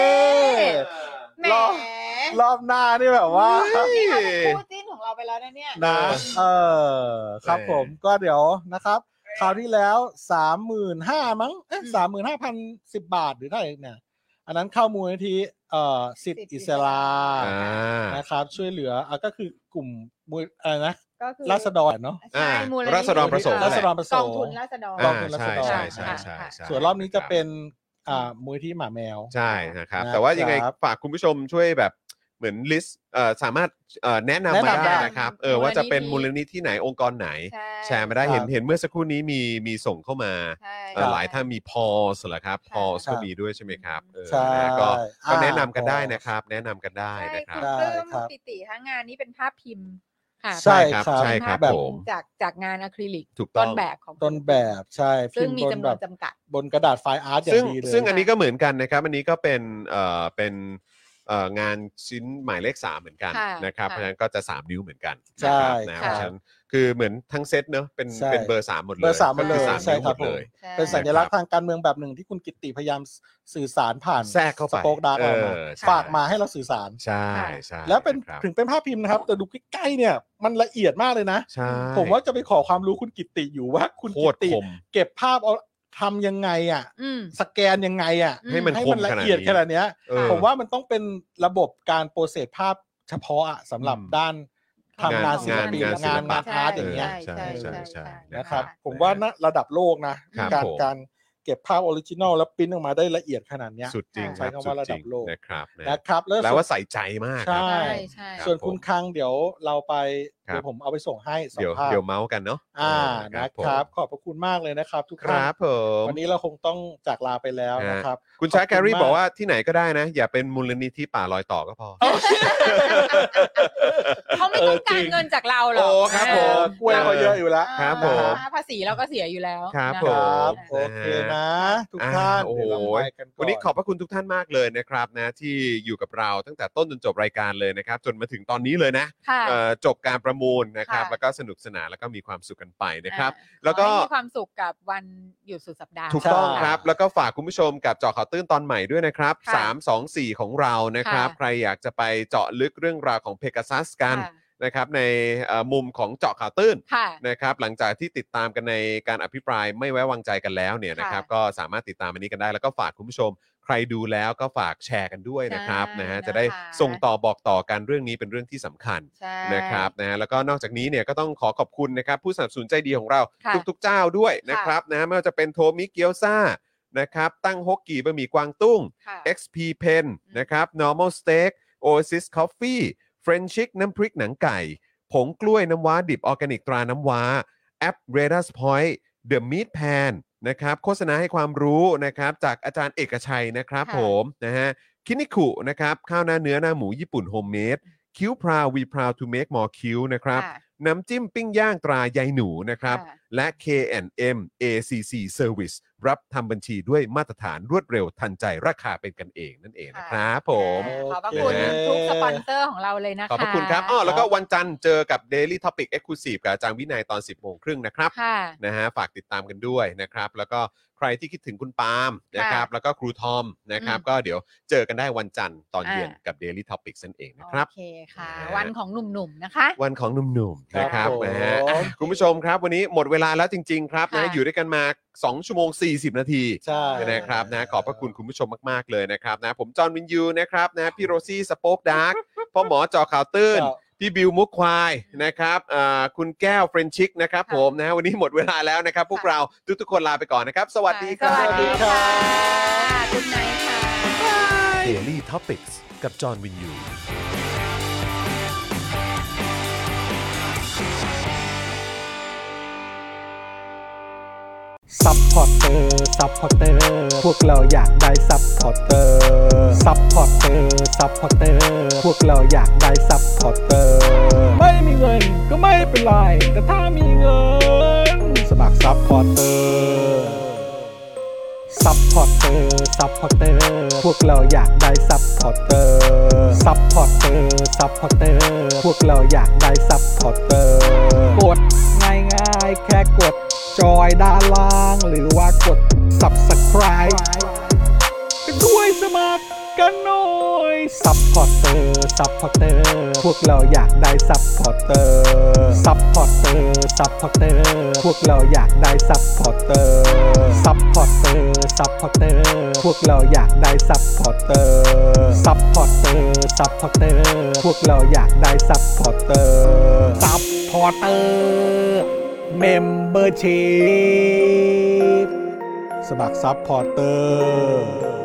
รอบหน้านี่แบบว่าคู่จิ้นของเราไปแล้วนะเนี่ยครับผมก็เดี๋ยวนะครับคราวที่แล้ว 35,000 มั้ง35,010 บาทหรือเท่าไหร่เนี่ยอันนั้นเข้ามูลนิธิสิทธิอิสลามนะครับช่วยเหลือก็คือกลุ่มอะไรนะราษฎรเนาะราษฎรประสงค์กองทุนราษฎรใช่ส่วนรอบนี้จะเป็นมูลนิธิหมาแมวใช่นะครับแต่ว่ายังไงฝากคุณผู้ชมช่วยแบบเหมือนลิสต์สามารถแนะนำมาได้นะครับว่าจะเป็นมูลนิธิไหนองค์กรไหนแชร์มาได้เห็นเมื่อสักครู่นี้มีส่งเข้ามาหลายท่านมีพอสเหรอครับพอสก็มีด้วยใช่ไหมครับก็แนะนำกันได้นะครับแนะนำกันได้นะครับเรื่องปิติทั้งงานนี้เป็นภาพพิมพ์ใช่ครับใช่ครับแบบผมจากงานอะคริลิกถูกต้องต้นแบบของต้นแบบใช่ซึ่งมีจำนวนจำกัดบนกระดาษไฟล์อาร์ตอย่างดีเลยซึ่งอันนี้ก็เหมือนกันนะครับอันนี้ก็เป็นงานชิ้นหมายเลข3เหมือนกันนะครับเพราะฉะนั้นก็จะ3นิ้วเหมือนกันใช่นะเพราะฉะนั้นคือเหมือนทั้งเซตเนอะเป็นเบอร์3หมดเลยเบอร์3หมดเลยใช่ครับเลยเป็นสัญลักษณ์ทางการเมืองแบบหนึ่งที่คุณกิตติพยายามสื่อสารผ่านแทรกเข้าไปสป็อกดาร์กออกมาฝากมาให้เราสื่อสารใช่แล้วเป็นถึงเป็นภาพพิมพ์นะครับแต่ดูใกล้ๆเนี่ยมันละเอียดมากเลยนะผมว่าจะไปขอความรู้คุณกิตติอยู่ว่าคุณกิตติเก็บภาพเอาทำยังไงอ่ะสแกนยังไงอ่ะให้มันละเอียดขนาดนี้ผมว่ามันต้องเป็นระบบการโปรเซสภาพเฉพาะสำหรับด้านทำงานศิลปินงานอาร์ตอย่างเงี้ยนะครับผมว่าระดับโลกนะการเก็บภาพออริจินอลแล้วปริ้นออกมาได้ละเอียดขนาดนี้สุดจริงใช้คำว่าระดับโลกนะครับแล้วว่าใส่ใจมากใช่ส่วนคุณคังเดี๋ยวเราไปเดี๋ยวผมเอาไปส่งให้เดี๋ยวเมาส์กันเนาะนะครับขอบพระคุณมากเลยนะครับทุกท่านวันนี้เราคงต้องจากลาไปแล้วนะครับคุณชาร์แครี่บอกว่าที่ไหนก็ได้นะอย่าเป็นมูลนิธิป่ารอยต่อก็พอเขาไม่ต้องการเงินจากเราหรอกครับผมกล้วยเขาเยอะอยู่แล้วครับผมภาษีเราก็เสียอยู่แล้วครับผมโอเคนะทุกท่านวันนี้ขอบพระคุณทุกท่านมากเลยนะครับนะที่อยู่กับเราตั้งแต่ต้นจนจบรายการเลยนะครับจนมาถึงตอนนี้เลยนะจบการประมูลนะครับแล้วก็สนุกสนานแล้วก็มีความสุขกันไปนะครับแล้วก็มีความสุขกับวันหยุดสุดสัปดาห์ถูกต้องครับแล้วก็ฝากคุณผู้ชมกับเจาะข่าวตื้นตอนใหม่ด้วยนะครับ324ของเรานะครับใครอยากจะไปเจาะลึกเรื่องราวของ Pegasus กันนะครับในมุมของเจาะข่าวตื้นนะครับหลังจากที่ติดตามกันในการอภิปรายไม่ไว้วางใจกันแล้วเนี่ยนะครับก็สามารถติดตามอันนี้กันได้แล้วก็ฝากคุณผู้ชมใครดูแล้วก็ฝากแชร์กันด้วยนะครับนะฮะจะได้ส่งต่อบอกต่อกันเรื่องนี้เป็นเรื่องที่สำคัญนะครับนะฮะแล้วก็นอกจากนี้เนี่ยก็ต้องขอบคุณนะครับผู้สนับสนุนใจดีของเราทุกๆเจ้าด้วยนะครับนะไม่ว่าจะเป็นโทมิเกียวซ่านะครับตั้งฮกกี่บะหมี่กวางตุ้ง XP Pen นะครับ Normal Steak Oasis Coffee เฟรนชิกน้ำพริกหนังไก่ผงกล้วยน้ำว้าดิบออร์แกนิกตราน้ำว้าแอป Radar Point The Meat Pan นะครับโฆษณาให้ความรู้นะครับจากอาจารย์เอกชัยนะครับผมนะฮะคินิคุนะครับข้าวหน้าเนื้อหน้าหมูญี่ปุ่นโฮมเมดคิ้วพราว We Proud to Make More คิ้วนะครับน้ำจิ้มปิ้งย่างตรายายหนูนะครับและ K&M ACC Service รับทำบัญชีด้วยมาตรฐานรวดเร็วทันใจราคาเป็นกันเองนั่นเองนะครับผมขอบคุณทุกสปอนเซอร์ของเราเลยนะคะขอบคุณครับแล้วก็วันจันทร์เจอกับ Daily Topic Exclusive กับอาจารย์วินัยตอน 10:30 นนะครับนะฮะฝากติดตามกันด้วยนะครับแล้วก็ใครที่คิดถึงคุณปาล์มนะครับแล้วก็ครูทอมนะครับก็เดี๋ยวเจอกันได้วันจันทร์ตอนเย็นกับ Daily Topics นั่นเองนะครับโอเคค่ะวันของหนุ่มๆนะคะวันของหนุ่มๆนะครับนะฮะคุณผู้ชมครับวันนี้หมดเวลาแล้วจริงๆครับนะอยู่ด้วยกันมา2 ชั่วโมง 40 นาทีใช่นะครับนะขอบพระคุณคุณผู้ชมมากๆเลยนะครับนะผมจอห์นวินยูนะครับนะพี่โรซี่สป็อคดาร์กพ่อหมอจอข่าวตื้นพี่บิวมุกควายนะครับคุณแก้วเฟรนชิกนะครับผมนะวันนี้หมดเวลาแล้วนะครับพวกเราทุกๆคนลาไปก่อนนะครับสวัสดีครับสวัสดีค่ะคุณนายค่ะ Daily Topics กับจอห์นวินยูซัพพอร์เตอร์พวกเราอยากได้ซัพพอร์เตอร์พวกเราอยากได้ซัพพอร์เตอร์ไม่มีเงินก็ไม่เป็นไรแต่ถ้ามีเงินสมัครซัพพอร์เตอร์พวกเราอยากได้ซัพพอร์เตอร์พวกเราอยากได้ซัพพอร์เตอร์กดง่ายๆแค่กดจอยด้านล่างหรือว่ากด Subscribe กันด้วยสมัครกันหน่อยซัพพอร์เตอร์พวกเราอยากได้ซัพพอร์เตอร์พวกเราอยากได้ซัพพอร์เตอร์พวกเราอยากได้ซัพพอร์เตอร์พวกเราอยากได้ซัพพอร์เตอร์เมมเบอร์ชีพสมัครซัพพอร์เตอร์